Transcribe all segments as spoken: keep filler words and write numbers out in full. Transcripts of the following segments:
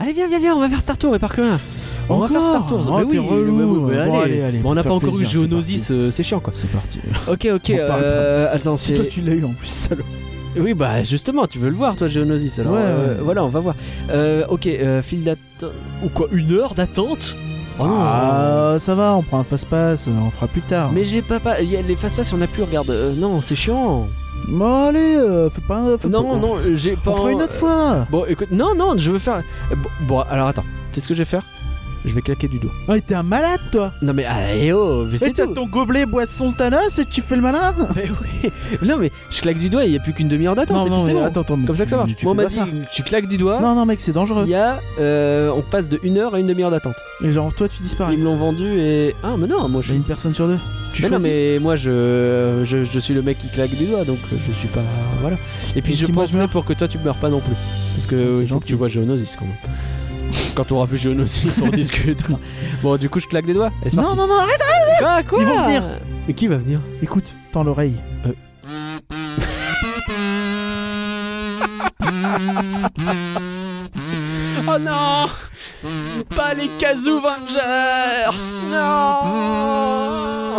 Allez, viens, viens, viens, on va faire Star Tour et par rien. On Encore va faire Star Tour. Oh, mais t'es oui, relou. mais oui, mais Bon, allez. allez, allez, Bon, on n'a pour pas faire encore eu plaisir, c'est Geonosis, euh, c'est chiant quoi. C'est parti. Ok, ok. On parle Euh, attends, Si c'est. toi tu l'as eu en plus, salaud. Oui, bah justement, tu veux le voir, toi, Geonosis. Alors, Ouais, euh, ouais. voilà, on va voir. Euh, ok, euh, file d'attente. Ou quoi, une heure d'attente? Oh non. Ah, ça va, on prend un fast-pass, on fera plus tard. Mais j'ai pas. pas... y a les fast-pass, on a plus, regarde. Euh, non, c'est chiant. Bon, allez, euh, fais pas. Fais Non, pas... non, j'ai pas. On fera une autre fois. Bon, écoute, non, non, je veux faire. Bon, bon, alors attends, tu sais ce que je vais faire? Je vais claquer du doigt. Ah, t'es un malade, toi. Non, mais allez, oh, mais Mais c'est t'as tout. ton gobelet boisson Thanos et tu fais le malin. Mais oui. Non, mais je claque du doigt et il n'y a plus qu'une demi-heure d'attente. Non, et non, puis c'est mais bon. attends, attends. mais Comme ça que ça tu- marche. tu Moi, on fais m'a pas dit, ça. tu claques du doigt. Non, non, mec, c'est dangereux. Il y a. euh, on passe de une heure à une demi-heure d'attente. Et genre, toi, tu disparais. Ils me l'ont vendu et. Ah, mais non, moi je. J'ai une personne sur deux. Tu Mais non, choisis. mais moi je, je, je suis le mec qui claque du doigt donc je suis pas. Voilà. Et puis Et je si moi, je penserai meurs pour que toi tu meurs pas non plus. Parce que C'est il faut gentil. que tu vois Geonosis quand même. Quand on aura vu Geonosis, on discutera. Bon, du coup, je claque des doigts. Et c'est Non, parti. non, non, arrête. Quoi, quoi Ils vont venir. Mais qui va venir? Écoute, tends l'oreille. Oh non! Pas les Kazoo Vengers! Non!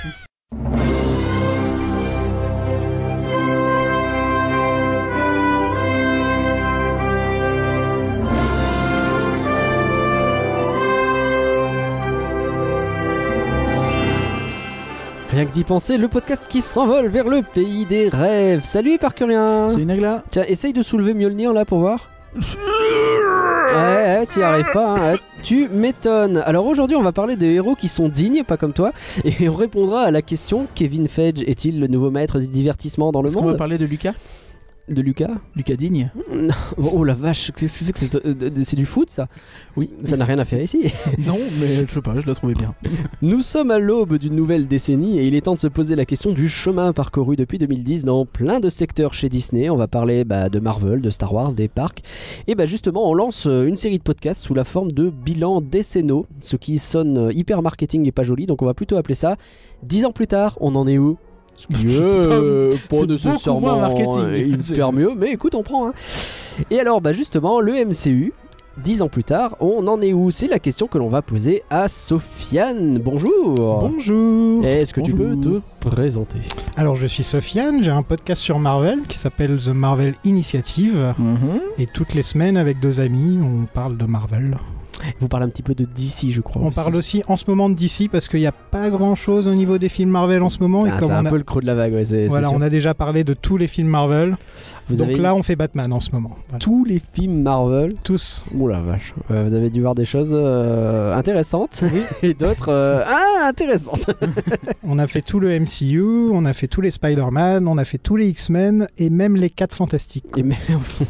Rien que d'y penser, le podcast qui s'envole vers le pays des rêves. Salut Parcurien. C'est une agla. Tiens, essaye de soulever Mjolnir là pour voir. Ouais, ouais, t'y arrives pas, hein. Ouais, tu m'étonnes. Alors aujourd'hui, on va parler de héros qui sont dignes, pas comme toi, et on répondra à la question: Kevin Feige est-il le nouveau maître du divertissement dans le Est-ce qu'on va monde? parler de Lucas De Lucas? Lucas Digne. Non. Oh la vache, c'est, c'est, c'est, c'est, c'est du foot ça? Oui. Ça n'a rien à faire ici. Non, mais je sais pas, je l'ai trouvé bien. Nous sommes à l'aube d'une nouvelle décennie et il est temps de se poser la question du chemin parcouru depuis deux mille dix dans plein de secteurs chez Disney. On va parler bah, de Marvel, de Star Wars, des parcs. Et bah justement, on lance une série de podcasts sous la forme de bilans décennaux, ce qui sonne hyper marketing et pas joli, donc on va plutôt appeler ça dix ans plus tard, on en est où? Ce qui est euh, pas c'est nécessairement beaucoup moins marketing. euh, hyper mieux, mais écoute, on prend. Hein. Et alors, bah justement, le M C U, dix ans plus tard, on en est où? C'est la question que l'on va poser à Sofiane. Bonjour. Bonjour. Est-ce que tu peux Bonjour. te présenter? Alors je suis Sofiane, j'ai un podcast sur Marvel qui s'appelle The Marvel Initiative Mhm. et toutes les semaines avec deux amis on parle de Marvel. Vous parlez un petit peu de D C, je crois. On aussi. parle aussi en ce moment de D C parce qu'il n'y a pas grand chose au niveau des films Marvel en ce moment. Ah, et comme c'est un on a, peu le creux de la vague, ouais, c'est, voilà, c'est sûr. on a déjà parlé de tous les films Marvel. Vous Donc avez là on fait Batman en ce moment. Voilà. tous les films Marvel. Tous. Ouh la vache. Ouais, vous avez dû voir des choses euh, intéressantes et d'autres euh, ah, intéressantes. On a fait tout le M C U, on a fait tous les Spider-Man, on a fait tous les X-Men et même les quatre Fantastiques. Et mais...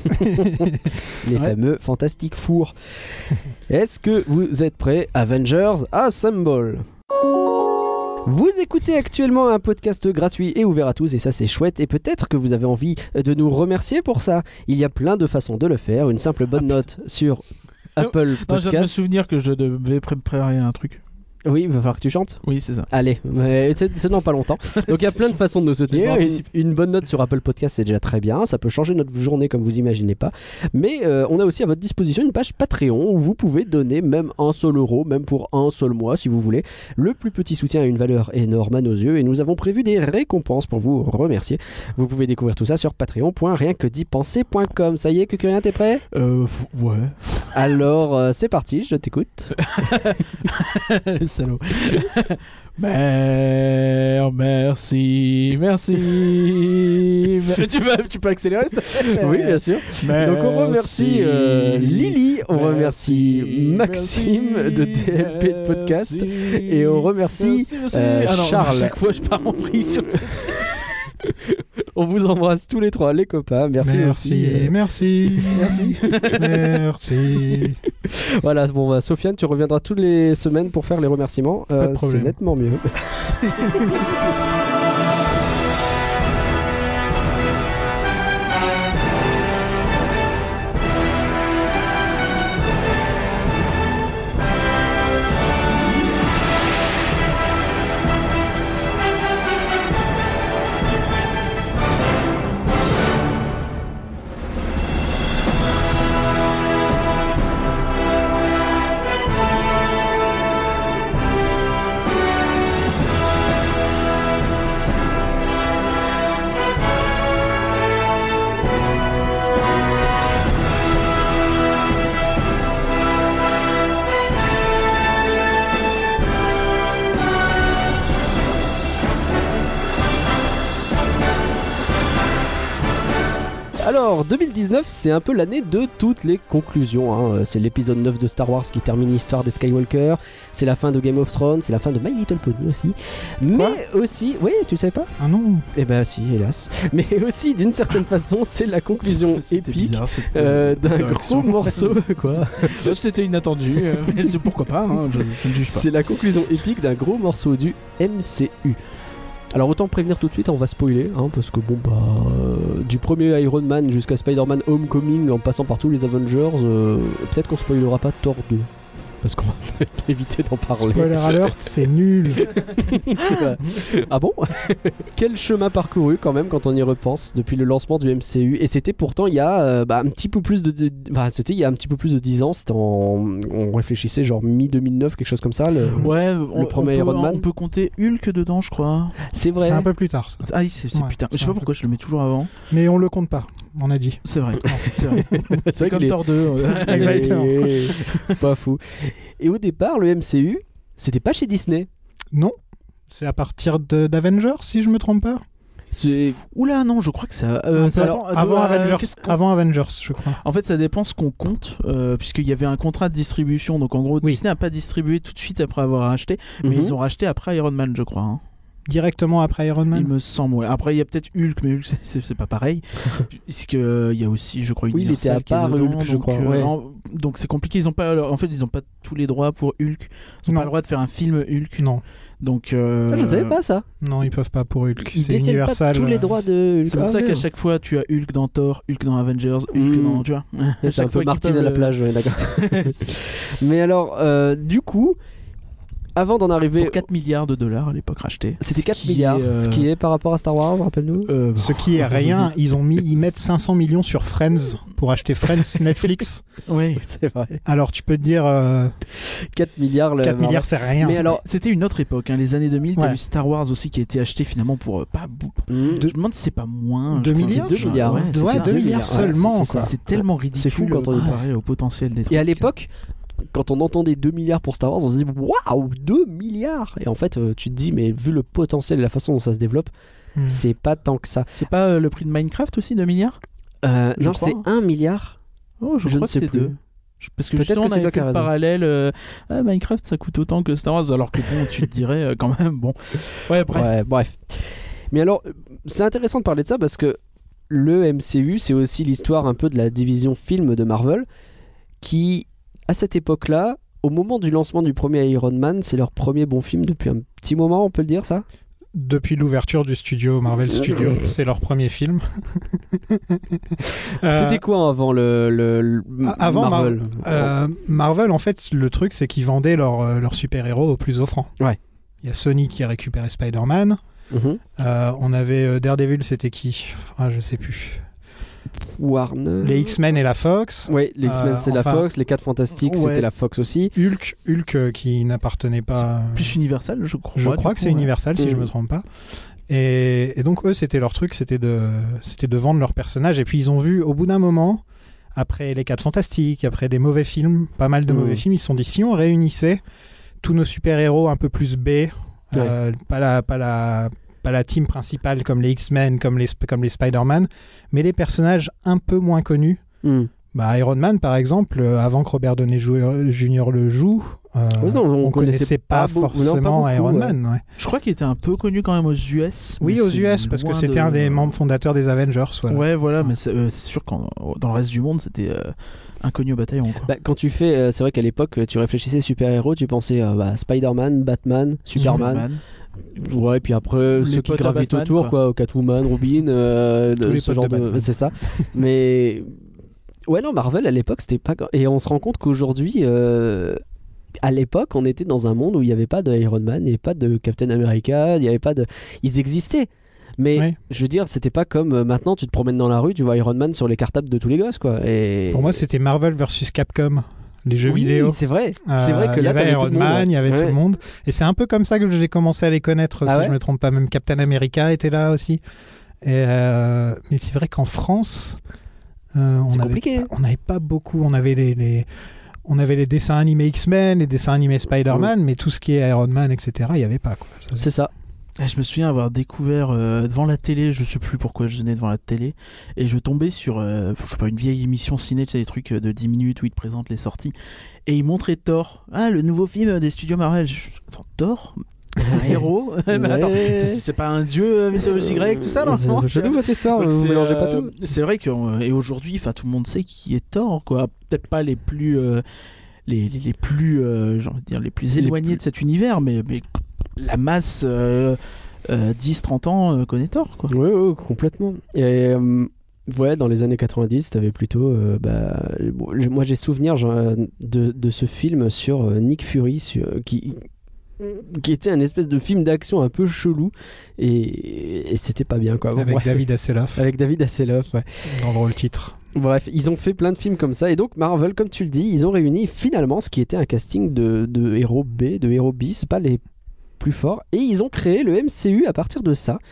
les Ouais. fameux Fantastic Four. Est-ce que vous êtes prêts? Avengers Assemble. Vous écoutez actuellement un podcast gratuit et ouvert à tous et ça c'est chouette et peut-être que vous avez envie de nous remercier pour ça. Il y a plein de façons de le faire. Une simple bonne note sur Apple Non, je viens de me Podcast. souvenir que je devais pré- préparer un truc. Oui, il va falloir que tu chantes. Oui, c'est ça. Allez, mais c'est, c'est dans pas longtemps. Donc il y a plein de façons de nous Je soutenir. vais Une, anticiper. une bonne note sur Apple Podcast, c'est déjà très bien. Ça peut changer notre journée comme vous imaginez pas. Mais euh, on a aussi à votre disposition une page Patreon où vous pouvez donner même un seul euro, même pour un seul mois si vous voulez. Le plus petit soutien a une valeur énorme à nos yeux et nous avons prévu des récompenses pour vous remercier. Vous pouvez découvrir tout ça sur patreon point rien que d'y penser point com. Ça y est, Cucurien, t'es prêt? Euh, f- ouais. Alors euh, c'est parti, je t'écoute. Le salaud. Mère, merci, merci. mer- tu, peux, tu peux accélérer ça? Oui, bien sûr. Donc on remercie euh, Lily, on remercie Maxime de D L P de podcast et on remercie euh, ah non, Charles. À chaque fois, je pars en vrille sur On vous embrasse tous les trois, les copains. Merci, Merci, merci. merci, Merci. merci. Voilà, bon, bah, Sofiane, tu reviendras toutes les semaines pour faire les remerciements. Pas de c'est problème. nettement mieux. Alors, deux mille dix-neuf, c'est un peu l'année de toutes les conclusions. Hein. C'est l'épisode neuf de Star Wars qui termine l'histoire des Skywalker. C'est la fin de Game of Thrones. C'est la fin de My Little Pony aussi. Mais aussi... Oui, tu savais pas ? Ah non. Eh ben si, hélas. Mais aussi, d'une certaine façon, c'est la conclusion épique bizarre, cette, euh, d'un direction. gros morceau. Quoi ? Ça, c'était inattendu, euh, mais c'est pourquoi pas, hein, je, je ne juge pas. C'est la conclusion épique d'un gros morceau du M C U. Alors autant prévenir tout de suite, on va spoiler, hein, parce que bon bah euh, du premier Iron Man jusqu'à Spider-Man Homecoming en passant par tous les Avengers, euh, peut-être qu'on spoilera pas Thor deux. Parce qu'on va éviter d'en parler. Spoiler alert, c'est nul. Ah bon? Quel chemin parcouru quand même quand on y repense depuis le lancement du M C U. Et c'était pourtant il y a euh, bah, un petit peu plus de, de bah, c'était il y a un petit peu plus de dix ans. C'était en, on réfléchissait genre mi deux mille neuf, quelque chose comme ça. Le, ouais, on, le premier on peut, Iron Man. On peut compter Hulk dedans, je crois. C'est vrai. C'est un peu plus tard. Ça. Ah oui, c'est, c'est Ouais, putain. c'est Je sais pas un pourquoi je le mets toujours avant. Mais on le compte pas. On a dit. C'est vrai. C'est vrai. C'est vrai comme qu'il est- Thor deux. euh, Exactement. Et- Pas fou. Et au départ, le M C U, c'était pas chez Disney. Non. C'est à partir de, d'Avengers, si je me trompe pas. C'est... Oula, non, je crois que ça. Un ça peu dépend- avant, euh, Avengers, qu'est-ce qu'on- avant Avengers, je crois. En fait, ça dépend ce qu'on compte, euh, puisqu'il y avait un contrat de distribution. Donc, en gros, Oui. Disney n'a pas distribué tout de suite après avoir racheté, mais Mhm. ils ont racheté après Iron Man, je crois. hein. Directement après Iron Man. Il me semble. Ouais. Après, il y a peut-être Hulk, mais Hulk, c'est, c'est, c'est pas pareil. Puisque euh, il y a aussi, je crois, Oui, il Universal était à qui est part, dedans, Hulk, je donc, crois, euh, ouais. en- donc, c'est compliqué. Ils ont pas, en fait, ils ont pas tous les droits pour Hulk. Ils ont Non. pas le droit de faire un film Hulk. Non. Donc, euh, Ah, je savais pas ça. Non, ils peuvent pas pour Hulk. Ils C'est détiennent Universal. pas tous les euh, droits de Hulk. C'est pour Ah, ça qu'à merde. chaque fois, tu as Hulk dans Thor, Hulk dans Avengers, Hulk Mm. dans, tu vois. Ouais, À c'est un chaque peu fois qu'ils Martine peuvent, à la euh, plage, ouais, d'accord. Mais alors, euh, du coup, avant d'en arriver... Pour quatre milliards de dollars à l'époque racheté. C'était Ce quatre qui milliards, est, euh, ce qui est par rapport à Star Wars, rappelle-nous. euh, Ce qui est rien, ils ont mis, ils mettent cinq cents millions sur Friends pour acheter Friends Netflix. Ouais. C'est vrai. Alors tu peux te dire euh, quatre milliards. Le quatre Marvel. milliards c'est rien. Mais C'était- alors- c'était une autre époque, hein, les années deux mille. T'as Ouais. eu Star Wars aussi qui a été acheté finalement pour euh, pas beaucoup. Mm. Je me demande si c'est pas moins. Deux je crois. milliards, deux Genre, milliards, Ouais, hein. c'est Ouais, ça. deux milliards ouais, seulement. c'est- c'est quoi. ça. C'est tellement ridicule. C'est fou quand on y pense. comparé au potentiel des trucs. Et à l'époque, quand on entendait deux milliards pour Star Wars, on se dit waouh, deux milliards. Et en fait, euh, tu te dis, mais vu le potentiel et la façon dont ça se développe, Hmm. c'est pas tant que ça. C'est pas euh, le prix de Minecraft aussi, deux milliards Euh, Je non, crois. c'est un milliard. Oh, je, Je crois ne que sais c'est plus. deux. Je- Parce que Peut-être justement, que on c'est avait toi fait qui as le raison. parallèle. euh, ah, Minecraft, ça coûte autant que Star Wars, alors que bon, tu te dirais euh, quand même, bon. Ouais, bref. Ouais, bref. Mais alors, c'est intéressant de parler de ça parce que le M C U, c'est aussi l'histoire un peu de la division film de Marvel qui, à cette époque-là, au moment du lancement du premier Iron Man, c'est leur premier bon film depuis un petit moment, on peut le dire ça? Depuis l'ouverture du studio Marvel Studios, c'est leur premier film. Euh, C'était quoi avant le, le- le Avant Marvel Euh, Marvel, en fait, le truc, c'est qu'ils vendaient leurs leur super-héros au plus offrant. Ouais. Il y a Sony qui a récupéré Spider-Man. Mhm. Euh, on avait euh, Daredevil, c'était qui? Ah, je sais plus. Warner. Les X-Men et la Fox. Oui, les X-Men Euh, c'est enfin, la Fox, les quatre Fantastiques ouais. c'était la Fox aussi. Hulk, Hulk euh, qui n'appartenait pas. Plus Universal, je crois. Je du crois coup, que c'est ouais. Universal, si Mm. je me trompe pas. Et, et donc eux, c'était leur truc, c'était de, c'était de vendre leurs personnages. Et puis ils ont vu, au bout d'un moment, après les quatre Fantastiques, après des mauvais films, pas mal de Mm. mauvais films, ils se sont dit si on réunissait tous nos super-héros un peu plus B, euh, pas la, pas la, pas la team principale comme les X-Men, comme les, comme les Spider-Man, mais les personnages un peu moins connus. Hmm. Bah, Iron Man, par exemple, euh, avant que Robert Downey Junior le joue, euh, Oui, non, on on connaissait connaissait pas pas, beau- non, pas forcément beaucoup, Iron ouais. Man. Ouais. Je crois qu'il était un peu connu quand même aux U S. Oui, mais aux c'est U S, parce que loin c'était de- un des membres fondateurs des Avengers. Voilà. Ouais, voilà, mais c'est, euh, c'est sûr que dans le reste du monde, c'était euh, inconnu au bataillon. Quoi. Bah, quand tu fais, euh, c'est vrai qu'à l'époque, tu réfléchissais super-héros, tu pensais euh, bah, Spider-Man, Batman, Superman. Ouais, puis après Les ceux qui potes à gravitent Batman, autour, quoi. quoi, Catwoman, Robin, euh, de, Tous les ce potes genre de de, Batman. c'est ça. Mais ouais, non, Marvel à l'époque c'était pas, et on se rend compte qu'aujourd'hui, euh, à l'époque, on était dans un monde où il n'y avait pas de Iron Man, il n'y avait pas de Captain America, il n'y avait pas de, ils existaient. Mais Oui. je veux dire, c'était pas comme euh, maintenant, tu te promènes dans la rue, tu vois Iron Man sur les cartables de tous les gosses, quoi. Et Pour moi, c'était Marvel versus Capcom, les jeux oui, vidéo. c'est vrai. Euh, C'est vrai que il y là, avait t'avais Iron tout le monde, Man, il y avait ouais. tout le monde. Et c'est un peu comme ça que j'ai commencé à les connaître, Ah si ouais je me trompe pas. Même Captain America était là aussi. Et euh, mais c'est vrai qu'en France, euh, on C'est avait compliqué. pas- on n'avait pas beaucoup. On avait les, les- on avait les dessins animés X-Men, les dessins animés Spider-Man, mais tout ce qui est Iron Man, et cetera, il n'y avait pas. Quoi. Ça, C'est ça. Et je me souviens avoir découvert euh, devant la télé, je sais plus pourquoi je venais devant la télé, et je tombais sur euh, je sais pas, une vieille émission ciné, tu sais, des trucs de dix minutes où ils te présentent les sorties, et ils montraient Thor, ah le nouveau film des studios Marvel. Je... Attends, Thor, un héros. Mais Ouais. attends, c'est, c'est pas un dieu mythologie grecque, tout ça, non? C'est jaloux votre histoire, Donc vous c'est, mélangez pas euh, tout. C'est vrai que euh, et aujourd'hui, enfin tout le monde sait qui est Thor, quoi. Peut-être pas les plus euh, les, les, les plus euh, j'ai envie de dire les plus Les éloignés plus- de cet univers, mais, mais la masse euh, euh, dix trente ans euh, connaît Thor, quoi. Oui, oui, complètement. Et euh, ouais, dans les années quatre-vingt-dix, t'avais plutôt. euh, bah, bon, moi, j'ai souvenir genre, de, de ce film sur euh, Nick Fury, sur, qui, qui était un espèce de film d'action un peu chelou. Et, et c'était pas bien, quoi. Bon, Avec bref. David Hasselhoff Avec David Hasselhoff, ouais. dans le rôle titre. Bref, ils ont fait plein de films comme ça. Et donc, Marvel, comme tu le dis, ils ont réuni finalement ce qui était un casting de, de héros B, de héros B, c'est pas les plus forts. Et ils ont créé le M C U à partir de ça.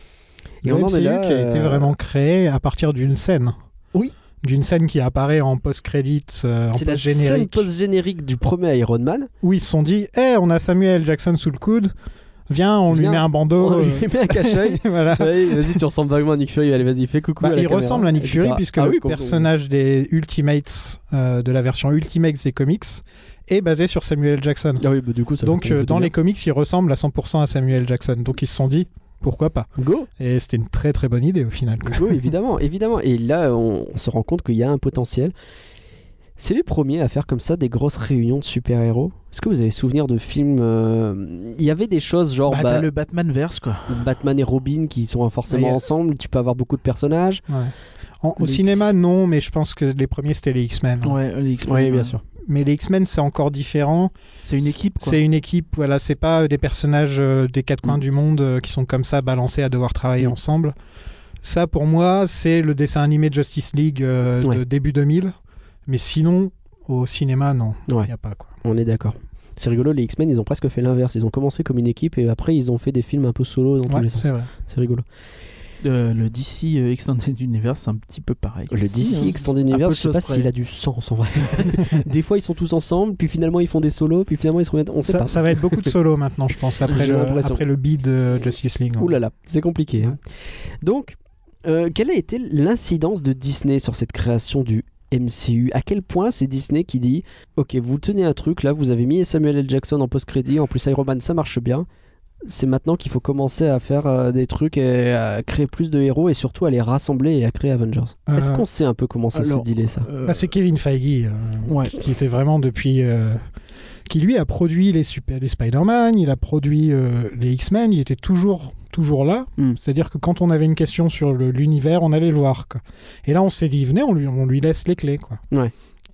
Et Le on en M C est U là, qui a été euh, vraiment créé à partir d'une scène. Oui. D'une scène qui apparaît en post-credit, euh, en C'est la scène post-générique. post-générique du premier Iron Man. Où ils se sont dit, hé, on a Samuel Jackson sous le coude, viens, on Viens, lui met un bandeau. On lui euh, met un cache-œil. voilà. Ouais, vas-y, tu ressembles vaguement à Nick Fury. Allez, vas-y, fais coucou. Bah, à la il caméra, ressemble à Nick et cetera. Fury puisque Ah le oui, com- personnage des Ultimates, euh, de la version Ultimates des comics, est basé sur Samuel Jackson. Ah oui, bah, du coup, ça Donc fait euh, un peu dans de les comics, il ressemble à cent pour cent à Samuel Jackson. Donc ils se sont dit, pourquoi pas. bien. Go, Et c'était une très très bonne idée au final, quoi. go, évidemment, évidemment. Et là, on, on se rend compte qu'il y a un potentiel. C'est les premiers à faire comme ça des grosses réunions de super-héros. Est-ce que vous avez souvenir de films euh, Il y avait des choses genre Bah, bah, t'as le Batman verse, quoi. Batman et Robin qui sont forcément Bah, y a- ensemble. Tu peux avoir beaucoup de personnages. Ouais. En- au Les cinéma, X- non, mais je pense que les premiers c'était les X-Men. Ouais, les X-Men. Oui, bien ouais. sûr. Mais les X-Men, c'est encore différent. C'est une équipe, quoi. C'est une équipe, voilà, c'est pas euh, des personnages euh, des quatre coins Mm. du monde euh, qui sont comme ça balancés à devoir travailler Mm. ensemble. Ça, pour moi, c'est le dessin animé de Justice League euh, de Ouais. début deux mille. Mais sinon, au cinéma, non, il Ouais. n'y a pas, quoi. On est d'accord. C'est rigolo, les X-Men, ils ont presque fait l'inverse. Ils ont commencé comme une équipe et après, ils ont fait des films un peu solo dans tous Ouais, les sens. c'est vrai. C'est rigolo. Euh, le D C euh, Extended Universe, c'est un petit peu pareil. Le D aussi, C hein. Extended Un peu Universe, de je sais choses pas près. s'il a du sens en vrai. Des fois, ils sont tous ensemble, puis finalement, ils font des solos, puis finalement, ils se remettent. On sait Ça, pas. ça va être beaucoup de solo maintenant, je pense, après, J'ai le, l'impression. après le bid de Justice League. Ouh là là, c'est compliqué. hein. Donc, euh, quelle a été l'incidence de Disney sur cette création du M C U? À quel point c'est Disney qui dit ok, vous tenez un truc là, vous avez mis Samuel L. Jackson en post-crédit, en plus Iron Man ça marche bien, c'est maintenant qu'il faut commencer à faire euh, des trucs et à créer plus de héros et surtout à les rassembler et à créer Avengers. Euh, Est-ce qu'on sait un peu comment ça s'est alors, dealé ça? Euh, Bah, c'est Kevin Feige, euh, Ouais. qui était vraiment depuis... euh, qui lui a produit les, super, les Spider-Man, il a produit euh, les X-Men, il était toujours, toujours là. Mm. C'est-à-dire que quand on avait une question sur le- l'univers, on allait le voir, quoi. Et là, on s'est dit, venez, on lui, on lui laisse les clés, quoi. Ouais.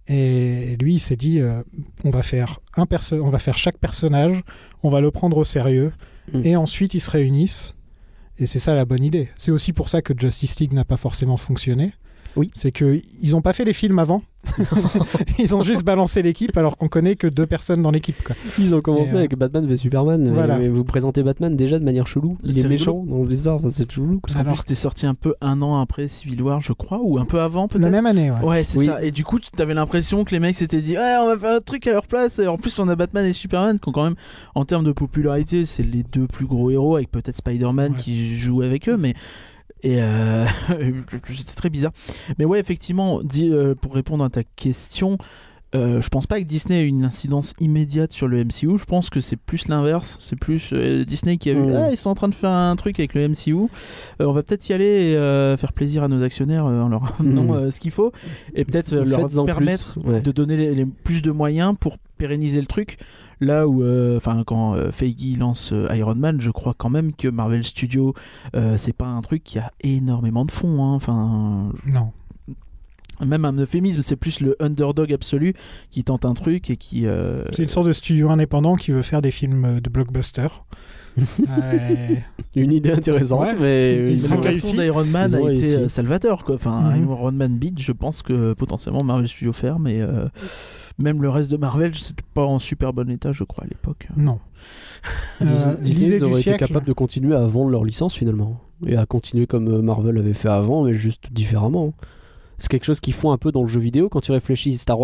Et lui, il s'est dit, euh, on, va faire un perso- on va faire chaque personnage, on va le prendre au sérieux, Mm. et ensuite ils se réunissent. Et c'est ça la bonne idée. C'est aussi pour ça que Justice League n'a pas forcément fonctionné. Oui. C'est qu'ils n'ont pas fait les films avant. Ils ont juste balancé l'équipe alors qu'on connaît que deux personnes dans l'équipe, quoi. Ils ont commencé Et, euh, avec Batman v Superman. voilà. Et vous présentez Batman déjà de manière chelou. Il est C'est méchant dans l'histoire, enfin, c'est chelou. quoi. Parce qu'en Alors- plus, c'était sorti un peu un an après Civil War, je crois, ou un peu avant, peut-être. La même année, ouais. Ouais, c'est Oui. ça. Et du coup, tu avais l'impression que les mecs s'étaient dit, ouais, on va faire un truc à leur place. Et en plus, on a Batman et Superman qui ont quand même, en termes de popularité, c'est les deux plus gros héros, avec peut-être Spider-Man Ouais. qui joue avec eux, mais. Et euh... c'était très bizarre. Mais ouais, effectivement, dis, euh, pour répondre à ta question, euh, je pense pas que Disney ait une incidence immédiate sur le M C U. Je pense que c'est plus l'inverse. C'est plus euh, Disney qui a vu, Mm. ah, ils sont en train de faire un truc avec le M C U. Euh, on va peut-être y aller et euh, faire plaisir à nos actionnaires euh, en leur donnant Mm. euh, ce qu'il faut. Et peut-être euh, leur Faites-en permettre plus, ouais. de donner les, les- plus de moyens pour pérenniser le truc. Là où, enfin, quand euh, Feige lance euh, Iron Man, je crois quand même que Marvel Studios, euh, c'est pas un truc qui a énormément de fonds. hein. Enfin, Non. même un euphémisme, c'est plus le underdog absolu qui tente un truc et qui. euh, C'est une sorte de studio indépendant qui veut faire des films de blockbuster. Euh, Une idée intéressante, Ouais. mais Ils le ont carton réussi. d'Iron Man Ils ont a été réussi. euh, salvateur, quoi. Enfin, Mhm. Iron Man beat, je pense que potentiellement Marvel Studios ferme, mais euh, même le reste de Marvel, c'était pas en super bon état, je crois, à l'époque. non. Dis- Euh, Disney l'idée ils du auraient été siècle- capables de continuer à vendre leur licence finalement et à continuer comme euh, Marvel avait fait avant mais juste différemment. C'est quelque chose qu'ils font un peu dans le jeu vidéo quand tu réfléchis. Star Wars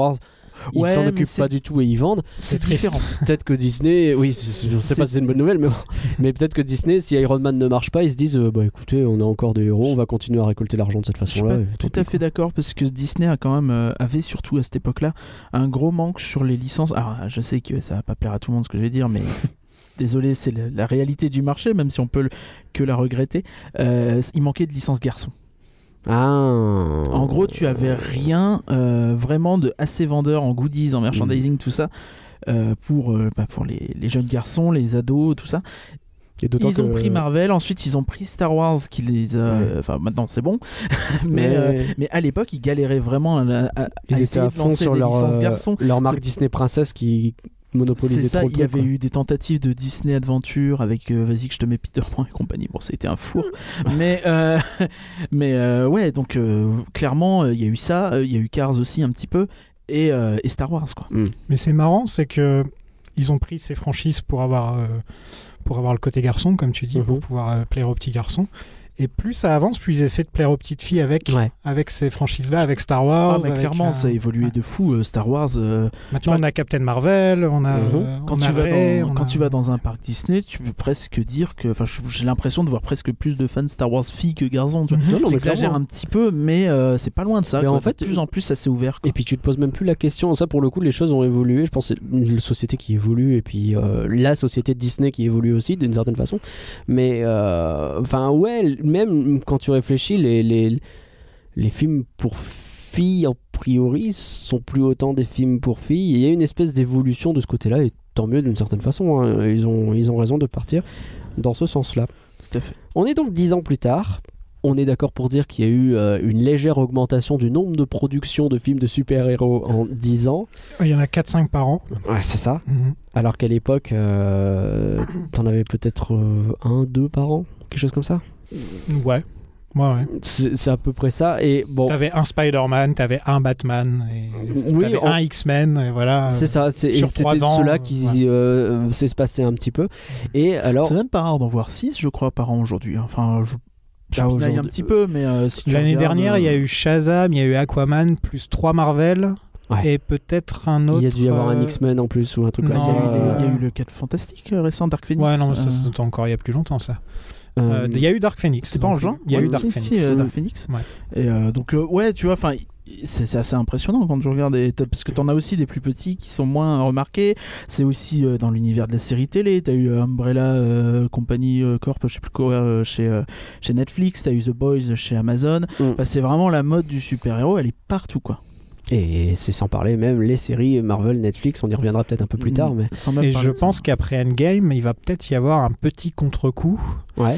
ils Ouais, s'en mais occupent c'est- pas du tout et ils vendent. C'est triste. différent. Peut-être que Disney, oui, je sais C'est- pas si c'est une bonne nouvelle, mais, bon. mais peut-être que Disney, si Iron Man ne marche pas, ils se disent euh, bah écoutez, on a encore des héros, on va continuer à récolter l'argent de cette Je suis façon-là. pas et tout tant à pis, fait d'accord parce que Disney a quand même euh, avait surtout à cette époque-là un gros manque sur les licences. Alors je sais que ça va pas plaire à tout le monde ce que je vais dire, mais désolé, c'est le- la réalité du marché, même si on peut le- que la regretter. Euh, il manquait de licences garçons. Ah. En gros, tu avais rien euh, vraiment de assez vendeur en goodies, en merchandising, tout ça. euh, pour, euh, bah, pour les, les jeunes garçons, les ados, tout ça. Et d'autant Ils ont que- pris Marvel, ensuite ils ont pris Star Wars qui les a... Ouais. Enfin maintenant c'est bon, mais, Ouais. euh, mais à l'époque ils galéraient vraiment à, à, à Ils étaient essayer à de fond lancer sur des leur, licences euh, garçons. leur marque C'est- Disney Princesse qui monopolisait C'est ça, trop le il y truc, avait quoi. eu des tentatives de Disney Adventure avec euh, vas-y que je te mets Peter Pan et compagnie. Bon, c'était un four. mais euh, mais euh, ouais, donc euh, clairement, euh, il y a eu ça. euh, Il y a eu Cars aussi un petit peu. Et, euh, et Star Wars, quoi. Mm. Mais c'est marrant, c'est que ils ont pris ces franchises pour avoir, euh, pour avoir le côté garçon, comme tu dis, Mhm. pour pouvoir euh, plaire aux petits garçons. Et plus ça avance, plus ils essaient de plaire aux petites filles avec, Ouais. avec ces franchises-là, avec Star Wars. Ah, mais avec, clairement, euh, ça a évolué ouais. de fou. euh, Star Wars. euh, Maintenant, on a Captain Marvel, on a. Mhm. euh, Quand, on a tu vas, Rey, dans, on quand a- tu vas dans un parc Disney, tu peux presque dire que. Enfin, je- j'ai l'impression de voir presque plus de fans Star Wars filles que garçons. Tu vois. Mhm. Non, non, mais J'exagère clairement. un petit peu, mais euh, c'est pas loin de ça. Mais quoi. en fait, de plus en plus, ça s'est ouvert. quoi. Et puis tu te poses même plus la question. Ça, pour le coup, les choses ont évolué. Je pense que c'est une société qui évolue et puis euh, la société Disney qui évolue aussi d'une certaine façon. Mais euh, enfin, ouais, même quand tu réfléchis, les, les, les films pour filles, a priori, sont plus autant des films pour filles. Et il y a une espèce d'évolution de ce côté-là et tant mieux d'une certaine façon. Hein. Ils ont, ils ont raison de partir dans ce sens-là. Tout à fait. On est donc dix ans plus tard. On est d'accord pour dire qu'il y a eu euh, une légère augmentation du nombre de productions de films de super-héros en dix ans. Il y en a quatre cinq par an. Ouais, c'est ça. Mhm. Alors qu'à l'époque, euh, t'en avais peut-être euh, un, deux par an, quelque chose comme ça. Ouais. Ouais, ouais. C'est c'est à peu près ça. Et bon, T'avais un Spider-Man, t'avais un Batman, et Oui, t'avais on- un X-Men, et voilà. c'est ça. C'est, et sur c'était trois ans, ceux-là euh, qui ouais. euh, s'espaçaient un petit peu. Et alors, C'est même pas rare d'en voir six, je crois, par an aujourd'hui. Enfin, je, je Ah, pinaille aujourd'hui- un petit peu, mais euh, si tu L'année regardes, dernière, il y a euh, eu Shazam, il y a eu Aquaman, plus trois Marvel, Ouais. et peut-être un autre. il y a dû y avoir un euh, X-Men en plus ou un truc bah, comme il y, a ça. eu les- il y a euh, eu le quatre fantastique euh, récent, Dark Phoenix. Ouais, non, mais ça, euh, c'était encore il y a plus longtemps, ça. euh, Euh, Il y a eu Dark Phoenix. C'est pas en donc, juin Il y a Ouais, eu Dark si, Phoenix. si, euh, Mm. Dark Phoenix. Ouais. Et euh, donc, euh, ouais, tu vois, enfin, c'est c'est assez impressionnant quand tu regardes, et t'as- parce que t'en as aussi des plus petits qui sont moins remarqués. C'est aussi euh, dans l'univers de la série télé. T'as eu euh, Umbrella euh, Company euh, Corp, je sais plus quoi, euh, chez, euh, chez Netflix. T'as eu The Boys chez Amazon. Mm. Enfin, c'est vraiment la mode du super-héros, elle est partout, quoi. Et c'est sans parler même les séries Marvel, Netflix, on y reviendra peut-être un peu plus tard. Mais Sans même Et parler je de ça. pense qu'après Endgame, il va peut-être y avoir un petit contre-coup. ouais.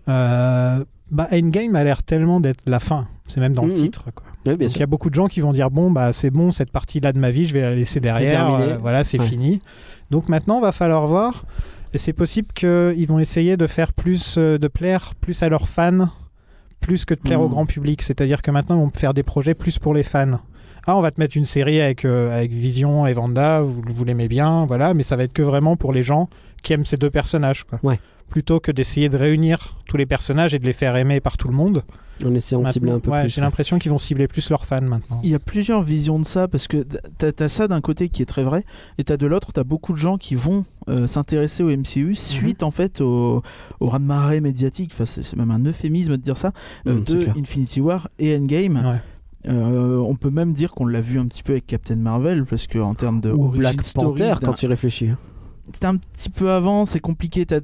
Euh, bah, Endgame a l'air tellement d'être la fin. C'est même dans le Mhm. titre, quoi. Oui, bien Donc il sûr. y a beaucoup de gens qui vont dire bon bah c'est bon, cette partie-là de ma vie, je vais la laisser derrière. terminé. euh, voilà, c'est Ouais. fini. Donc maintenant, va falloir voir. Et c'est possible qu'ils vont essayer de faire plus, euh, de plaire plus à leurs fans, plus que de plaire Mhm. au grand public. C'est-à-dire que maintenant, ils vont faire des projets plus pour les fans. Ah, on va te mettre une série avec, euh, avec Vision et Wanda, vous, vous l'aimez bien, voilà, mais ça va être que vraiment pour les gens qui aiment ces deux personnages, quoi. Ouais. Plutôt que d'essayer de réunir tous les personnages et de les faire aimer par tout le monde. En essayant de cibler un peu Ouais, plus. j'ai l'impression qu'ils vont cibler plus leurs fans maintenant. Il y a plusieurs visions de ça, parce que t'as as ça d'un côté qui est très vrai, et t'as de l'autre, t'as beaucoup de gens qui vont euh, s'intéresser au M C U suite en fait au, au raz-de-marée médiatique, enfin, c'est c'est même un euphémisme de dire ça, euh, Mm, c'est de clair. Infinity War et Endgame. Ouais. Euh, on peut même dire qu'on l'a vu un petit peu avec Captain Marvel, parce que en termes de Ou origin Black story, Panther d'un- quand tu y réfléchis. c'était un petit peu avant, c'est compliqué. t'as-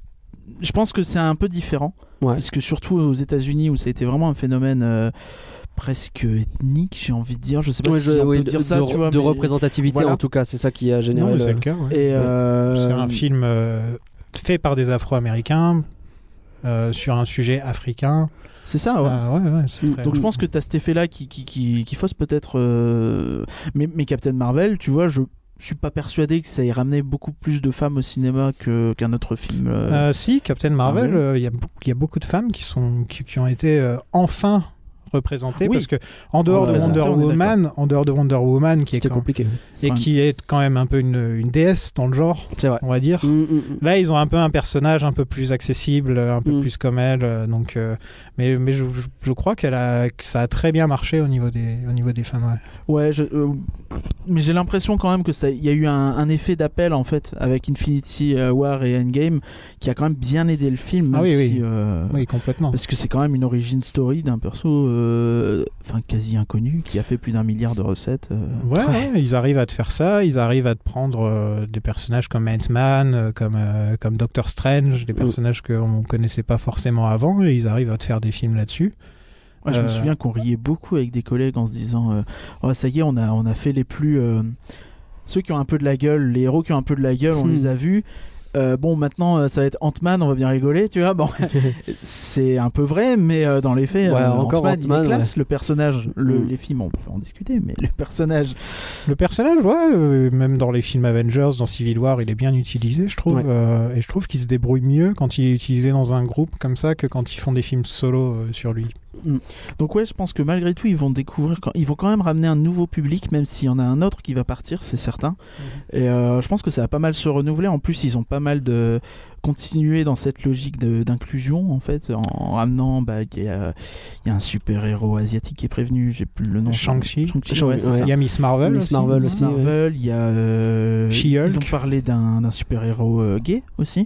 Je pense que c'est un peu différent, Ouais. parce que surtout aux États-Unis où ça a été vraiment un phénomène euh, presque ethnique, j'ai envie de dire. Je sais pas Ouais, si je- on oui, peut de, dire ça, de- tu vois. de mais- représentativité voilà. en tout cas, c'est ça qui a généré Non, mais le- c'est le cas. ouais. Et euh, C'est un film euh, fait par des Afro-Américains euh, sur un sujet africain. C'est ça, ouais. Ah, ouais, ouais, c'est Mm. très- Donc je pense que tu as cet effet-là qui, qui, qui, qui fausse peut-être. euh, Mais, mais Captain Marvel, tu vois, je suis pas persuadé que ça ait ramené beaucoup plus de femmes au cinéma que, qu'un autre film. euh. Euh, si, Captain Marvel, Marvel. euh, il y, a beaucoup- il y a beaucoup de femmes qui, sont, qui, qui ont été euh, enfin représenté Oui. parce que en dehors Ouais, de Wonder on est Woman, en dehors de Wonder Woman qui est C'était quand, compliqué. et Ouais. qui est quand même un peu une, une déesse dans le genre, C'est vrai. on va dire. Mm, mm, mm. Là, ils ont un peu un personnage un peu plus accessible, un peu Mm. plus comme elle. euh, Donc, euh, mais mais je, je, je crois qu'elle a, que ça a très bien marché au niveau des, au niveau des femmes. Ouais. Ouais, je, euh, mais j'ai l'impression quand même que ça, il y a eu un, un effet d'appel en fait avec Infinity War et Endgame qui a quand même bien aidé le film. Ah même oui, si, oui. euh, Oui, complètement. Parce que c'est quand même une origin story d'un perso, euh, enfin quasi inconnu, qui a fait plus d'un milliard de recettes. euh. Ouais, ouais, ils arrivent à te faire ça, ils arrivent à te prendre euh, des personnages comme Ant-Man, euh, comme, euh, comme Doctor Strange, des personnages qu'on connaissait pas forcément avant, et ils arrivent à te faire des films là-dessus. Moi, je me Euh. souviens qu'on riait beaucoup avec des collègues en se disant, euh, oh, ça y est, on a, on a fait les plus, euh, ceux qui ont un peu de la gueule, les héros qui ont un peu de la gueule, on Hmm. les a vus. Euh, bon, maintenant, euh, ça va être Ant-Man, on va bien rigoler, tu vois. Bon, c'est un peu vrai, mais euh, dans les faits, Ouais, euh, encore Ant-Man, il Ant-Man, est classe, le personnage. Le, Mm. Les films, on peut en discuter, mais le personnage. Le personnage, ouais, euh, même dans les films Avengers, dans Civil War, il est bien utilisé, je trouve. Ouais. euh, et je trouve qu'il se débrouille mieux quand il est utilisé dans un groupe comme ça que quand ils font des films solo euh, sur lui. Donc ouais, je pense que malgré tout, ils vont découvrir, quand... ils vont quand même ramener un nouveau public, même s'il y en a un autre qui va partir, c'est certain. Et euh, je pense que ça va pas mal se renouveler. En plus, ils ont pas mal de continué dans cette logique de... d'inclusion, en fait, en ramenant, bah, il y a... y a un super héros asiatique qui est prévenu, j'ai plus le nom. Shang-Chi. Shang-Chi, ouais, c'est Ouais. ça. Il y a Miss Marvel. Miss aussi. Marvel Miss aussi, Marvel, il y a euh, She-Hulk. ils ont parlé d'un, d'un super héros euh, gay aussi.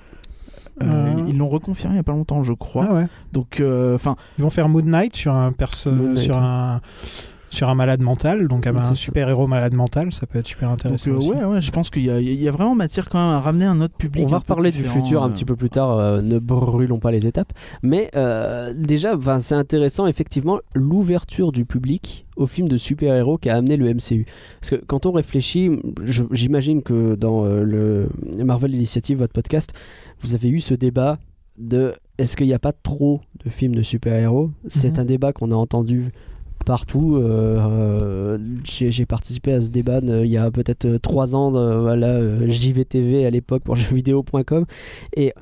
Euh, Euh. Ils l'ont reconfirmé il y a pas longtemps, je crois. Ah ouais. Donc, enfin, Ils vont faire Moon Knight sur un perso Moon Knight, sur ouais. un sur un malade mental, donc un, C'est ça. super héros malade mental, ça peut être super donc intéressant. euh, aussi. ouais, ouais, je pense qu'il y a, il y a vraiment matière quand même à ramener un autre public. On va un peu reparler du différent, futur un euh. petit peu plus tard, euh, ne brûlons pas les étapes. Mais euh, déjà, 'fin, c'est intéressant effectivement l'ouverture du public au film de super-héros qu'a amené le M C U. Parce que quand on réfléchit, je- j'imagine que dans euh, le Marvel Initiative, votre podcast, vous avez eu ce débat de est-ce qu'il n'y a pas trop de films de super-héros. C'est Mhm. un débat qu'on a entendu partout. Euh, euh, j'ai, j'ai participé à ce débat euh, il y a peut-être euh, trois ans, euh, voilà, euh, J V T V à l'époque pour jeux vidéo point com, et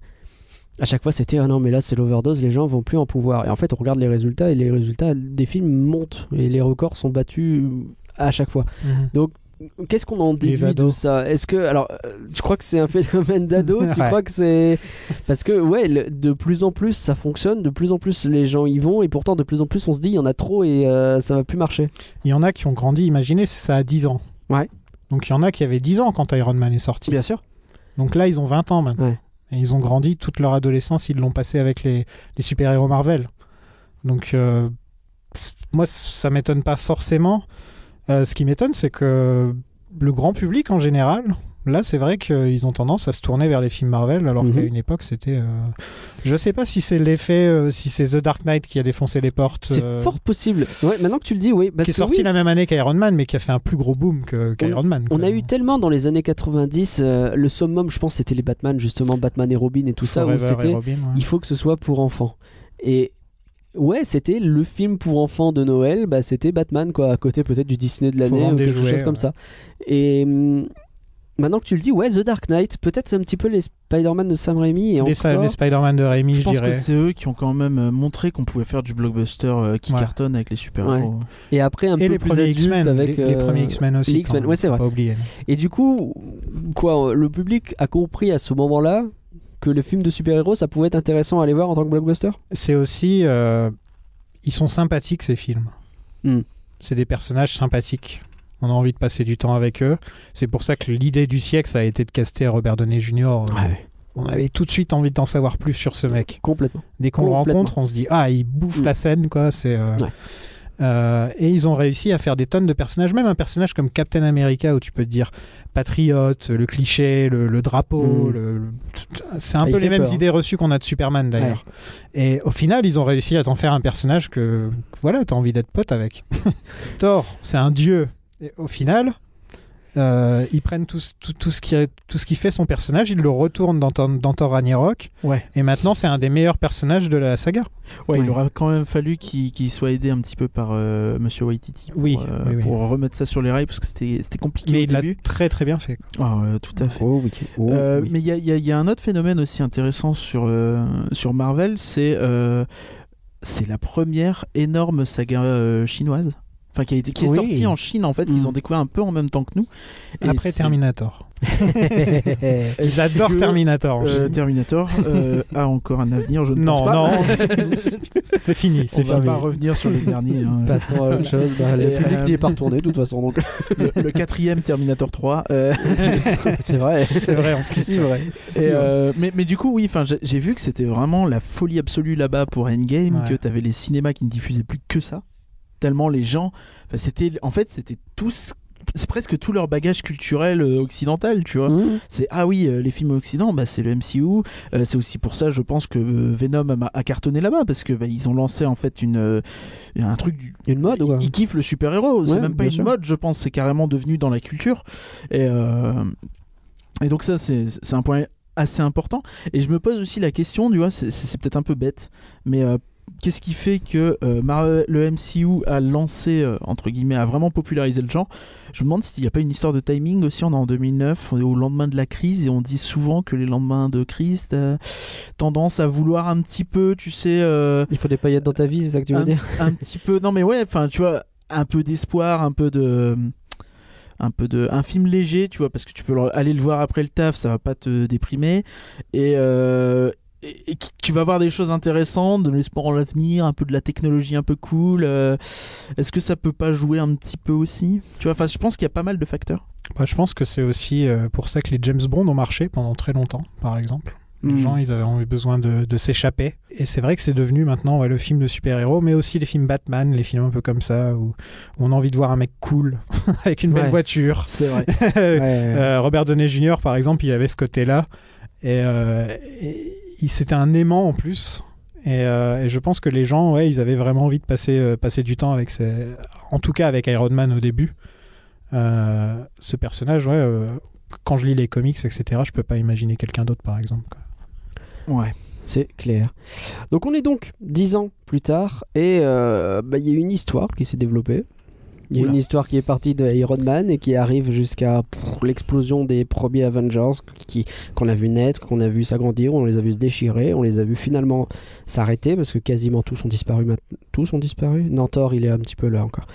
à chaque fois c'était ah non mais là c'est l'overdose, les gens vont plus en pouvoir. Et en fait on regarde les résultats et les résultats des films montent et les records sont battus à chaque fois. Mhm. Donc qu'est-ce qu'on en déduit de ados. ça? Est-ce que alors euh, tu crois que c'est un phénomène d'ado? Tu Ouais. crois que c'est parce que ouais le- de plus en plus ça fonctionne, de plus en plus les gens y vont, et pourtant de plus en plus on se dit il y en a trop et euh, ça va plus marcher. Il y en a qui ont grandi, imaginez, c'est ça à dix ans. Ouais. Donc il y en a qui avaient dix ans quand Iron Man est sorti. Bien sûr. Donc là, ils ont vingt ans maintenant. Ouais. Et ils ont grandi toute leur adolescence, ils l'ont passé avec les, les super-héros Marvel. Donc, euh, c- moi, c- ça m'étonne pas forcément. Euh, ce qui m'étonne, c'est que le grand public en général, là, c'est vrai qu'ils ont tendance à se tourner vers les films Marvel, alors Mhm. qu'à une époque, c'était. euh, Je sais pas si c'est l'effet, euh, si c'est The Dark Knight qui a défoncé les portes. C'est euh, fort possible. Ouais, maintenant que tu le dis, oui. Parce qui est que sorti oui, la même année qu'Iron Man, mais qui a fait un plus gros boom que- qu'Iron Man. on quoi. a eu tellement dans les années quatre-vingt-dix, euh, le summum, je pense, c'était les Batman, justement, Batman et Robin et tout ça, où Forever et c'était Robin, ouais. il faut que ce soit pour enfants. Et ouais, c'était le film pour enfants de Noël, bah, c'était Batman, quoi, à côté peut-être du Disney de Faut l'année vendre ou des quelque jouets, chose comme ouais. ça. Et hum, maintenant que tu le dis, ouais, The Dark Knight, peut-être un petit peu les Spider-Man de Sam Raimi et Les, encore. Sa- les Spider-Man de Raimi, Je je pense dirais. que c'est eux qui ont quand même euh, montré qu'on pouvait faire du blockbuster euh, qui Ouais. cartonne avec les super-héros. Et après un Et peu les plus premiers adulte X-Men, avec les, les euh, premiers X-Men aussi. les quand X-Men, même, ouais, c'est faut vrai. Pas oublier. Et du coup, quoi, le public a compris à ce moment-là que le film de super-héros, ça pouvait être intéressant à aller voir en tant que blockbuster. C'est aussi, euh, ils sont sympathiques ces films. Hmm. C'est des personnages sympathiques. On a envie de passer du temps avec eux. C'est pour ça que l'idée du siècle, ça a été de caster Robert Downey junior Euh, Ouais, On avait tout de suite envie d'en savoir plus sur ce mec. complètement. Dès qu'on le Complètement. rencontre, on se dit ah, il bouffe Mm. la scène, quoi. C'est. euh, Ouais. euh, et ils ont réussi à faire des tonnes de personnages, même un personnage comme Captain America où tu peux te dire patriote, le cliché, le, le drapeau, Mm. le, le- c'est un Ah, il peu fait les mêmes peur, hein. idées reçues qu'on a de Superman d'ailleurs. Et au final, ils ont réussi à t'en faire un personnage que voilà, t'as envie d'être pote avec. Thor, c'est un dieu. Et au final. Euh, ils prennent tout, ce- tout, tout, ce qui, tout ce qui fait son personnage, ils le retournent dans, Thor- dans Thor Ragnarok, Ouais. et maintenant c'est un des meilleurs personnages de la saga. Ouais, Ouais. il aura quand même fallu qu'il qu'il soit aidé un petit peu par euh, Monsieur Waititi pour, Oui, euh, oui, oui. pour remettre ça sur les rails parce que c'était c'était compliqué Mais au il l'a début. très très bien fait. quoi. Ah, ouais, tout à fait. Oh oui. Oh, Euh, oui. Mais il y a, il y a- il y a un autre phénomène aussi intéressant sur, euh, sur Marvel, c'est euh, c'est la première énorme saga euh, chinoise. Enfin, qui, a été, qui est Oui. sortie en Chine, en fait, qu'ils Mm. ont découvert un peu en même temps que nous. Et Après c'est- Terminator. Est-ce Ils adorent que, Terminator. en euh, Chine. Terminator euh, a encore un avenir, je ne Non, pense pas. non, c'est fini, On c'est va fini. pas revenir sur le dernier. Hein. Passons à autre chose. Bah, le Et, public euh, n'y est pas retourné de toute façon. Donc. le, le quatrième Terminator trois. euh, c'est vrai. C'est vrai en plus. C'est vrai. et, euh, mais, mais du coup, oui, j'ai, j'ai vu que c'était vraiment la folie absolue là-bas pour Endgame, Ouais. que t'avais les cinémas qui ne diffusaient plus que ça. Tellement les gens. C'était, en fait, c'était tous. C'est presque tout leur bagage culturel euh, occidental, tu vois. Mmh. C'est ah oui, euh, les films occidentaux, bah, c'est le M C U. Euh, c'est aussi pour ça, je pense que euh, Venom a, a cartonné là-bas parce que bah, ils ont lancé en fait une euh, un truc. Du... Une mode ou quoi? Ils kiffent le super-héros. C'est Ouais, même pas bien une sûr. mode, je pense. C'est carrément devenu dans la culture. Et euh, et donc ça, c'est c'est un point assez important. Et je me pose aussi la question, tu vois, c'est, c'est, c'est peut-être un peu bête, mais euh, qu'est-ce qui fait que euh, Marvel- le M C U a lancé, euh, entre guillemets, a vraiment popularisé le genre? Je me demande s'il n'y a pas une histoire de timing aussi. On est en deux mille neuf, on est au lendemain de la crise, et on dit souvent que les lendemains de crise, t'as tendance à vouloir un petit peu, tu sais... euh, Il faut des paillettes dans ta vie, c'est ça que tu veux un, dire? un petit peu... Non mais ouais, enfin, tu vois, un peu d'espoir, un peu de... un peu de un film léger, tu vois, parce que tu peux le- aller le voir après le taf, ça va pas te déprimer, et, euh, et, et qui- tu vas voir des choses intéressantes, de l'espoir en l'avenir, un peu de la technologie un peu cool. euh, est-ce que ça peut pas jouer un petit peu aussi, tu vois? Enfin, je pense qu'il y a pas mal de facteurs. Bah, je pense que c'est aussi euh, pour ça que les James Bond ont marché pendant très longtemps, par exemple. Les Mm. gens, ils avaient eu besoin de, de s'échapper. Et c'est vrai que c'est devenu maintenant ouais, le film de super-héros, mais aussi les films Batman, les films un peu comme ça, où, où on a envie de voir un mec cool, avec une belle Ouais. voiture. C'est vrai. Ouais, ouais. Euh, Robert Downey junior, par exemple, il avait ce côté-là. Et, euh, et il, c'était un aimant en plus. Et, euh, et je pense que les gens, ouais, ils avaient vraiment envie de passer, euh, passer du temps avec ces... En tout cas avec Iron Man au début. Euh, ce personnage, ouais, euh, quand je lis les comics, et cetera, je peux pas imaginer quelqu'un d'autre, par exemple. quoi. Ouais. C'est clair. Donc on est donc dix ans plus tard et euh, bah, il y a une histoire qui s'est développée. Il y a Oula. une histoire qui est partie de Iron Man et qui arrive jusqu'à pff, l'explosion des premiers Avengers qui, qu'on a vu naître, qu'on a vu s'agrandir, on les a vus se déchirer, on les a vus finalement s'arrêter parce que quasiment tous ont disparu maintenant. Tous ont disparu? Non, Thor il est un petit peu là encore.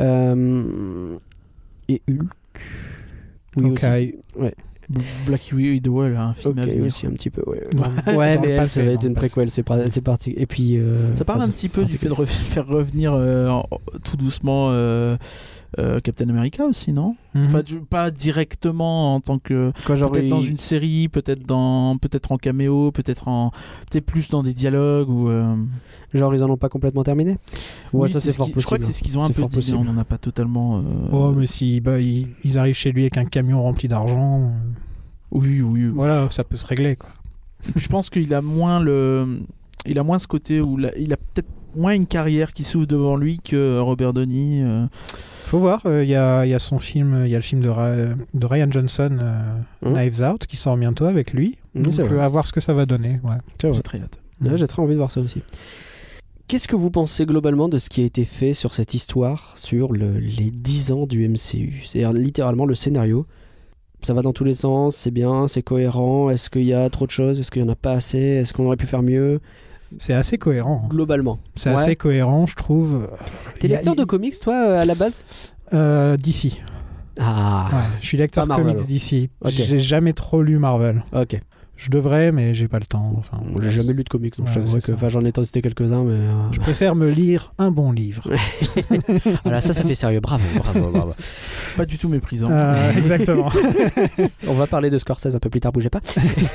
Euh, Et Hulk. Oui, Ok. aussi. Ouais. Black Widow, elle a un film Ok, à venir. aussi un petit peu, ouais. Dans- Ouais, dans mais le elle, passé, ça va dans être le une passé. préquelle, c'est, pas- c'est parti. Et puis. euh, Ça parle enfin, un c'est petit peu du fait de particulier. re- faire revenir euh, en- tout doucement euh, euh, Captain America aussi, non? Mhm. Enfin, du- pas directement en tant que Quoi, genre, peut-être il- dans une série, peut-être dans peut-être en caméo, peut-être en peut-être plus dans des dialogues ou. euh, genre, ils en ont pas complètement terminé? Ouais, oui, ça c'est ce fort qui- possible. Je crois que c'est ce qu'ils ont un C'est peu fort dit. possible. On n'en a pas totalement. euh, Oh, mais si bah, ils, ils arrivent chez lui avec un camion rempli d'argent, euh, Oui, oui. oui. voilà, ça peut se régler. Quoi. Je pense qu'il a moins le, il a moins ce côté où la- il a peut-être moins une carrière qui s'ouvre devant lui que Robert Downey. euh. Faut voir, il y, a, y a son film, il y a le film de, Ra- de Ryan Johnson, euh, Hum. Knives Out, qui sort bientôt avec lui. Hum, Donc, c'est vrai. euh, à voir ce que ça va donner. Ouais. C'est vrai. J'ai très hâte. Ouais, j'ai très envie de voir ça aussi. Qu'est-ce que vous pensez globalement de ce qui a été fait sur cette histoire, sur le- les dix ans du M C U? C'est-à-dire littéralement le scénario. Ça va dans tous les sens, c'est bien, c'est cohérent. Est-ce qu'il y a trop de choses? Est-ce qu'il n'y en a pas assez? Est-ce qu'on aurait pu faire mieux? C'est assez cohérent. Globalement. C'est Ouais. assez cohérent, je trouve. T'es Il y a- lecteur de comics, toi, euh, à la base? euh, D C. Ah, Ouais, je suis lecteur Pas Marvel. comics D C. Ok. J'ai jamais trop lu Marvel. ok. Je devrais, mais j'ai pas le temps. Enfin, J'ai jamais lu de comics, donc Ouais, je t'avouerai c'est que... ça. Enfin, j'en ai testé quelques-uns, mais... euh, Je préfère me lire un bon livre. Voilà, ça, ça fait sérieux. Bravo, bravo, bravo. Pas du tout méprisant. Euh, exactement. On va parler de Scorsese un peu plus tard, bougez pas.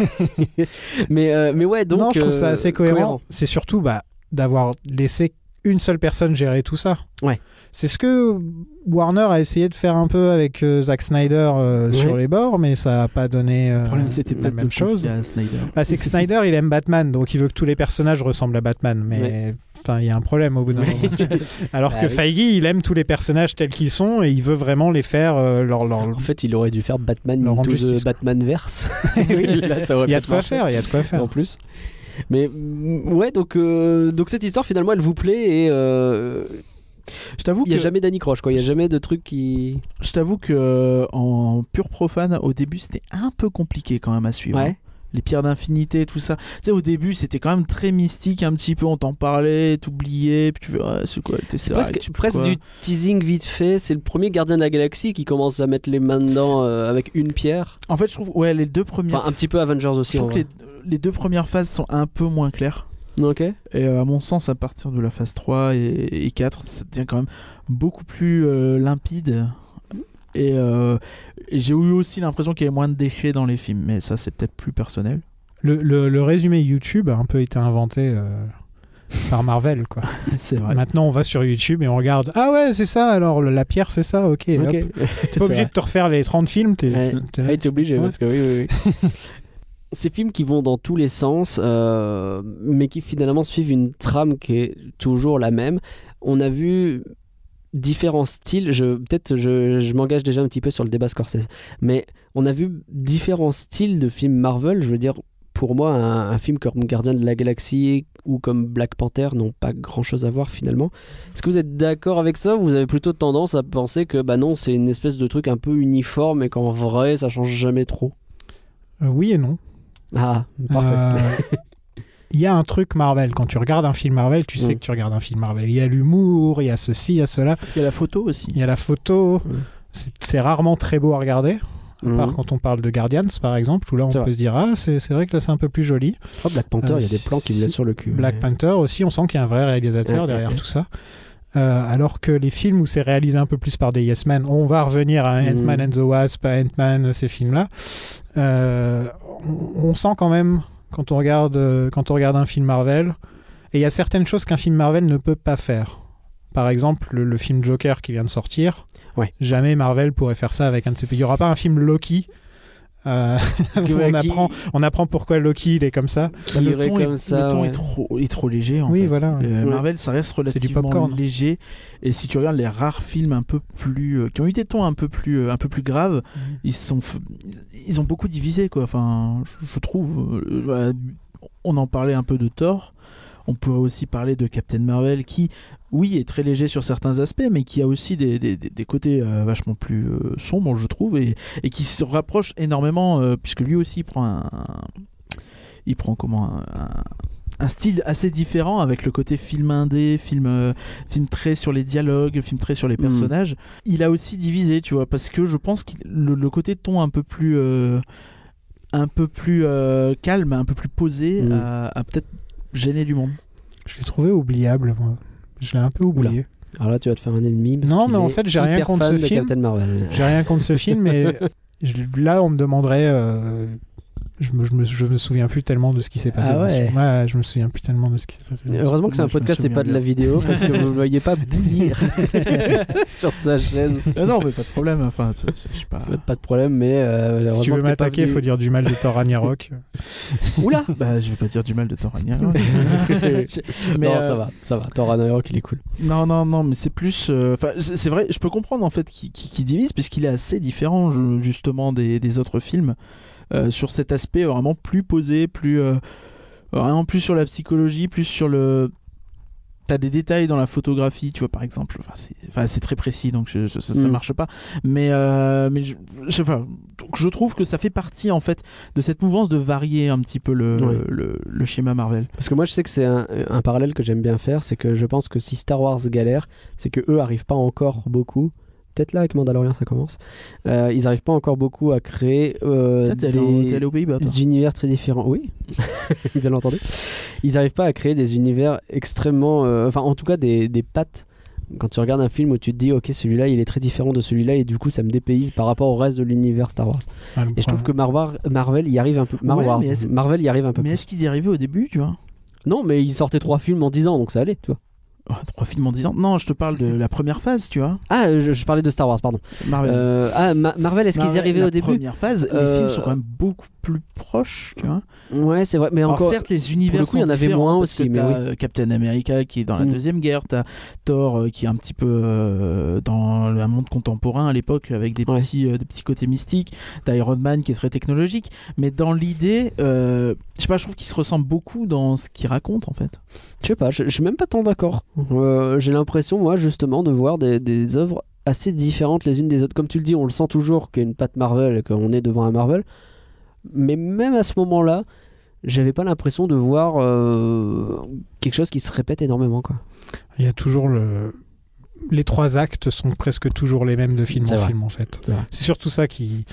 mais, euh, mais ouais, donc... non, je trouve ça euh, assez cohérent. C'est surtout bah, d'avoir laissé une seule personne gérer tout ça. Ouais. C'est ce que Warner a essayé de faire un peu avec euh, Zack Snyder euh, Ouais. sur les bords, mais ça n'a pas donné euh, Le problème, c'était la peut-être même de chose. confier à Snyder. Bah, c'est que Snyder, il aime Batman, donc il veut que tous les personnages ressemblent à Batman, mais enfin, il y a un problème au bout d'un moment. Alors Bah que oui. Feige, il aime tous les personnages tels qu'ils sont et il veut vraiment les faire euh, leur, leur... En fait, il aurait dû faire Batman Leur rendre into the justice, quoi. Batman verse. Oui. Là, ça aurait Il y a peut-être de quoi marché. faire, il y a de quoi faire. En plus. Mais mm, ouais, donc, euh, donc cette histoire, finalement, elle vous plaît et euh, Je t'avoue il n'y a que jamais Danny Croche, quoi. Il n'y a jamais de truc qui... je t'avoue que euh, en pur profane, au début, c'était un peu compliqué quand même à suivre. Ouais. les pierres d'infinité, tout ça. Tu sais, au début, c'était quand même très mystique, un petit peu, on t'en parlait, t'oubliais, puis tu fais, ah, c'est quoi le Tesseract, presque, je sais pas presque quoi. du teasing vite fait. C'est le premier Gardien de la Galaxie qui commence à mettre les mains dedans euh, avec une pierre. En fait, je trouve, ouais, les deux premières. Enfin, un petit peu Avengers aussi. je trouve en que vrai. les, les deux premières phases sont un peu moins claires. Ok. Et euh, à mon sens, à partir de la phase trois et, et quatre, ça devient quand même beaucoup plus euh, limpide. Et, euh, et j'ai eu aussi l'impression qu'il y avait moins de déchets dans les films, mais ça, c'est peut-être plus personnel. Le, le, le résumé YouTube a un peu été inventé euh, par Marvel, quoi. C'est vrai. Maintenant, on va sur YouTube et on regarde. Ah ouais, c'est ça, alors la pierre, c'est ça, ok. Ok. Hop. T'es pas obligé de te refaire les trente films. T'es, Ouais. t'es là, Ah, t'es obligé, ouais. parce que oui, oui, oui. Ces films qui vont dans tous les sens, euh, mais qui finalement suivent une trame qui est toujours la même. On a vu différents styles. Je, peut-être je, je m'engage déjà un petit peu sur le débat Scorsese, mais on a vu différents styles de films Marvel. Je veux dire, pour moi, un, un film comme Gardien de la Galaxie ou comme Black Panther n'ont pas grand-chose à voir finalement. Est-ce que vous êtes d'accord avec ça ou vous avez plutôt tendance à penser que bah non, c'est une espèce de truc un peu uniforme et qu'en vrai, ça change jamais trop? Euh, oui et non. Ah, parfait. Euh, Il y a un truc Marvel. Quand tu regardes un film Marvel, tu sais Mm. que tu regardes un film Marvel. Il y a l'humour, il y a ceci, il y a cela. Il y a la photo aussi. Il y a la photo. Mm. C'est, c'est rarement très beau à regarder. À Mm. part quand on parle de Guardians, par exemple, où là on C'est peut vrai. se dire ah c'est, c'est vrai que là c'est un peu plus joli. Oh, Black Panther, Euh, il y a des plans qui me laissent sur le cul. Black mais- Panther aussi, on sent qu'il y a un vrai réalisateur Ouais, derrière ouais, tout ça. Euh, alors que les films où c'est réalisé un peu plus par des Yes Men, on va revenir à Mm. Ant-Man and the Wasp, à Ant-Man, ces films-là. Euh, on, on sent quand même quand on regarde euh, quand on regarde un film Marvel, et il y a certaines choses qu'un film Marvel ne peut pas faire. Par exemple, le, le film Joker qui vient de sortir. Ouais. Jamais Marvel pourrait faire ça avec un de ses pays. Il n'y aura pas un film Loki. Euh, où Qui- on, qui- apprend, on apprend pourquoi Loki il est comme ça. qui le irait ton, comme est, ça. le ton ouais. est, trop, est trop léger en Oui, fait. voilà. Euh, Ouais. Marvel, ça reste C'est du relativement popcorn. léger. Et si tu regardes les rares films un peu plus, euh, qui ont eu des tons un peu plus, euh, un peu plus graves, ils sont, f- ils ont beaucoup divisé quoi. Enfin, je, je trouve. euh, voilà, on en parlait un peu de Thor. On pourrait aussi parler de Captain Marvel qui, oui, est très léger sur certains aspects, mais qui a aussi des, des, des- des côtés euh, vachement plus euh, sombres, je trouve, et, et qui se rapproche énormément, euh, puisque lui aussi il prend un, un- il prend comment un, un- un style assez différent avec le côté film indé, film, euh, film très sur les dialogues, film très sur les Mm. personnages. Il a aussi divisé, tu vois, parce que je pense que le, le côté ton un peu plus, euh, un peu plus euh, calme, un peu plus posé, Mm. a, a peut-être gêné du monde. Je l'ai trouvé oubliable, moi. Je l'ai un peu oublié. Alors là, tu vas te faire un ennemi. parce Non, qu'il mais en est fait, j'ai rien hyper contre fan ce de film. Captain Marvel. J'ai rien contre ce film, mais je- là, on me demanderait. euh, je, me, je, me, je me souviens plus tellement de ce qui s'est passé. Ah dans ce ouais. film. Ouais, je me souviens plus tellement de ce qui s'est passé. dans ce Heureusement que c'est un Moi, je me podcast, c'est souviens pas de la bien. vidéo, parce que vous ne le voyez pas bouillir sur sa chaîne. Ah non, mais pas de problème. Enfin, c'est- c'est- je sais pas. Pas de problème, mais euh, film. Si tu heureusement veux que t'es pas m'attaquer, il venu. faut dire du mal de Thor Ragnarok. Oula. Bah, je vais pas dire du mal de Thor Ragnarok. Mais non, euh, ça va, ça va. Thor Ragnarok, il est cool. Non, non, non, mais c'est plus. euh, Enfin, c'est c'est vrai. Je peux comprendre en fait qu'il qu'il- qu'il divise, puisqu'il est assez différent je- justement des, des autres films euh, sur cet aspect vraiment plus posé, plus euh, vraiment plus sur la psychologie, plus sur le. T'as des détails dans la photographie, tu vois, par exemple. Enfin, c'est enfin, c'est très précis, donc je- je- ça, ça Mm. marche pas. Mais, euh, mais je, je, enfin, donc je trouve que ça fait partie, en fait, de cette mouvance de varier un petit peu le, Ouais. le, le schéma Marvel. Parce que moi, je sais que c'est un, un parallèle que j'aime bien faire, c'est que je pense que si Star Wars galère, c'est que eux arrivent pas encore beaucoup. Peut-être là avec Mandalorian ça commence. Euh, ils arrivent pas encore beaucoup à créer euh, Ça, t'es allé, au- des, t'es allé aux Pays-Bas, toi. des univers très différents. Oui, bien entendu. Ils arrivent pas à créer des univers extrêmement, euh, enfin en tout cas des, des pattes. Quand tu regardes un film où tu te dis ok celui-là il est très différent de celui-là et du coup ça me dépayse par rapport au reste de l'univers Star Wars. Ah, le Et je trouve que problème. Marvel, Marvel y arrive un peu. Mar Ouais, Wars, mais est-ce- Marvel y arrive un peu Mais plus. est-ce qu'ils y arrivaient au début, tu vois? Non, mais ils sortaient trois films en dix ans donc ça allait, tu vois. Oh, trois films en dix ans. Non, je te parle de la première phase, tu vois. Ah, je, je parlais de Star Wars, pardon. Marvel. Euh, ah, Ma- Marvel, est-ce qu'ils y Marvel, arrivaient la au début? première phase, les Euh, films sont quand même beaucoup plus proches, tu vois. Ouais, c'est vrai, mais Alors encore. certes, les univers pour le coup, il y en sont avait différents moins parce aussi, que mais t'as oui. euh, Captain America qui est dans la Mm. deuxième guerre, t'as Thor euh, qui est un petit peu euh, dans le monde contemporain à l'époque avec des Ouais. petits euh, des petits côtés mystiques, t'as Iron Man qui est très technologique, mais dans l'idée, euh, je sais pas, je trouve qu'ils se ressemblent beaucoup dans ce qu'ils racontent en fait. Je sais pas, je, je suis même pas tant d'accord. Euh, J'ai l'impression, moi, justement, de voir des, des œuvres assez différentes les unes des autres. Comme tu le dis, on le sent toujours qu'il y a une patte Marvel et qu'on est devant un Marvel. Mais même à ce moment-là, j'avais pas l'impression de voir euh, quelque chose qui se répète énormément, quoi. Il y a toujours le... Les trois actes sont presque toujours les mêmes de film C'est en vrai. film, en fait. C'est vrai. C'est surtout ça qui...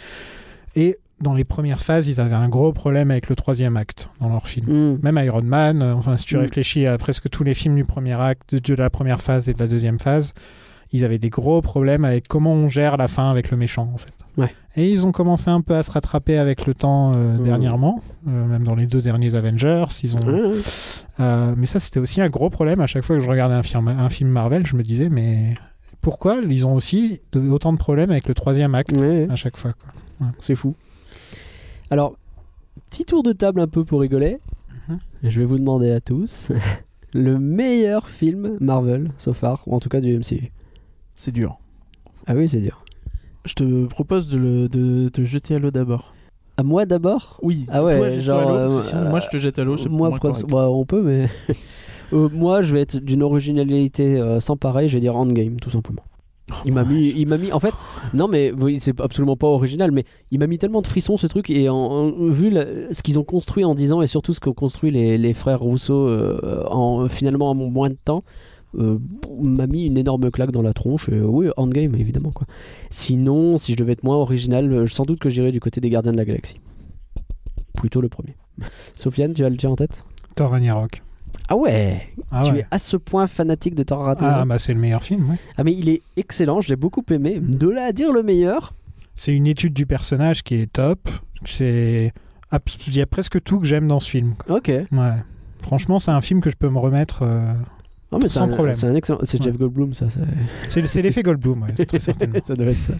Et dans les premières phases, ils avaient un gros problème avec le troisième acte dans leur film. Mm. Même Iron Man, euh, enfin, si tu Mm. réfléchis à presque tous les films du premier acte, de la première phase et de la deuxième phase, ils avaient des gros problèmes avec comment on gère la fin avec le méchant, en fait. Ouais. Et ils ont commencé un peu à se rattraper avec le temps euh, Mm. dernièrement, euh, même dans les deux derniers Avengers. Ils ont... Ouais, ouais. Euh, mais ça, c'était aussi un gros problème. À chaque fois que je regardais un film, un film Marvel, je me disais, mais pourquoi ils ont aussi de- autant de problèmes avec le troisième acte Ouais, ouais. à chaque fois, quoi. C'est fou. Alors, petit tour de table un peu pour rigoler. Mhm. Je vais vous demander à tous le meilleur film Marvel so far, ou en tout cas du M C U. C'est dur. Ah oui, c'est dur. Je te propose de, le, de te jeter à l'eau d'abord. À moi d'abord. Oui, Ah ouais, toi, jette-toi genre, à l'eau, parce que euh, sinon, moi, je te jette à l'eau. C'est Moi, moins pre- correct. bah, on peut, mais Euh, moi, je vais être d'une originalité euh, sans pareil. Je vais dire Endgame, tout simplement. Il m'a mis, il m'a mis. En fait, non, mais oui, c'est absolument pas original, mais il m'a mis tellement de frissons ce truc et en, en- vu la- ce qu'ils ont construit en dix ans et surtout ce qu'ont construit les, les frères Rousseau euh, en finalement en moins de temps, euh, m'a mis une énorme claque dans la tronche. Et, euh, oui, Endgame évidemment quoi. Sinon, si je devais être moins original, euh, sans doute que j'irais du côté des Gardiens de la Galaxie. Plutôt le premier. Sofiane, tu as le tien en tête? Thor Ragnarok. Ah ouais, Ah tu ouais. es à ce point fanatique de Thor Ragnarok. Ah bah c'est le meilleur film, ouais. Ah mais il est excellent, je l'ai beaucoup aimé. De là à dire le meilleur. C'est une étude du personnage qui est top. C'est... abs- Il y a presque tout que j'aime dans ce film, quoi. Ok. Ouais. Franchement, c'est un film que je peux me remettre euh, Non, mais c'est sans un, problème. C'est un excellent. C'est Ouais. Jeff Goldblum, ça. C'est... C'est, c'est l'effet Goldblum, ouais, très certainement. ça doit être ça.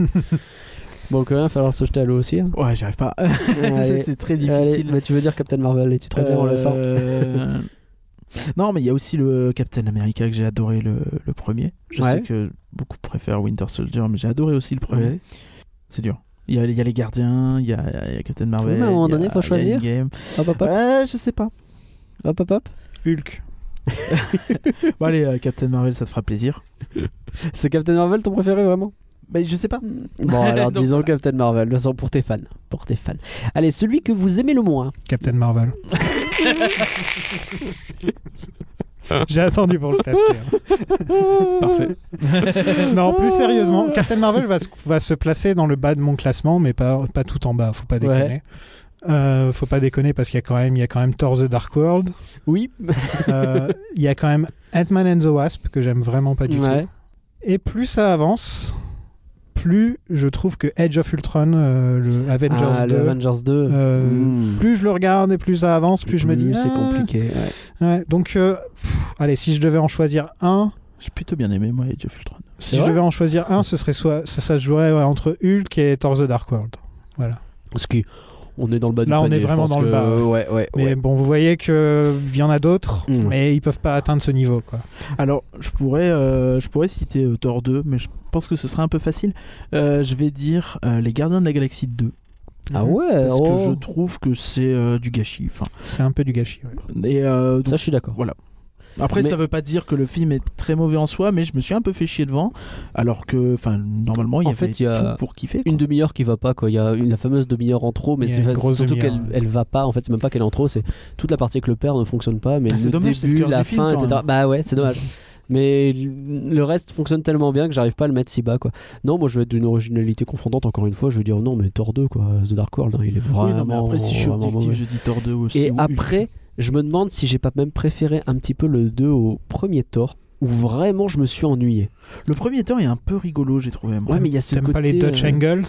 Bon, quand même, il va falloir se jeter à l'eau aussi. Hein. Ouais, j'arrive pas. Ça, Allez. c'est très Allez, difficile. mais tu veux dire Captain Marvel et tu te retires, on le sent. Euh, Non, mais il y a aussi le Captain America que j'ai adoré le, le premier. Je Ouais. sais que beaucoup préfèrent Winter Soldier, mais j'ai adoré aussi le premier. Ouais. C'est dur. Il y, a, il y a les gardiens, il y a, il y a Captain Marvel. Oui, mais à un moment il y a- donné, faut il y a choisir. Endgame. Hop, hop, hop. Ouais, je sais pas. Hop, hop, hop. Hulk. Bon, allez, euh, Captain Marvel, ça te fera plaisir. C'est Captain Marvel ton préféré, vraiment? Mais je sais pas. Bon, alors Donc, disons voilà. Captain Marvel. De toute façon, pour tes fans. Pour tes fans. Allez, celui que vous aimez le moins. Captain Marvel. J'ai attendu pour le placer. hein. Parfait. Non, plus sérieusement, Captain Marvel va se, va se placer dans le bas de mon classement, mais pas, pas tout en bas, faut pas déconner. Ouais. Euh, faut pas déconner parce qu'il y a quand même, il y a quand même Thor The Dark World. Oui. Euh, Il y a quand même Ant-Man and the Wasp que j'aime vraiment pas du Ouais. tout. Et plus ça avance, plus je trouve que Age of Ultron, euh, le Avengers Ah, le deux, Avengers deux. euh, Mmh. plus je le regarde et plus ça avance, plus je me dis c'est ah, compliqué. ouais. ouais, donc euh, pff, allez, si je devais en choisir un, J'ai plutôt bien aimé, moi, Age of Ultron. si vrai je devais en choisir un, ce serait soit ça, ça se jouerait ouais, entre Hulk et Thor The Dark World. Voilà. Parce que on est dans le bas du Là, on panier, est je vraiment pense dans le que- bas, Ouais, ouais. Mais ouais. bon, vous voyez que il y en a d'autres, Mmh. mais ils peuvent pas atteindre ce niveau, quoi. Alors, je pourrais, euh, je pourrais citer euh, Thor deux, mais je pense que ce serait un peu facile. Euh, je vais dire euh, Les Gardiens de la Galaxie deux. Ah ouais. Parce oh. que je trouve que c'est euh, du gâchis. Enfin, C'est un peu du gâchis. Ouais. et, euh, donc, Ça, je suis d'accord. voilà. Après, Mais- ça veut pas dire que le film est très mauvais en soi, mais je me suis un peu fait chier devant. Alors que, enfin, normalement, il y En avait fait, il y a tout pour kiffer. quoi. Une demi-heure qui va pas, quoi. Il y a une, la fameuse demi-heure en trop, mais Il y a c'est une fa- grosse surtout demi-heure, qu'elle ouais. elle va pas. En fait, c'est même pas qu'elle est en trop, c'est toute la partie avec le père ne fonctionne pas, mais Ah, c'est le dommage, c'est le début, cœur la du film, fin, quand et cetera. même. Bah ouais, c'est dommage. Mais le reste fonctionne tellement bien que j'arrive pas à le mettre si bas, quoi. Non, moi je vais être d'une originalité confondante, encore une fois, je vais dire non, mais Thor deux, quoi. The Dark World, hein, il est vraiment. Oui, non, mais après, si je suis vraiment objectif, mauvais. je dis Thor deux aussi. Et ou après, Hulk. je me demande si j'ai pas même préféré un petit peu le deux au premier Thor, où vraiment je me suis ennuyé. Le premier Thor est un peu rigolo, j'ai trouvé. moi. Ouais, mais il y a ce T'aimes côté. pas les Dutch euh, angles?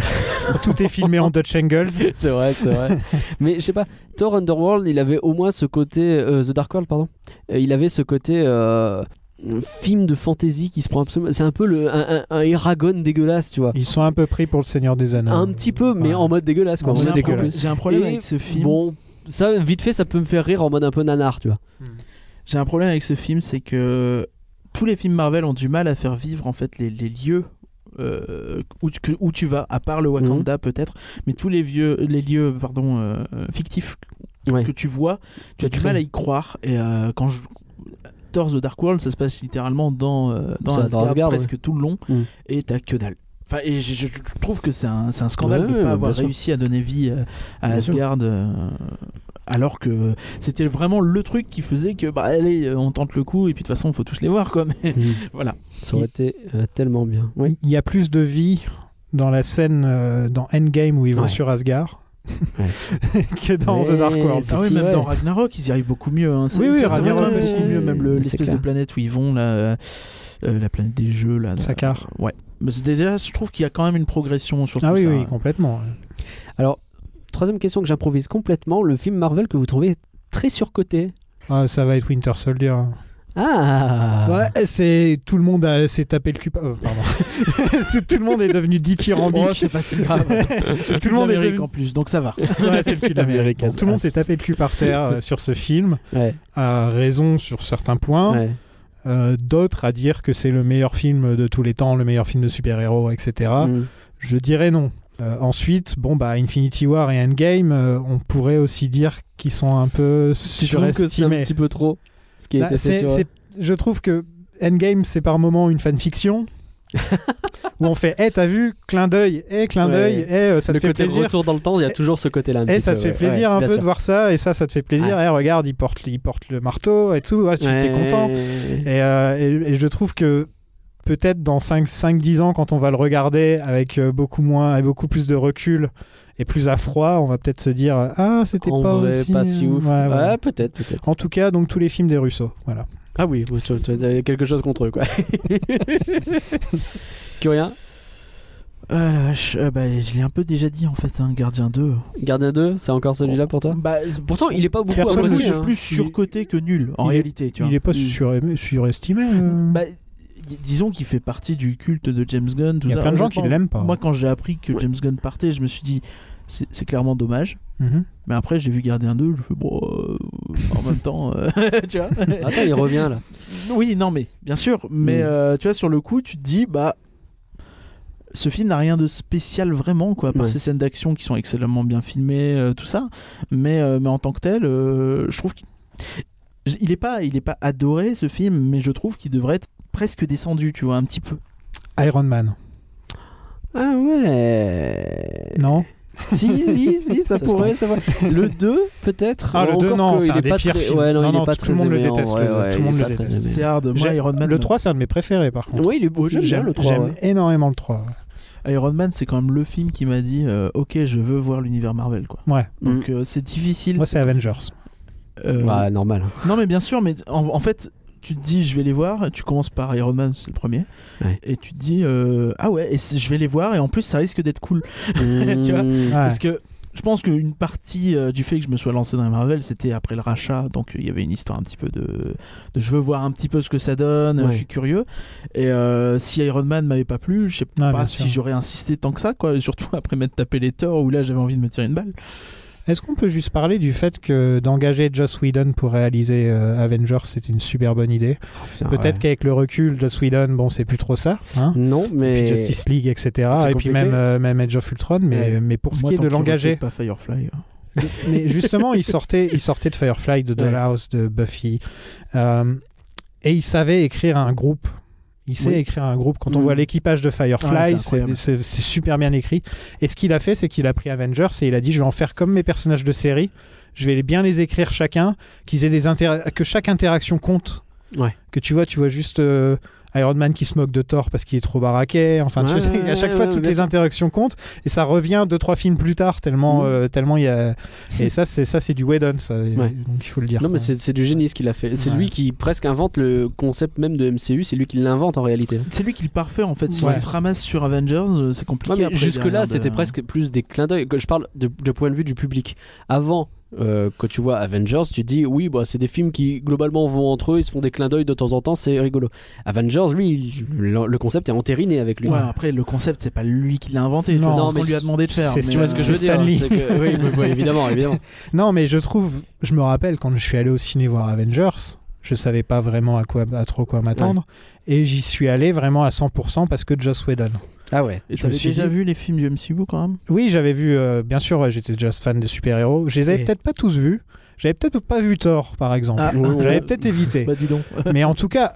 Tout est filmé en Dutch angles. C'est vrai, c'est vrai. Mais je sais pas, Thor Underworld, il avait au moins ce côté. euh, The Dark World, pardon. Euh, il avait ce côté. euh, film de fantasy qui se prend absolument. C'est un peu le, un, un, un Eragon dégueulasse, tu vois. Ils sont un peu pris pour le Seigneur des Anneaux. Un petit peu, mais Ouais. en mode dégueulasse, quoi. En En J'ai mode un, dégueulasse. problème- dégueulasse. j'ai un problème Et avec ce film. Bon, ça, vite fait, ça peut me faire rire en mode un peu nanar, tu vois. J'ai un problème avec ce film, c'est que tous les films Marvel ont du mal à faire vivre en fait les, les lieux euh, où, tu, que- où tu vas, à part le Wakanda peut-être, mais tous les vieux, les lieux pardon euh, fictifs Ouais. que tu vois, tu as du crées. mal à y croire. Et euh, quand je Thor The Dark World, ça se passe littéralement dans euh, dans Ça, dans Asgard, Asgard, presque tout le long, Mm. et t'as que dalle. Enfin, et je, je, je trouve que c'est un, c'est un scandale ouais, de ne pas avoir bien réussi sûr. à donner vie à, à bien Asgard, euh, alors que c'était vraiment le truc qui faisait que, bah allez, on tente le coup, et puis de toute façon, il faut tous les voir, quoi. Mais Mmh. voilà. Ça aurait été euh, tellement bien. Oui. Il y a plus de vie dans la scène euh, dans Endgame où ils vont Ouais. sur Asgard Ouais. que dans Mais The Dark World. c'est Ah oui, si, même ouais. dans Ragnarok, ils y arrivent beaucoup mieux. Hein. C'est, Oui, oui, c'est Ragnarok vraiment aussi. beaucoup mieux, même le, C'est l'espèce clair. de planète où ils vont, là, euh, euh, la planète des jeux, là. Sakaar. Ouais. Mais c'est déjà, je trouve qu'il y a quand même une progression sur Ah tout oui, ça. oui, complètement. Alors, troisième question que j'improvise complètement, le film Marvel que vous trouvez très surcoté. Ah, ça va être Winter Soldier. Ah Ouais, c'est tout le monde a, s'est tapé le cul. par- euh, pardon. tout, tout le monde est devenu dithyrambique. Oh, c'est pas si grave. Tout le monde est Amérique devenu- en plus, donc ça va. Ouais, c'est le cul d'Amérique. America's Bon, tout le monde ass. s'est tapé le cul par terre euh, sur ce film. Ouais, A raison sur certains points. ouais. Euh, d'autres à dire que c'est le meilleur film de tous les temps, le meilleur film de super-héros, et cetera. Mm. Je dirais non. Euh, ensuite, bon bah Infinity War et Endgame, euh, on pourrait aussi dire qu'ils sont un peu Tu trouves que c'est un surestimés. petit peu trop ce qui a Bah, été fait c'est- sur... c'est- je trouve que Endgame c'est par moments une fanfiction où on fait « Eh, t'as vu clin d'œil, eh, clin Ouais. d'œil, eh, euh, ça le te fait côté plaisir. retour dans le temps, il y a toujours ce côté-là. un Eh, petit ça peu, te fait ouais. plaisir Ouais, un bien peu sûr. de voir ça, et ça, ça te fait plaisir. Ouais. Eh, regarde, il porte, il porte le marteau et tout, ouais, tu t'es Ouais. content. Et, euh, et- et je trouve que peut-être dans cinq dix ans, quand on va le regarder avec euh, beaucoup moins, avec beaucoup plus de recul et plus à froid, on va peut-être se dire « Ah, c'était En pas vrai, aussi... pas si ouf. Ouais, Ouais, ouais. peut-être, peut-être. En tout cas, donc tous les films des Russo, voilà. Ah oui, ouais, tu, tu as quelque chose contre eux, quoi. Curien, Ah la vache, euh, bah, je l'ai un peu déjà dit en fait, hein, Gardien deux. Gardien deux, c'est encore celui-là pour toi? Bah, Pourtant, il est pas beaucoup Personne moi, ne je apprécié. suis hein. plus surcoté que nul en il est- réalité, tu vois. Il est pas Mm. sur- surestimé. euh. Bah, y- disons qu'il fait partie du culte de James Gunn. Tout Il y a ça. plein de gens qui Honnêtement, l'aiment pas. Moi, quand j'ai appris que Ouais. James Gunn partait, je me suis dit, c'est, c'est clairement dommage. Mhm. Mais après, j'ai vu Gardien deux, je fais bon, euh, en même temps, euh, tu vois. Attends, il revient là. Oui, non, mais bien sûr. Mais Mm. euh, tu vois, sur le coup, tu te dis, bah, ce film n'a rien de spécial vraiment, quoi, par Ouais. ces scènes d'action qui sont excellemment bien filmées, euh, tout ça. Mais, euh, mais en tant que tel, euh, je trouve qu'il il est pas, il est pas adoré ce film, mais je trouve qu'il devrait être presque descendu, tu vois, un petit peu. Iron Man. Ah ouais. Non. Si, si, si, ça, Ça se pourrait, ça va. Le deux, peut-être. Ah, le Encore deux, non, que c'est il un est des pas pires très... films. Ouais, non, Non, il non, est pas tout très le monde le aimé, en déteste, vrai, le- ouais, tout le monde il est le pas très déteste. aimé. C'est hard. Moi, J'ai- Iron Man. Le non. trois, c'est un de mes préférés par contre. Oui, il est beau, j'aime bien J'aime le trois. j'aime ouais. énormément le trois. ouais. Iron Man, c'est quand même le film qui m'a dit, euh, ok, je veux voir l'univers Marvel, quoi. Ouais. Donc Mm. euh, c'est difficile. Moi, c'est Avengers. euh, Ouais, normal. Non, mais bien sûr, mais en, en fait, tu te dis, je vais les voir. Tu commences par Iron Man, c'est le premier, Ouais. et tu te dis, euh, ah ouais, et c'est- je vais les voir, et en plus, ça risque d'être cool. Tu vois Mm. Ouais. Parce que je pense qu'une partie euh, du fait que je me sois lancé dans les Marvel, c'était après le rachat, donc il y avait une histoire un petit peu de, de je veux voir un petit peu ce que ça donne, Ouais. je suis curieux. Et euh, si Iron Man m'avait pas plu, je sais Ouais, pas bien si sûr. j'aurais insisté tant que ça, quoi. Et surtout après m'être tapé les torts où là j'avais envie de me tirer une balle. Est-ce qu'on peut juste parler du fait que d'engager Joss Whedon pour réaliser euh, Avengers, c'est une super bonne idée. Putain, Peut-être ouais. qu'avec le recul, Joss Whedon, bon, c'est plus trop ça. Hein Non, mais. Puis Justice League, et cetera. C'est Et puis compliqué. même, euh, même Age of Ultron. Mais, Ouais. mais pour ce Moi, qui est tant de qu'il l'engager. refait pas Firefly. euh. Mais justement, il sortait, il sortait de Firefly, de Ouais. Dollhouse, de Buffy. Euh, et il savait écrire un groupe. Il sait Oui. écrire un groupe. Quand on Mm. voit l'équipage de Firefly, Ah, c'est c'est incroyable. c'est- c'est super bien écrit. Et ce qu'il a fait, c'est qu'il a pris Avengers et il a dit, je vais en faire comme mes personnages de série. Je vais bien les écrire chacun, qu'ils aient des intér- que chaque interaction compte. Ouais. Que tu vois, tu vois juste euh, Iron Man qui se moque de Thor parce qu'il est trop baraqué. Enfin, tu Ouais, sais, ouais, à chaque ouais, fois, ouais, toutes bien les sûr. interactions comptent. Et ça revient deux, trois films plus tard, tellement Mhm. euh, tellement il y a. Et ça, c'est ça, c'est du Whedon, ça. Donc il faut le dire. Non, mais quoi. c'est c'est du génie ce qu'il a fait. C'est Ouais. lui qui presque invente le concept même de M C U, c'est lui qui l'invente en réalité. C'est lui qui le parfait en fait. Si Ouais. tu te ramasses sur Avengers, euh, c'est compliqué. Ouais, mais après, jusque-là, derrière de- c'était presque plus des clins d'œil. Je parle de, de point de vue du public. Avant, euh, quand tu vois Avengers, tu te dis oui, bah, c'est des films qui globalement vont entre eux, ils se font des clins d'œil de temps en temps, c'est rigolo. Avengers, lui, il- le, le concept est entériné avec lui. Ouais, après le concept, c'est pas lui qui l'a inventé. tu Non, vois, c'est non, ce qu'on mais lui a demandé de faire. c'est- mais, Tu vois ce que euh, je veux C'est dire Stanley. c'est que- Oui, oui, oui, évidemment, évidemment. Non, mais je trouve, je me rappelle quand je suis allé au ciné voir Avengers, je savais pas vraiment à quoi, à trop quoi m'attendre, et j'y suis allé vraiment à cent pour cent parce que Joss Whedon. Ah ouais. Et je t'avais me suis déjà dit- vu les films du M C U quand même? Oui, j'avais vu, euh, bien sûr, ouais, j'étais déjà fan de super-héros. Je les avais Et- peut-être pas tous vus. J'avais peut-être pas vu Thor, par exemple. Ah. J'avais peut-être évité. Bah dis donc. Mais en tout cas,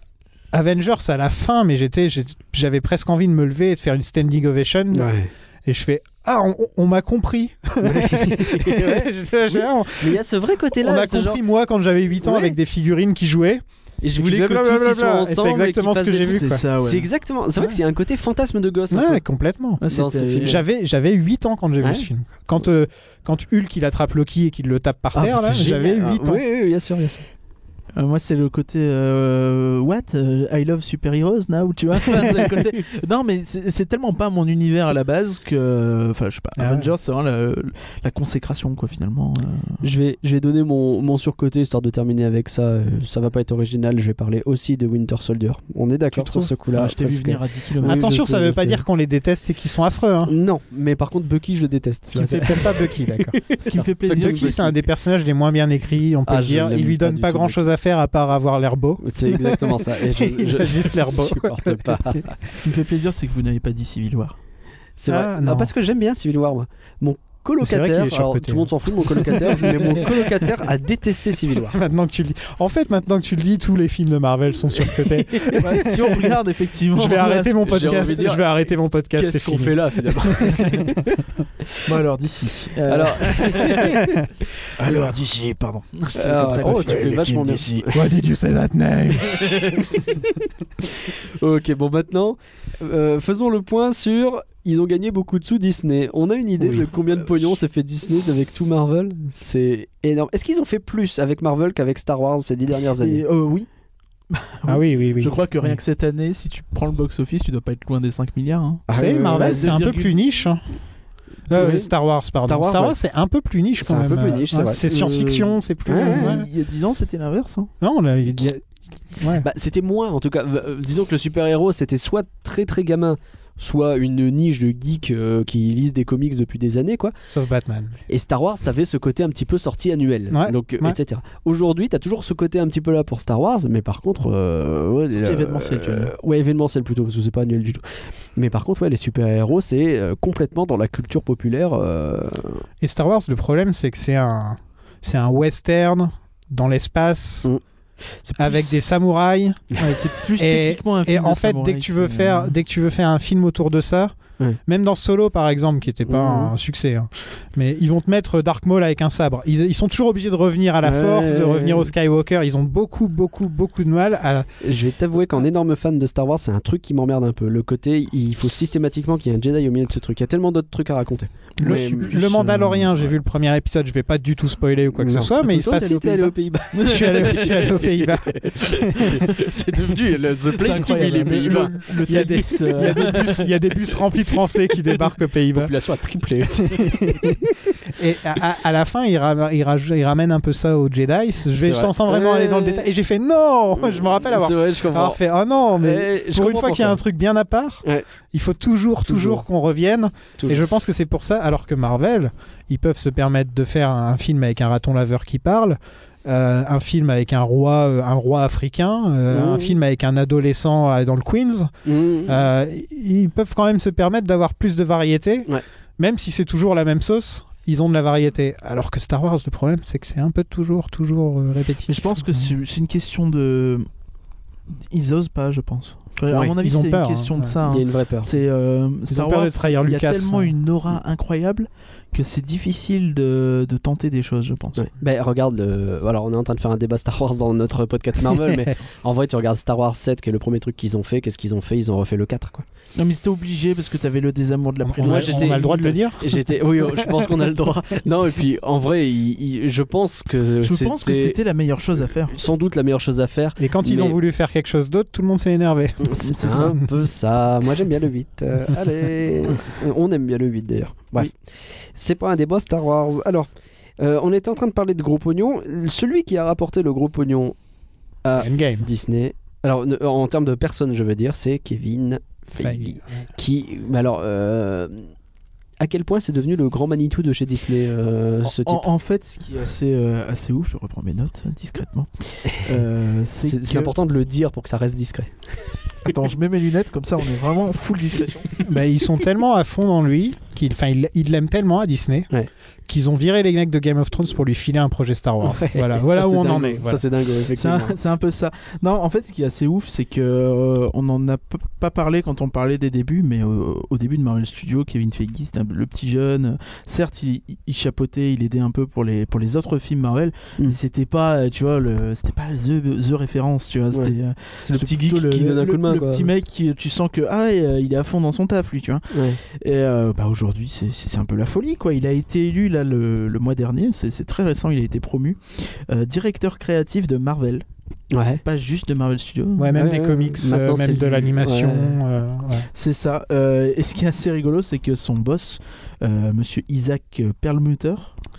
Avengers à la fin, mais j'étais, j'étais- j'avais presque envie de me lever et de faire une standing ovation. Ouais. Et je fais ah, on, on m'a compris. Ouais. J'étais là, j'ai- on, Mais il y a ce vrai côté-là. on m'a ce compris genre- moi quand j'avais huit ans Ouais. avec des figurines qui jouaient. Et je Et voulais qui que disaient tous ils blablabla. soient Et c'est ensemble. et exactement qu'ils ce que fassent j'ai des- vu, C'est quoi. ça, ouais. C'est exactement. C'est vrai que c'est un côté fantasme de gosse. un Ouais, peu. complètement. Ah, Dans c'était- ce film. J'avais j'avais huit ans quand j'ai Ouais. vu ce film. Quand euh, quand Hulk il attrape Loki et qu'il le tape par Ah, terre mais là, c'est j'avais génial. huit ans. Oui, oui, bien sûr, bien sûr. Euh, moi, c'est le côté euh, what euh, I love super heroes now, tu vois. Enfin, c'est le côté- Non, mais c'est c'est tellement pas mon univers à la base que, enfin, je sais pas. Ah Avengers, ouais. c'est vraiment la, la consécration, quoi, finalement. euh. Je vais, je vais donner mon, mon surcoté histoire de terminer avec ça. Euh, Ça va pas être original. Je vais parler aussi de Winter Soldier. On est d'accord Tu sur trouves ce coup-là. Ah, je t'ai vu parce que- venir à dix kilomètres. Oui, Attention, je ça sais, veut je pas sais. dire qu'on les déteste et qu'ils sont affreux. Hein. Non, mais par contre Bucky, je le déteste. Ce qui me fait peut-être pas Bucky, d'accord. Ce qui me fait plaisir, Bucky, c'est un des personnages les moins bien écrits, on peut Ah, le je dire. l'aime Il lui pas donne du pas tout, grand chose à faire à part avoir l'air beau. C'est exactement ça. Et je, Il je, a juste l'air beau. supporte pas. Ce qui me fait plaisir, c'est que vous n'avez pas dit Civil War. C'est vrai. Ah, Non, non. parce que j'aime bien Civil War. Moi. Mon Mais c'est vrai colocataire, qu'il est alors, surcoté, tout le monde s'en fout de mon colocataire, mais mon colocataire a détesté Civil War. Maintenant que tu le dis. En fait, maintenant que tu le dis, tous les films de Marvel sont surcotés. Ouais, si on regarde, effectivement. Je vais arrêter mon j'ai envie podcast. de dire, Je vais arrêter mon podcast. Qu'est-ce c'est qu'on fini. fait là finalement? Bon, alors, d'ici. Euh, Alors, alors d'ici, pardon. C'est Alors, comme ça oh, qu'on tu fait fais les vachement films bien. d'ici. Why did you say that name? ok, bon maintenant, euh, faisons le point sur. Ils ont gagné beaucoup de sous Disney. On a une idée Oui. de combien de pognon s'est fait Disney avec tout Marvel? C'est énorme. Est-ce qu'ils ont fait plus avec Marvel qu'avec Star Wars ces dix dernières années? Et, euh, oui. Ah oui, oui, oui. Je crois que rien Oui. que cette année, si tu prends le box-office, tu dois pas être loin des cinq milliards. Hein. Vous savez, ouais, Marvel, ouais, c'est un peu deux plus virgule- niche. hein. Euh, Oui. Star Wars, pardon. Star Star Wars, Wars, c'est un peu plus niche C'est quand un même. peu plus niche, c'est Ouais, vrai. c'est science-fiction, c'est plus. Ouais, ouais, ouais. Il y a dix ans, c'était l'inverse. Hein. Non, on a- il y a- ouais. Bah, c'était moins en tout cas. Euh, disons que le super-héros c'était soit très très gamin, soit une niche de geeks euh, qui lisent des comics depuis des années quoi. Sauf Batman. Et Star Wars t'avais ce côté un petit peu sortie annuelle, Ouais, donc euh, ouais. et cetera. Aujourd'hui t'as toujours ce côté un petit peu là pour Star Wars, mais par contre euh, ouais, C'est euh, événementiel, tu veux dire. ouais, événementiel plutôt parce que c'est pas annuel du tout. Mais par contre ouais, les super-héros c'est euh, complètement dans la culture populaire. euh, Et Star Wars, le problème, c'est que c'est un, c'est un western dans l'espace Mm. C'est plus- avec des samouraïs. Ouais, c'est plus Et- techniquement un Et film en de fait, dès samouraï que tu veux que- faire, dès que tu veux faire un film autour de ça, Ouais. même dans Solo par exemple, qui était pas Mhm. un succès, hein, mais ils vont te mettre Dark Maul avec un sabre. Ils, ils sont toujours obligés de revenir à la Ouais. Force, de revenir au Skywalker. Ils ont beaucoup, beaucoup, beaucoup de mal à. Je vais t'avouer qu'en énorme fan de Star Wars, c'est un truc qui m'emmerde un peu. Le côté, il faut systématiquement qu'il y ait un Jedi au milieu de ce truc. Il y a tellement d'autres trucs à raconter. Le, Mais- le Mandalorien, j'ai ouais. vu le premier épisode. Je vais pas du tout spoiler ou quoi que Non. ce soit, mais il se Toi, passe. t'es allé aux Pays-Bas. Je suis allé, je suis allé aux Pays-Bas. C'est devenu le The C'est Place to be, incroyable. les Pays-Bas. Le, le Il y a des- Thalys, Il y euh, a des bus, il y a des bus remplis de Français qui débarquent aux La Pays-Bas. population a triplé. Et à, à- à la fin, il, ra- il, raj- il ramène un peu ça aux Jedi. Je C'est vais vrai. sans vraiment Ouais. aller dans le détail. Et j'ai fait non. Je me rappelle avoir, C'est vrai, je comprends. avoir fait oh non, mais Ouais, je pour une comprends fois qu'il y a un pourquoi. truc bien à part, Ouais. il faut toujours, toujours, Toujours. qu'on revienne. Toujours. Et je pense que c'est pour ça, alors que Marvel, ils peuvent se permettre de faire un film avec un raton laveur qui parle. euh, un film avec un roi, euh, un roi africain, euh, Mmh. un film avec un adolescent euh, dans le Queens. Mmh. Euh, ils peuvent quand même se permettre d'avoir plus de variété, Ouais. même si c'est toujours la même sauce. Ils ont de la variété. Alors que Star Wars, le problème, c'est que c'est un peu toujours, toujours euh, répétitif. Mais je pense que c'est c'est une question de. Ils osent pas, je pense. À Ouais, mon avis, ils ont c'est une peur, question hein, de ouais. ça. hein. Il y a une vraie peur. C'est euh, Star peur Wars, de trahir il y a Lucas, tellement hein. une aura incroyable que c'est difficile de, de tenter des choses, je pense. Ouais. Ben, regarde, le... alors on est en train de faire un débat Star Wars dans notre podcast Marvel, mais en vrai, tu regardes Star Wars sept, qui est le premier truc qu'ils ont fait. Qu'est-ce qu'ils ont fait? Ils ont refait le quatre, quoi. Non, mais c'était obligé parce que t'avais le désamour de la On, prélogie. a, Moi, j'étais- on a le droit de le dire. J'étais, oui, je pense qu'on a le droit. Non, et puis en vrai, il- il- je pense que Je pense que c'était la meilleure chose à faire. sans doute la meilleure chose à faire. Et quand ils Mais- ont voulu faire quelque chose d'autre, tout le monde s'est énervé. C'est C'est un ça. peu ça. Moi, j'aime bien le huit. Euh, allez, on aime bien le huit d'ailleurs. Bref, Oui. c'est pas un débat Star Wars. Alors, euh, on était en train de parler de gros pognon. Celui qui a rapporté le gros pognon à Endgame. Disney, alors ne- en termes de personnes, je veux dire, c'est Kevin Feige. Feige. Qui, mais alors, euh, à quel point c'est devenu le grand Manitou de chez Disney, euh, ce type. En, en fait, ce qui est assez, euh, assez ouf, je reprends mes notes hein, discrètement. euh, c'est C'est que- c'est important de le dire pour que ça reste discret. Attends, je mets mes lunettes, comme ça on est vraiment full discrétion. Bah, ils sont tellement à fond dans lui qu'il, enfin, il, il l'aime tellement à Disney ouais. qu'ils ont viré les mecs de Game of Thrones pour lui filer un projet Star Wars. Ouais. Voilà, voilà ça, où on dingue. en est. Voilà. Ça c'est dingue, C'est effectivement. un, c'est un peu ça. Non, en fait, ce qui est assez ouf, c'est que euh, on en a p- pas parlé quand on parlait des débuts, mais euh, au début de Marvel Studios, Kevin Feige, c'était un- le petit jeune. Certes, il, il chapeautait, il aidait un peu pour les pour les autres films Marvel, Mm. mais c'était pas, tu vois, le, c'était pas the, the référence, tu vois. C'était, Ouais. euh, C'est le c'est petit plutôt geek le, qui donne un le- coup de main. Le quoi. petit mec qui, tu sens que ah, ouais, euh, il est à fond dans son taf, lui, tu vois. Ouais. Et euh, bah aujourd'hui, c'est, c'est un peu la folie, quoi. Il a été élu là le, le mois dernier, c'est, c'est très récent, il a été promu euh, directeur créatif de Marvel, Ouais. pas juste de Marvel Studios. Ouais, même Ouais, des ouais, comics, maintenant, euh, même c'est de lui. l'animation. Ouais. euh, ouais. C'est ça. Euh, et ce qui est assez rigolo, c'est que son boss, euh, Monsieur Isaac Perlmutter,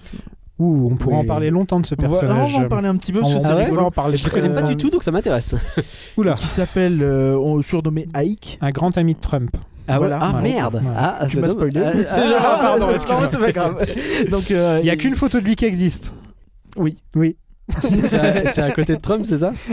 Ouh, on pourrait Oui. en parler longtemps de ce on va, personnage. on va en parler un petit peu, On parce que va- c'est Ah ouais on va rigolo. en parler. Je connais pas Euh, du tout, donc ça m'intéresse. Oula, Qui s'appelle, euh, on- surnommé Ike. un grand ami de Trump. Ah, Voilà. ouais. Ah Ouais. merde. Ouais. Ah, Tu c'est m'as domm- spoilé. Ah, C'est- ah, ah, pardon, ah, excuse-moi. c'est pas grave. Donc, euh, Il n'y a qu'une photo de lui qui existe. Oui. Oui. c'est, à, c'est à côté de Trump, c'est ça?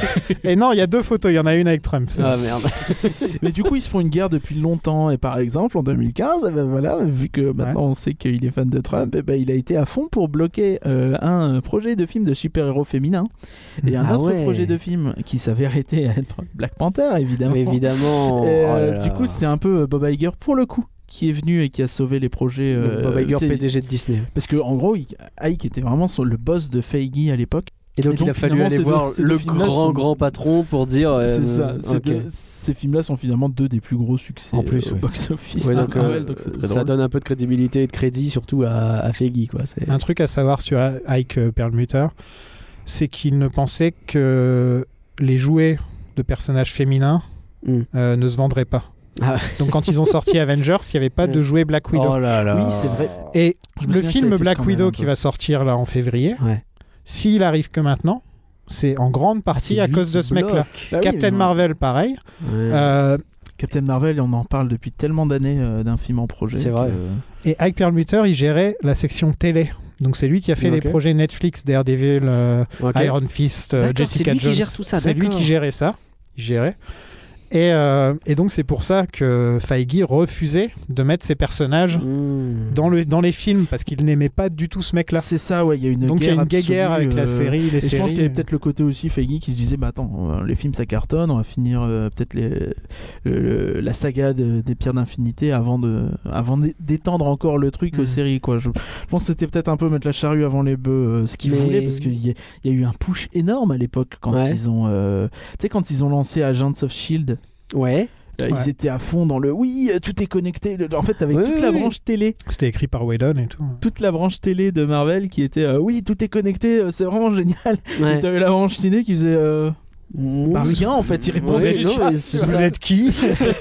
Et non, il y a deux photos. Il y en a une avec Trump. c'est- Ah merde. Mais du coup, ils se font une guerre depuis longtemps. Et par exemple, en deux mille quinze, eh ben voilà, vu que maintenant on sait qu'il est fan de Trump, eh ben il a été à fond pour bloquer euh, un projet de film de super-héros féminin et un Ah autre ouais. projet de film qui s'avait arrêté à être Black Panther, évidemment. Évidemment. Et, Oh là euh, là. du coup, c'est un peu Bob Iger pour le coup qui est venu et qui a sauvé les projets. Donc, euh, Bob Iger, tu sais, P D G de Disney. Parce que en gros, Ike Ike était vraiment son- le boss de Feige à l'époque. Et donc, Et donc, il a fallu finalement, aller ces voir deux- ces le deux films-là grand sont- grand patron pour dire. euh, C'est ça. Ces, ok. deux- ces films-là sont finalement deux des plus gros succès En plus, euh, au ouais. box-office. Ouais, de donc, Marvel, euh, donc c'est très ça drôle. donne un peu de crédibilité et de crédit surtout à, à Feige, quoi. C'est... Un truc à savoir sur Ike Perlmutter, c'est qu'il ne pensait que les jouets de personnages féminins Mm. euh, ne se vendraient pas. Ah. Donc quand ils ont sorti Avengers, il n'y avait pas de jouets Black Widow. Oh là là. Oui, c'est vrai. Et Je me le souviens que ça film avait fait Black scandale Widow un qui peu. va sortir là en février, Ouais. s'il arrive que maintenant, c'est en grande partie c'est à lui cause qui de ce mec-là. bloque. Bah oui, Captain mais- Marvel, pareil. Ouais. Euh, Captain Marvel, on en parle depuis tellement d'années euh, d'un film en projet. C'est vrai. que- et Ike Perlmutter, il gérait la section télé. Donc c'est lui qui a fait Ok. les projets Netflix, Daredevil, euh, Ok. Iron Fist, euh, D'accord, Jessica c'est lui qui Jones. gère tout ça, C'est lui d'accord. qui gérait ça. Il gérait. Et, euh, et donc c'est pour ça que Feige refusait de mettre ses personnages Mmh. dans, le, dans les films parce qu'il n'aimait pas du tout ce mec-là. C'est ça, ouais. Il y a une Donc il y a guerre une guéguerre absolue, avec la euh, série, les Et je séries. pense qu'il y avait peut-être le côté aussi Feige qui se disait bah attends, euh, les films ça cartonne, on va finir euh, peut-être les, le- le- la saga de- des Pierres d'Infinité avant de avant d'é- d'étendre encore le truc aux Mhm. séries quoi. Je, je pense que c'était peut-être un peu mettre la charrue avant les bœufs, euh, ce qu'ils Mais- voulaient parce qu'il y, a- il y a eu un push énorme à l'époque quand Ouais. ils ont euh, tu sais quand ils ont lancé Agents of Shield. Ouais. Euh, Ouais. Ils étaient à fond dans le oui, euh, tout est connecté. Le- En fait, avec Oui, toute oui, la oui. branche télé, C'était écrit par Whedon et tout. toute la branche télé de Marvel qui était euh, oui, tout est connecté, euh, c'est vraiment génial. Ouais. Et t'avais la branche ciné qui faisait euh, Mmh. bah, rien en fait, il répondait Ouais, juste. non, mais c'est Vous ça. êtes qui?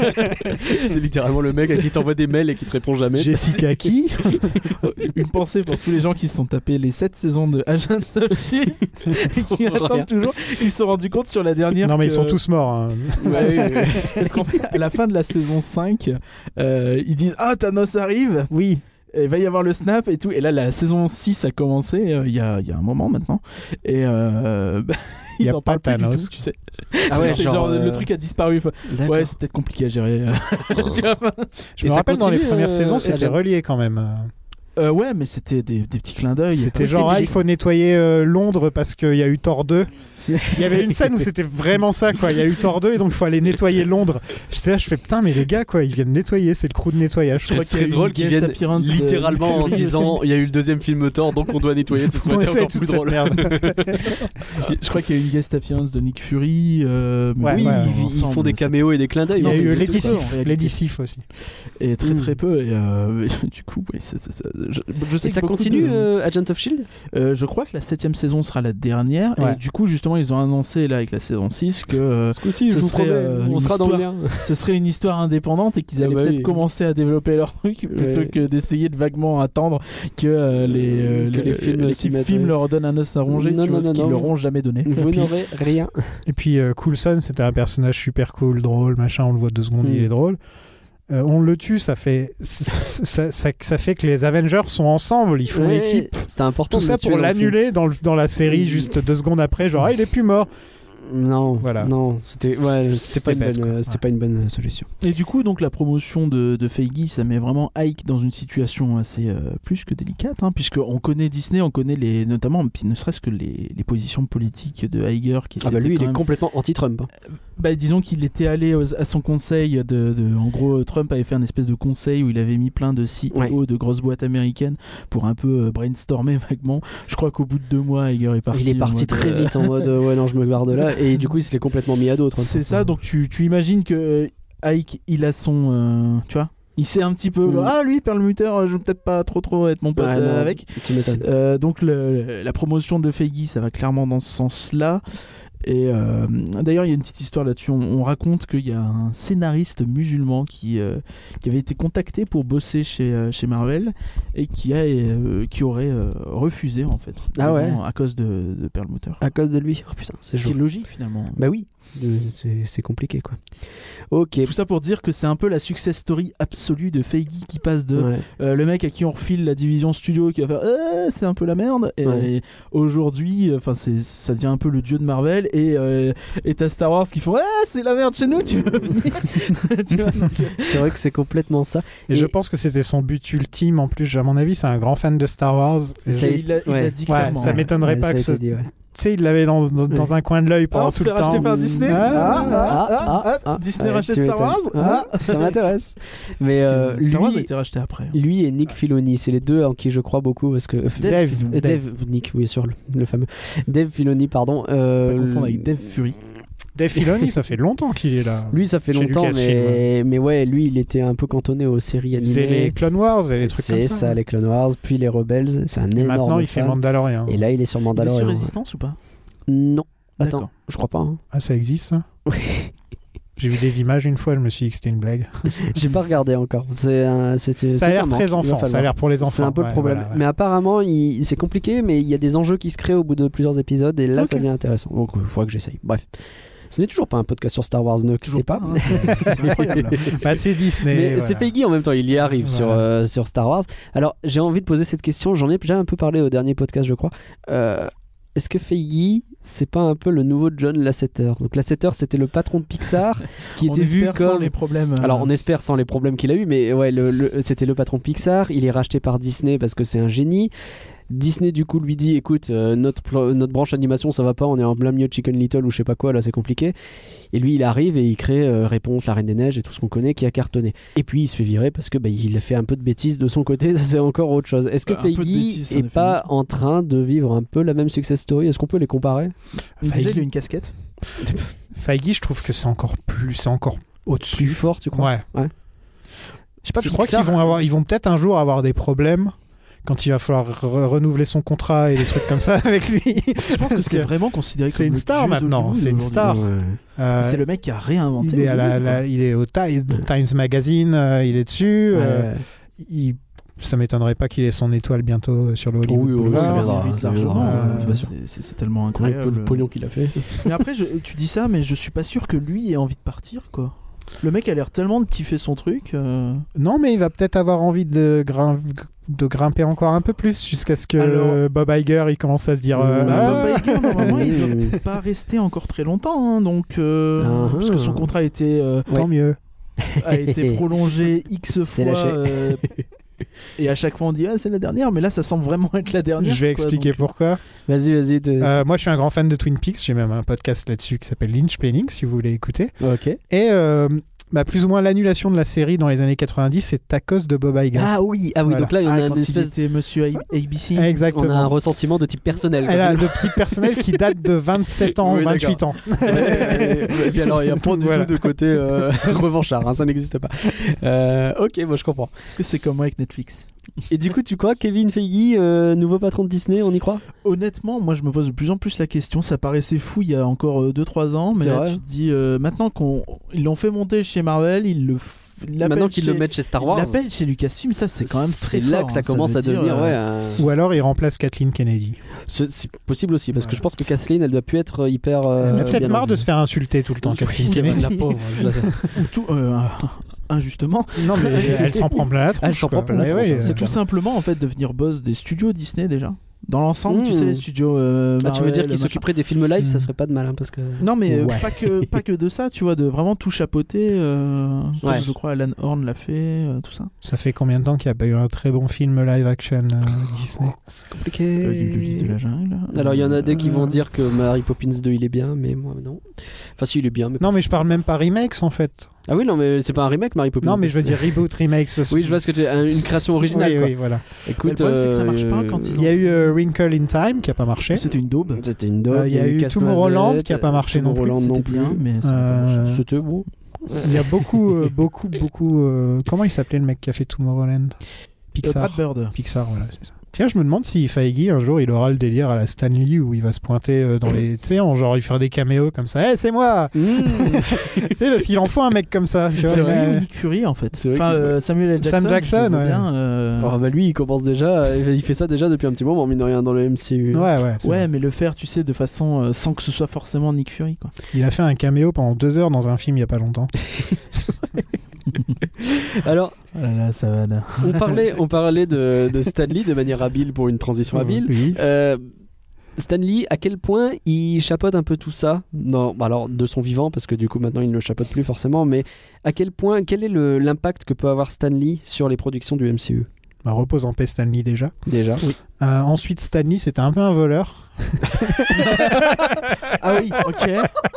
C'est littéralement le mec à qui t'envoie des mails et qui te répond jamais. Jessica qui? Une pensée pour tous les gens qui se sont tapés les sept saisons de Agents of Shield et qui Pour rien. attendent toujours. Ils se sont rendus compte sur la dernière. Non mais ils que- sont tous morts. hein. Ouais, ouais, ouais. Parce qu'à la fin de la saison cinq, euh, ils disent ah Thanos arrive. Oui. Et il va y avoir le snap et tout. Et là, la saison six a commencé euh, il y, a, il y a un moment maintenant. Et euh, bah, Il y ils a en pas parlent plus du Thanos. tout, tu sais. Ah ouais, C'est genre, genre, euh, le truc a disparu. Enfin, D'accord. ouais, c'est peut-être compliqué à gérer. Tu vois. Je Et me ça rappelle dans les continue, premières euh, saisons, c'était Agent- relié quand même. Euh, ouais, mais c'était des, des petits clins d'œil. C'était Oui, genre, ah, il faut nettoyer euh, Londres parce qu'il y a eu Thor deux. C'est- Il y avait une scène où c'était vraiment ça, quoi. Il y a eu Thor deux et donc il faut aller nettoyer Londres. J'étais là, je fais putain, mais les gars, quoi, ils viennent nettoyer, c'est le crew de nettoyage. Je crois Ce qu'il y a serait eu drôle une qu'ils guest viennent appearance de- littéralement en de- disant il y a eu le deuxième film Thor donc on doit nettoyer, ça On serait nettoie encore toute plus cette drôle. merde. Je crois qu'il y a eu une guest appearance de Nick Fury. euh, mais Ouais, Oui, ouais, ils, ils ensemble, font des c'est- caméos et des clins d'œil. Il y a Non, eu c'est Lady tout ça, en Sif, réalité. Lady Sif aussi. Et très très Mm. peu. Et euh, du coup, ouais, c'est- c'est- c'est- je, je sais Et que ça beaucoup continue, de- euh, Agent of Shield. Euh, je crois que la septième saison sera la dernière. Ouais. Et du coup, justement, ils ont annoncé là avec la saison six que euh, Ce coup-ci, ce je vous serait, promets, euh, on une sera dans le histoire- lien. ce serait une histoire indépendante et qu'ils Ah allaient bah peut-être oui. commencer à développer leur truc plutôt Ouais. que d'essayer de vaguement attendre que euh, les, euh, Que les films les s'y mettent, films ouais. leur donnent un os à ronger, Non, tu non, vois, ce non, qu'ils non. leur ont jamais donné. Vous puis- n'aurez rien. Et puis euh, Coulson, c'était un personnage super cool, drôle, machin, on le voit deux secondes, Mm. il est drôle. Euh, on le tue, ça fait ça, ça, ça fait que les Avengers sont ensemble, ils font Ouais, équipe. C'était important. Tout de ça le tuer pour dans le film. l'annuler dans, le- dans la série juste deux secondes après, genre ah, il est plus mort. Non, Voilà. non, c'était, ouais, c'était C'était pas une bête, bonne, quoi. euh, c'était Ouais. pas une bonne solution. Et du coup, donc la promotion de, de Feige, ça met vraiment Ike dans une situation assez euh, plus que délicate, hein, puisqu'on connaît Disney, on connaît les, notamment, puis ne serait-ce que les, les positions politiques de Iger, qui Ah bah s'était lui, il quand est même- complètement anti-Trump. hein. Bah, disons qu'il était allé aux- à son conseil de, de- en gros, Trump avait fait un espèce de conseil où il avait mis plein de C E O Ouais. de grosses boîtes américaines pour un peu euh, brainstormer vaguement. Je crois qu'au bout de deux mois, Iger est parti. il est en parti mode, très euh, vite en mode euh, ouais non je me barre de là et du coup il se l'est complètement mis à d'autres. hein. C'est ça, donc tu, tu imagines que euh, Ike, il a son, euh, tu vois, il sait un petit peu, Mm. ah lui, Perlmutter, euh, je veux peut-être pas trop trop être mon pote Ouais, euh, non, avec. Tu m'étonnes. Euh, donc le- la promotion de Feige, ça va clairement dans ce sens-là. Et euh, d'ailleurs, il y a une petite histoire là-dessus. On, on raconte qu'il y a un scénariste musulman qui, euh, qui avait été contacté pour bosser chez, euh, chez Marvel et qui, a, euh, qui aurait euh, refusé en fait. Ah ouais. À cause de, de Perlmutter. À cause de lui. Oh putain, c'est Ce qui chaud. est logique finalement. Bah oui, euh, c'est c'est compliqué quoi. Ok. Tout ça pour dire que c'est un peu la success story absolue de Feige qui passe de Ouais. euh, le mec à qui on refile la division studio qui va faire euh, c'est un peu la merde et, Ouais. et aujourd'hui enfin c'est ça devient un peu le dieu de Marvel et euh, et t'as Star Wars qui font ah c'est la merde chez nous tu veux venir tu vois, donc, euh, C'est vrai que c'est complètement ça. Et, Et- je pense que c'était son but ultime en plus. À mon avis, c'est un grand fan de Star Wars. Et Ça je- a- il l'a il ouais. l'a dit Ouais, clairement. ça m'étonnerait Ouais, pas ça a que été ce. dit, ouais. Tu sais, il l'avait dans, dans, dans Ouais. un coin de l'œil Ah, pendant on se tout fait le temps. racheter par Disney Ah, ah, ah, ah, ah, ah, ah, Disney ouais, rachète tu Star Wars m'étonnes. ah. Ah, ça m'intéresse. Mais Parce que euh, Star Wars a lui, été racheté après hein. lui et Nick Filoni, c'est les deux en qui je crois beaucoup parce que Dave, Euh, Dave. Dave, Nick, oui, sur le, le fameux Dave Filoni, pardon. euh, Pas confondre avec Dave Fury. Dave Filoni, ça fait longtemps qu'il est là. Lui, ça fait Chez longtemps, Lucasfilm. mais, mais ouais, lui, il était un peu cantonné aux séries Il faisait les animées. Clone Wars et les trucs comme C'est ça. ça, les Clone Wars, puis les Rebels. C'est un Et énorme maintenant, il fait fan. Mandalorian. Et là, il est sur Il est sur Mandalorian. Résistance ou pas Non, attends, D'accord. je crois pas. hein. Ah, ça existe ça Oui. J'ai vu des images une fois, je me suis dit que c'était une blague. J'ai pas regardé encore. C'est un- c'est- c'est- Ça a c'est l'air un très manque, il va enfant, ça a falloir. l'air pour les enfants. C'est un peu le Ouais, problème. voilà, ouais. Mais apparemment, il- c'est compliqué, mais il y a des enjeux qui se créent au bout de plusieurs épisodes, et là, Ok. ça devient intéressant. Donc, il faudra que j'essaye. Bref. Ce n'est toujours pas un podcast sur Star Wars, ne Toujours quittez pas. pas, hein, c'est- c'est incroyable. Bah, c'est Disney. Mais voilà. c'est Feige en même temps, il y arrive sur, Voilà. euh, sur Star Wars. Alors j'ai envie de poser cette question, j'en ai déjà un peu parlé au dernier podcast je crois. Euh, Est-ce que Feige c'est pas un peu le nouveau John Lasseter? Donc Lasseter c'était le patron de Pixar qui On était vu espère sans comme... les problèmes. euh, Alors on espère sans les problèmes qu'il a eu, mais ouais le, le- c'était le patron de Pixar, il est racheté par Disney parce que c'est un génie. Disney du coup lui dit écoute euh, notre, pl- notre branche animation ça va pas, on est en plein milieu de Chicken Little ou je sais pas quoi là c'est compliqué, et lui il arrive et il crée euh, Réponse, La Reine des Neiges et tout ce qu'on connaît qui a cartonné, et puis il se fait virer parce que bah, il a fait un peu de bêtises de son côté, ça c'est encore autre chose. Est-ce que Un peu de Feige bêtises, ça est ne fait pas pas. en train de vivre un peu la même success story? Est-ce qu'on peut les comparer? Déjà, Feige- il a une casquette. Feige, je trouve que c'est encore plus, c'est encore Plus au-dessus. fort tu crois? Ouais. Je sais pas, Je crois Pixar- qu'ils vont avoir, ils vont peut-être un jour avoir des problèmes quand il va falloir re- renouveler son contrat et des trucs comme ça avec lui. Je pense que Parce c'est que vraiment considéré comme c'est une le star dieu maintenant, d'Hollywood c'est une aujourd'hui. star. Ouais. Euh, C'est le mec qui a réinventé. il est, à la- Hollywood, la- il est au Ti- Times Magazine, euh, il est dessus. Ouais, euh, ouais. il- ça m'étonnerait pas qu'il ait son étoile bientôt sur le Hollywood Oui, oui, Boulevard. ça quoi. viendra, Il mérite ça largement, viendra, euh, euh, enfin, c'est- c'est c'est tellement Rien que incroyable. le pognon qu'il a fait. Mais après, je- tu dis ça, mais je suis pas sûr que lui ait envie de partir, quoi. Le mec a l'air tellement de kiffer son truc. euh, Non, mais il va peut-être avoir envie de, grim- de grimper encore un peu plus jusqu'à ce que Alors- Bob Iger il commence à se dire. euh, Bah, ah, Bob Iger, normalement, il Oui. doit pas rester encore très longtemps, hein, donc euh, Ah, parce que son contrat a été, euh, tant mieux. a été prolongé X C'est fois. lâché. euh, et à chaque fois on dit ah c'est la dernière, mais là ça semble vraiment être la dernière. Je vais quoi, expliquer donc- pourquoi. Vas-y, vas-y. te- Euh, moi, je suis un grand fan de Twin Peaks. J'ai même un podcast là-dessus qui s'appelle Lynch Planning, si vous voulez écouter. Ok. Et euh, bah, plus ou moins l'annulation de la série dans les années quatre-vingt-dix, c'est à cause de Bob Iger. Ah oui, ah oui. Voilà. Donc là, il y en Ah, a quand une il espèce. était Monsieur A B C. On a un Exactement. ressentiment de type personnel. Elle quoi. a de petits personnels qui datent de vingt-sept ans, Oui, vingt-huit ans. Ouais, ouais, ouais. Et puis alors, il n'y a pas du Voilà. tout de côté euh, revanchard, hein, ça n'existe pas. Euh, ok, moi je comprends. Est-ce que c'est comme moi avec Netflix? Et du coup, tu crois Kevin Feige, euh, nouveau patron de Disney, on y croit? Honnêtement, moi je me pose de plus en plus la question. Ça paraissait fou il y a encore deux trois ans, mais C'est là vrai. tu te dis euh, maintenant qu'ils l'ont fait monter chez Marvel, ils le f- ils l'appellent Maintenant qu'ils chez- le mettent chez Star ils Wars, l'appellent chez Lucasfilm, ça c'est quand même très c'est là fort, que ça hein. commence veut à dire, devenir. euh, Ouais, un- Ou alors il remplace Kathleen Kennedy. c'est, c'est possible aussi, parce que Ouais. je pense que Kathleen, elle doit plus être hyper. euh, Elle a peut-être bien marre en de vie. se faire insulter tout le temps, Oui, Kathleen c'est vrai, Kennedy. la pauvre. je la- ou tout, euh, injustement. Non, mais elle s'en prend plein la tronche. Elle s'en quoi. prend plein la Mais tronche, oui, hein, euh, C'est tout simplement en fait devenir boss des studios Disney déjà. Dans l'ensemble, Mmh. tu sais, les studios. Euh, Ah, tu veux Marvel, dire qu'il machin. s'occuperait des films live, ça Mm. ferait pas de mal, hein, parce que. Non, mais euh, Ouais. pas, que, pas que de ça, tu vois, de vraiment tout chapeauter. Euh, Ouais. Je crois Alan Horn l'a fait, euh, tout ça. Ça fait combien de temps qu'il n'y a pas eu un très bon film live action euh, Disney? C'est compliqué. Euh, du, du livre de la jungle. Alors, il y en a des qui Euh, vont dire que Mary Poppins deux il est bien, mais moi non. Enfin, si, il est bien, mais. Non, mais je parle même pas remakes en fait. Ah oui, non, mais c'est pas un remake, Mary Poppins. Non, mais je veux dire reboot, remake. Ce... Oui, je vois ce que tu un- une création originale, Oui, quoi. oui, voilà. Écoute, Mais le problème, c'est que ça marche pas euh, quand ils Il y a eu euh, Wrinkle in Time qui a pas marché. C'était une daube. C'était une dope. Euh, il y a eu Tomorrowland qui a pas marché non plus. Tomorrowland non C'était plus. bien, mais ça n'a pas Euh, marché. C'était beau. Il y a beaucoup, euh, beaucoup, beaucoup. euh, Comment il s'appelait le mec qui a fait Tomorrowland? Euh, Pixar. Brad Bird. Pixar, voilà, c'est ça. Tiens, je me demande si Feige un jour il aura le délire à la Stan Lee où il va se pointer euh, dans les. Tu sais, en genre il faire des caméos comme ça. Eh, c'est moi. Mmh. Tu sais, parce qu'il en faut un mec comme ça. Tu vois, C'est il vrai, a- Lui ou Nick Fury, en fait. C'est vrai Enfin, qu'il- euh, Samuel L. Jackson. Sam Jackson, je le vois ouais. bien, euh, Oh, bah lui, il commence déjà. Il fait ça déjà depuis un petit moment, mine de rien, dans le M C U. Ouais, ouais. c'est Ouais, vrai. mais le faire, tu sais, de façon euh, sans que ce soit forcément Nick Fury, quoi. Il a fait un caméo pendant deux heures dans un film il y a pas longtemps. Alors, Oh là là, ça va. là. on parlait, on parlait de, de Stan Lee de manière habile pour une transition habile. Oui. Euh, Stan Lee, à quel point il chapeaute un peu tout ça non, bah alors de son vivant, parce que du coup maintenant il ne le chapeaute plus forcément, mais à quel point, quel est le- l'impact que peut avoir Stan Lee sur les productions du M C U Bah, repose en paix Stanley déjà. déjà? Oui. Euh, ensuite, Stanley, c'était un peu un voleur. Ah oui, ok.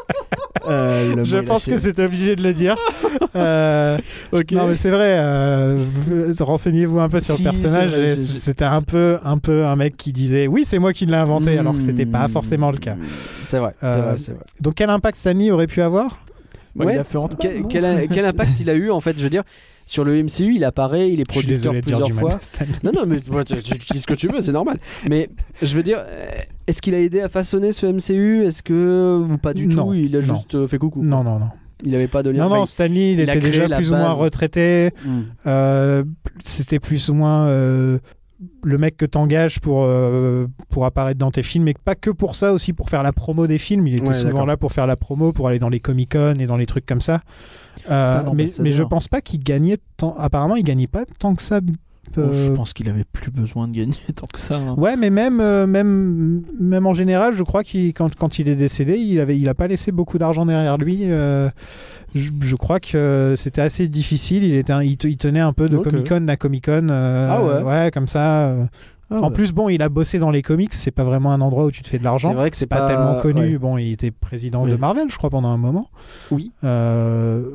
Euh, le mot Je est pense lâché. que c'était obligé de le dire. Euh, Ok. Non, mais c'est vrai. euh, Renseignez-vous un peu sur Si, le personnage. c'est vrai, et j'ai- C'était un peu, un peu un mec qui disait oui, c'est moi qui l'ai inventé, alors que c'était pas Mmh. forcément le cas. C'est vrai, c'est Euh, vrai, c'est vrai. Donc, quel impact Stanley aurait pu avoir? Bah, Ouais. il a fait Ant-Man, Quel, non quel a- quel impact il a eu en fait? Je veux dire, sur le M C U, il apparaît, il est Je suis producteur désolé de dire plusieurs du mal fois. à Stanley. Non, non, mais ouais, tu, tu- tu dis ce que tu veux, c'est normal. Mais je veux dire, euh, est-ce qu'il a aidé à façonner ce M C U? Est-ce que. Ou pas du Non, tout? Il a non. juste euh, fait coucou. Non, non, non. Il n'avait pas de lien. Non, Bah, non, Stanley, il, il a était créé déjà la plus ou moins base. retraité. il- Hmm. Euh, C'était plus ou moins euh, le mec que t'engages pour, euh, pour apparaître dans tes films, et pas que pour ça, aussi pour faire la promo des films. Il était Ouais, souvent d'accord. là pour faire la promo, pour aller dans les Comic-Con et dans les trucs comme ça. Euh, C'est un mais, ambassadeur. mais je pense pas qu'il gagnait tant. Apparemment, il gagnait pas tant que ça. Bon, je euh, pense qu'il avait plus besoin de gagner tant que ça. hein. Ouais, mais même, euh, même, même en général, je crois qu'il quand, quand il est décédé, il avait, il a pas laissé beaucoup d'argent derrière lui. euh, je, je crois que c'était assez difficile. Il était, un- il, te- il tenait un peu de Ok. Comic-Con à Comic-Con. euh, Ah ouais. Ouais, comme ça. euh. Ah En ouais. plus, bon, il a bossé dans les comics. C'est pas vraiment un endroit où tu te fais de l'argent. C'est vrai que c'est pas, pas tellement connu. ouais. Bon, il était président Oui. de Marvel, je crois, pendant un moment. Oui. Euh,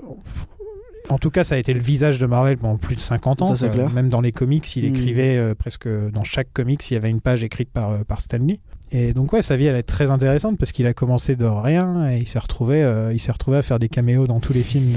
En tout cas, ça a été le visage de Marvel pendant plus de cinquante ans. Ça, c'est quoi. clair. Même dans les comics, il Mm. écrivait euh, presque dans chaque comics, il y avait une page écrite par, euh, par Stan Lee. Et donc, ouais, sa vie, elle est très intéressante parce qu'il a commencé de rien et il s'est retrouvé, euh, il s'est retrouvé à faire des caméos dans tous les films.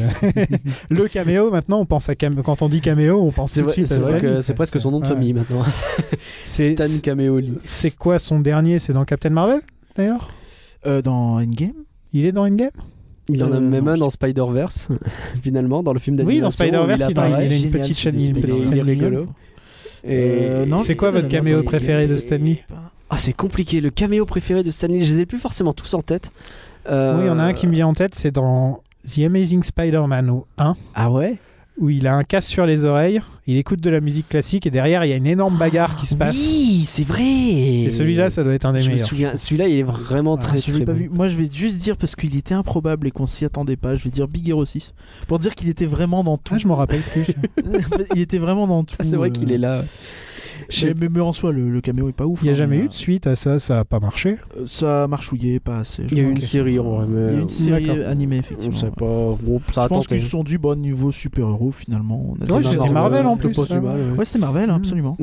Le caméo, maintenant, on pense à cam- quand on dit caméo, on pense C'est tout de vrai, suite c'est à vrai Stan que Lee, c'est quoi. presque son nom de ouais. famille maintenant. C'est- Stan Cameo Lee. C'est quoi son dernier? C'est dans Captain Marvel, d'ailleurs? Euh, dans Endgame. Il est dans Endgame? Il en a Euh, même non, un je- dans Spider-Verse, finalement, dans le film d'animation. Oui, dans Spider-Verse, où il, a, apparaît. il a une Génial, petite ce chaîne, film. une Il est- petite il est scène rigolo. mignonne. Et... Euh, non, C'est il quoi était votre dans caméo Endgame. préféré de Stan Lee? Ah, c'est compliqué. Le caméo préféré de Stan Lee, je les ai plus forcément tous en tête. Euh, Oui, il y en a un qui me vient en tête, c'est dans The Amazing Spider-Man au un, Ah ouais? où il a un casque sur les oreilles, il écoute de la musique classique et derrière il y a une énorme bagarre qui se passe. Oui, c'est vrai. Et celui-là, ça doit être un des je me meilleurs. souviens. Celui-là, il est vraiment Ah, très je l'ai très pas bon. vu. Moi, je vais juste dire parce qu'il était improbable et qu'on s'y attendait pas. Je vais dire Big Hero six pour dire qu'il était vraiment dans tout. Ah, je m'en rappelle plus. Il était vraiment dans tout. Ah, c'est vrai euh, qu'il est là. Mais, mais, mais en soi, le, le caméo est pas ouf. Il n'y a hein, jamais mais, eu de suite à ça, ça a pas marché. euh, Ça a marchouillé, pas assez. je Il y a eu crois. une série en vrai, mais Il y a une série D'accord. animée, on effectivement. sait pas. Bon, ça Je a pense tenté. qu'ils se sont dit, bon, niveau super-héros, finalement. On a Ouais, déjà c'était Marvel, en c'était plus, pas si ça. mal, ouais. Ouais, c'est Marvel, hein, absolument.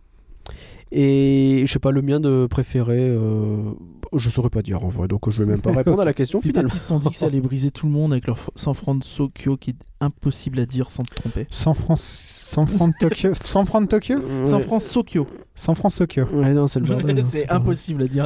Et je sais pas, le mien de préféré, euh, je saurais pas dire en vrai, donc je vais même pas répondre à la question Peut-être finalement. qu'ils se sont dit que ça allait briser tout le monde avec leur San Francisco qui est impossible à dire sans te tromper. San Fran, San Fran de Tokyo, San Fran de Tokyo, San Francisco. San Fran Tokyo. Ouais, non, c'est le bordel. hein, C'est pas- impossible à dire.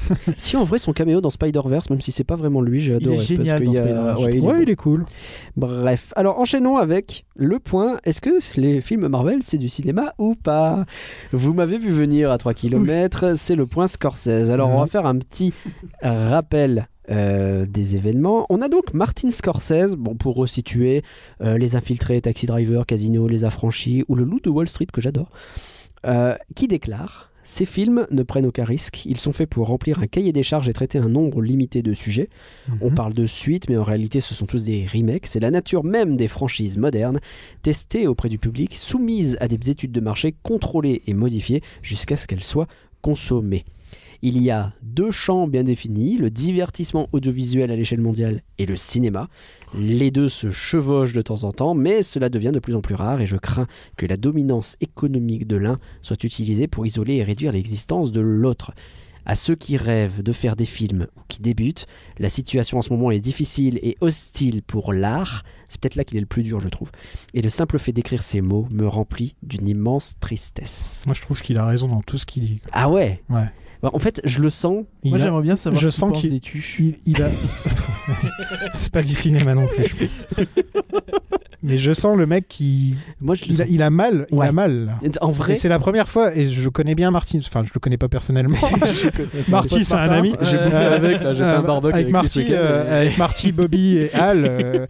Si en vrai son caméo dans Spider-Verse, même si c'est pas vraiment lui, j'ai Il est adoré. génial parce qu'il dans y a- Spider-Verse, je ouais, il est Ouais, bon. il est cool. Bref, alors enchaînons avec le point. Est-ce que les films Marvel c'est du cinéma ou pas? Vous m'avez vu venir à trois kilomètres, c'est le point Scorsese. Alors on va Mhm. faire un petit rappel euh, des événements. On a donc Martin Scorsese, bon, pour resituer, euh, Les Infiltrés, Taxi Driver, Casino, Les Affranchis ou Le Loup de Wall Street que j'adore, euh, qui déclare Ces films ne prennent aucun risque, ils sont faits pour remplir un cahier des charges et traiter un nombre limité de sujets. Mm-hmm. On parle de suites, mais en réalité ce sont tous des remakes. C'est la nature même des franchises modernes, testées auprès du public, soumises à des études de marché, contrôlées et modifiées jusqu'à ce qu'elles soient consommées. Il y a deux champs bien définis, le divertissement audiovisuel à l'échelle mondiale et le cinéma. Les deux se chevauchent de temps en temps, mais cela devient de plus en plus rare et je crains que la dominance économique de l'un soit utilisée pour isoler et réduire l'existence de l'autre. À ceux qui rêvent de faire des films ou qui débutent, la situation en ce moment est difficile et hostile pour l'art. C'est peut-être là qu'il est le plus dur, je trouve. Et le simple fait d'écrire ces mots me remplit d'une immense tristesse. Moi, je trouve qu'il a raison dans tout ce qu'il dit. Ah ouais, ouais. En fait, je le sens. Il Moi, a... j'aimerais bien savoir je ce sens qu'il qu'il pense des tuches. Il, il a... C'est pas du cinéma non plus, je pense. Mais je sens le mec qui... Moi, je le il, sens. A, il a mal. Il ouais. a mal. Là. En vrai. Et c'est la première fois, et je connais bien Marty. Enfin, je le connais pas personnellement. Marty, c'est un ami. J'ai bouffé euh, avec, là, j'ai euh, fait un barbecue avec, avec Marty, euh, et... avec Marty, Bobby et Al. Euh...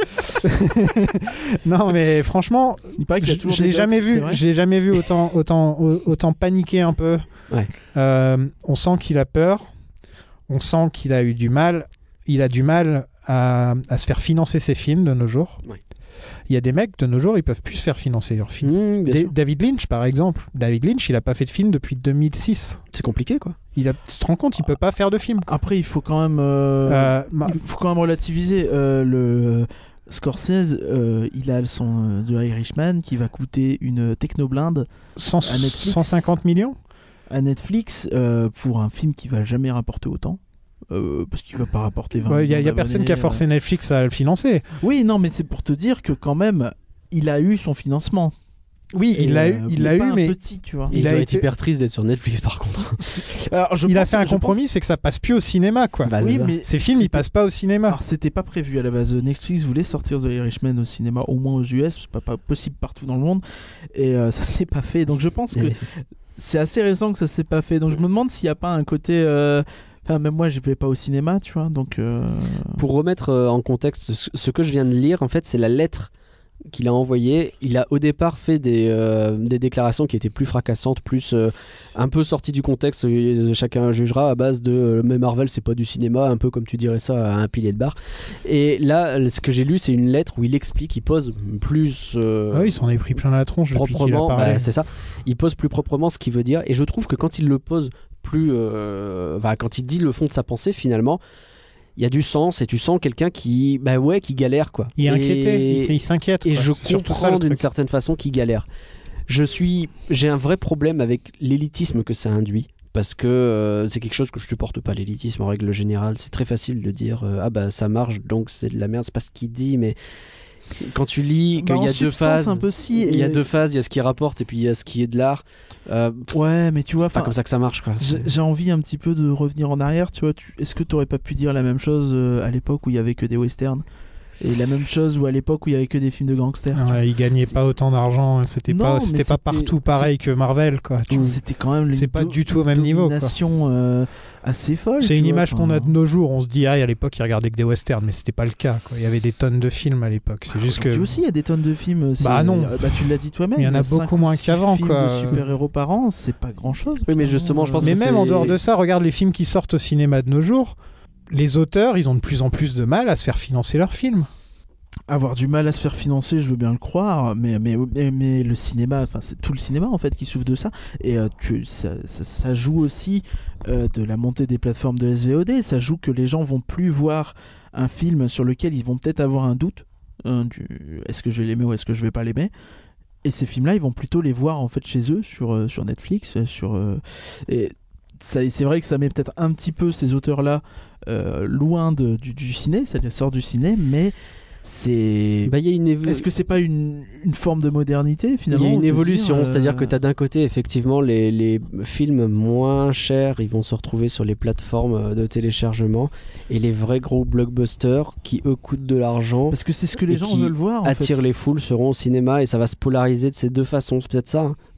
non, mais franchement, il paraît que je l'ai jamais vu. Je l'ai jamais vu autant, autant, autant paniquer un peu. Ouais. Euh, on sent qu'il a peur. On sent qu'il a eu du mal. Il a du mal à, à se faire financer ses films de nos jours. Ouais. Il y a des mecs de nos jours, ils peuvent plus se faire financer leurs films. Mmh, D- David Lynch, par exemple. David Lynch, il a pas fait de film depuis deux mille six. C'est compliqué, quoi. Il a, tu te rends compte, il peut pas faire de film. Quoi. Après, il faut quand même, euh, euh, ma... il faut quand même relativiser euh, le. Scorsese, euh, il a son euh, The Irishman qui va coûter une technoblinde cent, à Netflix, cent cinquante millions à Netflix euh, pour un film qui va jamais rapporter autant. Euh, parce qu'il va pas rapporter vingt millions. Il n'y a, a personne qui a forcé euh... Netflix à le financer. Oui, non, mais c'est pour te dire que quand même, il a eu son financement. Oui, il l'a eu, euh, il l'a eu, mais petit, tu vois. Il, il doit été... être hyper triste d'être sur Netflix, par contre. Alors, je il a fait un compromis, pense... c'est que ça passe plus au cinéma, quoi. Bah, oui, mais ces films, ils passent pas au cinéma. Alors, c'était pas prévu à la base. Netflix voulait sortir The Irishman au cinéma, au moins aux U S, c'est pas, pas possible partout dans le monde, et euh, ça s'est pas fait. Donc, je pense que c'est assez récent que ça s'est pas fait. Donc, je me demande s'il y a pas un côté. Euh... Enfin, même moi, je vais pas au cinéma, tu vois. Donc. Euh... Pour remettre euh, en contexte, ce que je viens de lire, en fait, c'est la lettre qu'il a envoyé. Il a au départ fait des, euh, des déclarations qui étaient plus fracassantes, plus euh, un peu sorties du contexte. Euh, chacun jugera à base de euh, mais Marvel c'est pas du cinéma, un peu comme tu dirais ça à un pilier de bar. Et là, ce que j'ai lu, c'est une lettre où il explique, il pose plus. Euh, ah oui, il s'en est pris plein la tronche depuis qu'il a parlé. Bah, c'est ça. Il pose plus proprement ce qu'il veut dire. Et je trouve que quand il le pose plus, euh, bah, quand il dit le fond de sa pensée, finalement. Il y a du sens et tu sens quelqu'un qui, bah ouais, qui galère quoi. Il est inquiété, il, il s'inquiète. Et quoi. je c'est comprends d'une certaine façon qu'il galère. Je suis, j'ai un vrai problème avec l'élitisme que ça induit parce que euh, c'est quelque chose que je supporte pas, l'élitisme en règle générale. C'est très facile de dire euh, ah bah ça marche donc c'est de la merde. C'est pas ce qu'il dit mais quand tu lis bah qu'il y a deux phases, un peu si, il y a et... deux phases, il y a ce qui rapporte et puis il y a ce qui est de l'art. Euh, ouais, mais tu vois, c'est pas comme ça que ça marche quoi. J'ai, j'ai envie un petit peu de revenir en arrière, tu vois. Tu, est-ce que tu aurais pas pu dire la même chose euh, à l'époque où il y avait que des westerns et la même chose ou à l'époque où il y avait que des films de gangsters? Ah ouais, ils gagnaient c'est... pas autant d'argent, c'était non, pas, c'était, c'était pas partout pareil c'est... que Marvel quoi. Tu... C'était quand même c'est pas do... du tout au même niveau. Une domination euh, assez folle. C'est une vois, image enfin... qu'on a de nos jours. On se dit ah à l'époque ils regardaient que des westerns, mais c'était pas le cas. Quoi. Il y avait des tonnes de films à l'époque. C'est bah, juste que. Tu aussi il y a des tonnes de films. C'est... Bah non. Bah tu l'as dit toi-même. Il y en a beaucoup moins qu'avant quoi. De super-héros par an, c'est pas grand-chose. Oui, mais justement, je pense. Mais que même c'est... en dehors de ça, regarde les films qui sortent au cinéma de nos jours. Les auteurs, ils ont de plus en plus de mal à se faire financer leurs films. Avoir du mal à se faire financer, je veux bien le croire, mais, mais, mais, mais le cinéma, enfin c'est tout le cinéma en fait qui souffre de ça, et euh, tu, ça, ça, ça joue aussi euh, de la montée des plateformes de S V O D, ça joue que les gens vont plus voir un film sur lequel ils vont peut-être avoir un doute, hein, du, est-ce que je vais l'aimer ou est-ce que je vais pas l'aimer, et ces films-là ils vont plutôt les voir en fait chez eux, sur, euh, sur Netflix, sur... Euh, et ça, c'est vrai que ça met peut-être un petit peu ces auteurs-là euh, loin de, du, du ciné, ça les sort du ciné, mais... C'est... Bah, y a une évo... Est-ce que c'est pas une, une forme de modernité finalement? Il y a une évolution, dire, euh... c'est-à-dire que tu as d'un côté effectivement les, les films moins chers, ils vont se retrouver sur les plateformes de téléchargement, et les vrais gros blockbusters qui eux coûtent de l'argent. Parce que c'est ce que les gens veulent voir. En attirent fait. les foules seront au cinéma et ça va se polariser de ces deux façons, c'est peut-être ça. Hein.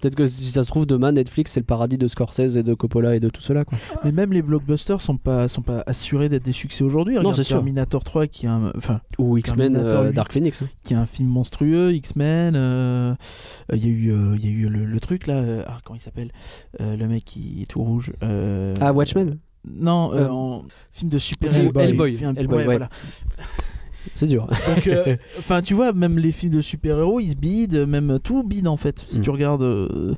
Peut-être que si ça se trouve demain Netflix c'est le paradis de Scorsese et de Coppola et de tout cela quoi. Mais même les blockbusters sont pas sont pas assurés d'être des succès aujourd'hui. Non, c'est sûr. Terminator trois qui est un enfin ou X-Men euh, huit, Dark Phoenix hein. Qui est un film monstrueux, X-Men il euh, euh, y a eu il euh, y a eu le, le truc là euh, ah, comment il s'appelle euh, le mec qui est tout rouge euh, Ah Watchmen. Non, euh, euh, en film de super Hellboy. Hellboy. Film... Hellboy, ouais, ouais. voilà. C'est dur. Donc, enfin, euh, tu vois, même les films de super-héros, ils se bident, même tout bide en fait. Si mm. tu regardes, euh,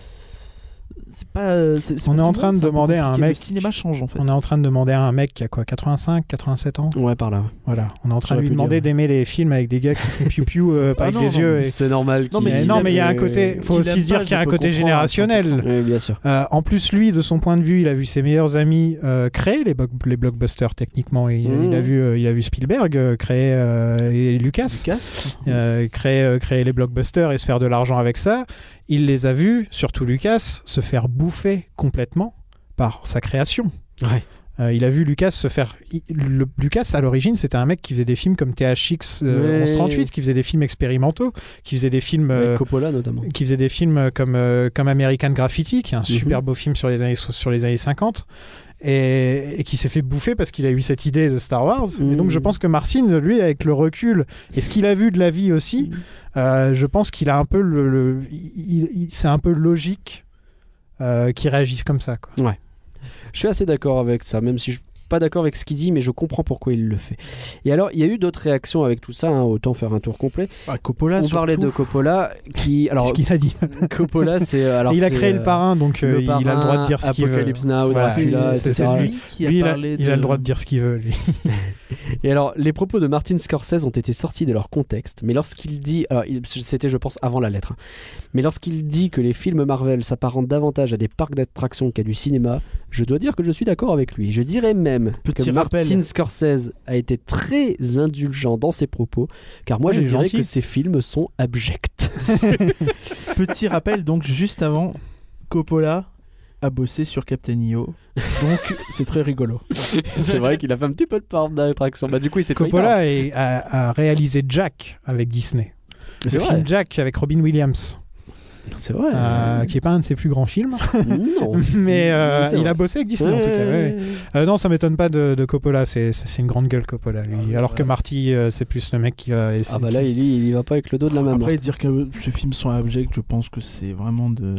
c'est pas. C'est, c'est on est en monde, train de demander à un mec. Le cinéma change en fait. On est en train de demander à un mec qui a quoi, quatre-vingt-cinq, quatre-vingt-sept ans. Ouais, par là. Voilà. On est en train de lui demander dire. d'aimer les films avec des gars qui font piou piou euh, pas ah avec non, des non, yeux. Et... C'est normal. Non, mais non, mais il y a un côté. Faut aussi se dire qu'il y a un côté générationnel. Oui, bien sûr. Euh, en plus, lui, de son point de vue, il a vu ses meilleurs amis euh, créer les, bo- les blockbusters techniquement. Il, mmh. il a vu, euh, il a vu Spielberg euh, créer euh, et Lucas, Lucas. Euh, créer, euh, créer les blockbusters et se faire de l'argent avec ça. Il les a vus, surtout Lucas, se faire bouffer complètement par sa création. Ouais. Euh, il a vu Lucas se faire. Il, le, Lucas, à l'origine, c'était un mec qui faisait des films comme T H X euh, ouais. onze trente-huit, qui faisait des films expérimentaux, qui faisait des films. Euh, Avec Coppola notamment. Qui faisait des films comme, euh, comme American Graffiti, qui est un mm-hmm. super beau film sur les années, sur les années cinquante. Et, et qui s'est fait bouffer parce qu'il a eu cette idée de Star Wars. Mmh. Et donc je pense que Martin, lui, avec le recul et ce qu'il a vu de la vie aussi, mmh. euh, je pense qu'il a un peu le, le il, il, c'est un peu logique euh, qu'il réagisse comme ça, quoi. Ouais. Je suis assez d'accord avec ça, même si je pas d'accord avec ce qu'il dit, mais je comprends pourquoi il le fait. Et alors, il y a eu d'autres réactions avec tout ça, hein, autant faire un tour complet. Ah, Coppola, on surtout. parlait de Coppola, qui... Alors, ce qu'il a dit. Coppola, c'est... Alors, il a c'est, créé le parrain, donc le euh, parrain, il a le droit de dire ce qu'il veut. Apocalypse Now, voilà. Dracula, c'est, et cetera. C'est lui qui a lui, parlé il, a, de... il a le droit de dire ce qu'il veut, lui. Et alors, les propos de Martin Scorsese ont été sortis de leur contexte, mais lorsqu'il dit... Alors, c'était, je pense, avant la lettre. Hein, mais lorsqu'il dit que les films Marvel s'apparentent davantage à des parcs d'attractions qu'à du cinéma, je dois dire que je suis d'accord avec lui. Je dirais même Petit que Martin rappel. Scorsese a été très indulgent dans ses propos, car moi ouais, je dirais gentil. que ces films sont abjects. Petit rappel, donc juste avant, Coppola a bossé sur Captain E O, donc c'est très rigolo. C'est vrai qu'il a fait un petit peu de part d'attraction. Bah du coup il s'est Coppola est, a, a réalisé Jack avec Disney. C'est le vrai. film Jack avec Robin Williams. C'est vrai. Euh, qui est pas un de ses plus grands films. Non. Mais euh, c'est il vrai. a bossé avec Disney ouais, en tout cas. Ouais. ouais. Euh, non, ça m'étonne pas de, de Coppola. C'est, c'est une grande gueule Coppola, lui. Ah, Alors ouais. que Marty, euh, c'est plus le mec qui va essayer. Ah bah là il y, il y va pas avec le dos de la main. Après, dire que ces films sont abjects, je pense que c'est vraiment de...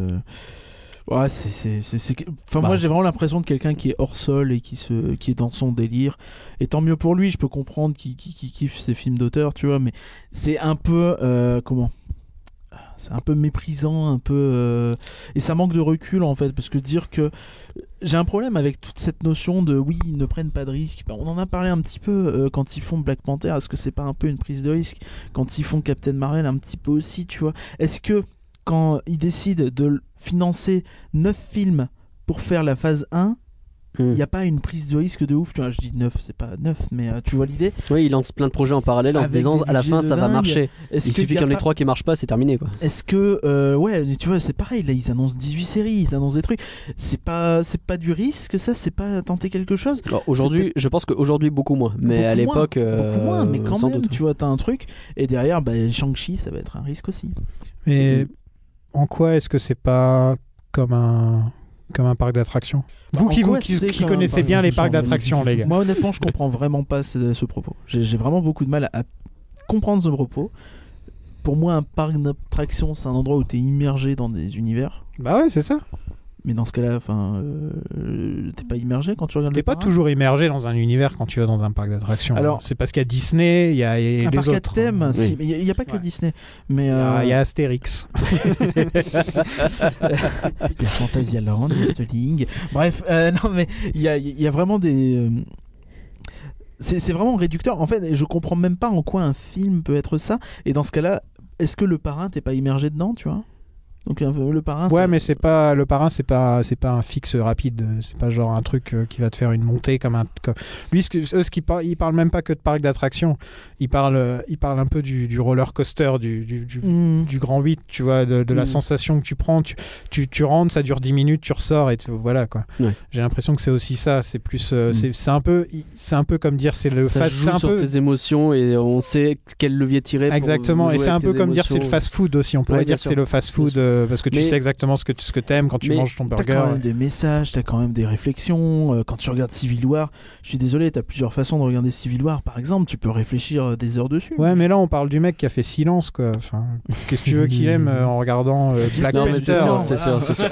Ouais, c'est, c'est, c'est, c'est... Enfin, bah. moi j'ai vraiment l'impression de quelqu'un qui est hors sol et qui, se... qui est dans son délire. Et tant mieux pour lui, je peux comprendre qu'il, qu'il, qu'il kiffe ses films d'auteur, tu vois, mais c'est un peu... Euh, comment c'est un peu méprisant, un peu euh... et ça manque de recul en fait, parce que dire que j'ai un problème avec toute cette notion de oui, ils ne prennent pas de risques. On en a parlé un petit peu euh, quand ils font Black Panther. Est-ce que c'est pas un peu une prise de risque quand ils font Captain Marvel, un petit peu aussi, tu vois? Est-ce que quand ils décident de financer neuf films pour faire la phase un, il n'y a pas une prise de risque de ouf, tu vois? Je dis neuf, c'est pas neuf, mais euh, tu vois l'idée? Oui, il lance plein de projets en parallèle en se disant à la fin ça va marcher. Est-ce il suffit qu'il y en ait pas... trois qui marchent pas, c'est terminé quoi. Est-ce que euh, ouais, tu vois, c'est pareil, là ils annoncent dix-huit séries, ils annoncent des trucs. C'est pas c'est pas du risque ça, c'est pas tenter quelque chose. Alors, aujourd'hui, je pense qu'aujourd'hui beaucoup moins, mais beaucoup à l'époque moins, euh, beaucoup moins, mais quand même, doute. tu vois, t'as un truc et derrière bah, Shang-Chi, ça va être un risque aussi. Mais en quoi est-ce que c'est pas comme un comme un parc d'attractions? Bah, vous qui, vous, qui, qui connaissez bien les parcs d'attractions, les gars. Moi, honnêtement, je comprends vraiment pas ce, ce propos. J'ai, j'ai vraiment beaucoup de mal à, à comprendre ce propos. Pour moi, un parc d'attractions, c'est un endroit où tu es immergé dans des univers. Bah ouais, c'est ça. Mais dans ce cas-là, enfin, euh, t'es pas immergé quand tu regardes. T'es pas toujours immergé dans un univers quand tu vas dans un parc d'attractions. Alors, c'est parce qu'il y a Disney, il y a et un les parc autres. à thème, hein. si, Oui. mais il y, y a pas que ouais. Disney. Mais il euh... y, y a Astérix. Il y a Fantasyland, Efteling. Bref, euh, non mais il y a, il y a vraiment des. Euh... C'est, c'est vraiment réducteur. En fait, je comprends même pas en quoi un film peut être ça. Et dans ce cas-là, est-ce que le parrain t'es pas immergé dedans, tu vois? Donc le parrain. Ouais, ça... mais c'est pas le parrain, c'est pas c'est pas un fixe rapide. C'est pas genre un truc euh, qui va te faire une montée comme un. Comme... Lui, ce, eux, ce qui par... il parle même pas que de parc d'attractions. Il parle, euh, il parle un peu du, du roller coaster, du du, du, mmh. du grand huit, tu vois, de, de mmh. la sensation que tu prends. Tu, tu tu rentres, ça dure dix minutes, tu ressors et tu... voilà quoi. Ouais. J'ai l'impression que c'est aussi ça. C'est plus, euh, mmh. c'est, c'est un peu, c'est un peu comme dire c'est le ça fast. joue C'est un sur peu... tes émotions et on sait quel levier tirer. Exactement. Pour et c'est un peu comme émotions. dire c'est le fast food aussi. On pourrait ouais, dire que c'est le fast food. que, parce que tu Mais... sais exactement ce que, ce que t'aimes quand tu Mais manges ton T'as burger. quand même des messages, t'as quand même des réflexions. Euh, quand tu regardes Civil War, je suis désolé, t'as plusieurs façons de regarder Civil War. Par exemple, tu peux réfléchir euh, des heures dessus. Ouais, mais là on parle du mec qui a fait silence, quoi. Enfin, qu'est-ce que tu veux qu'il aime euh, en regardant euh, Black Non, mais Panther c'est sûr, Voilà. c'est sûr, c'est sûr.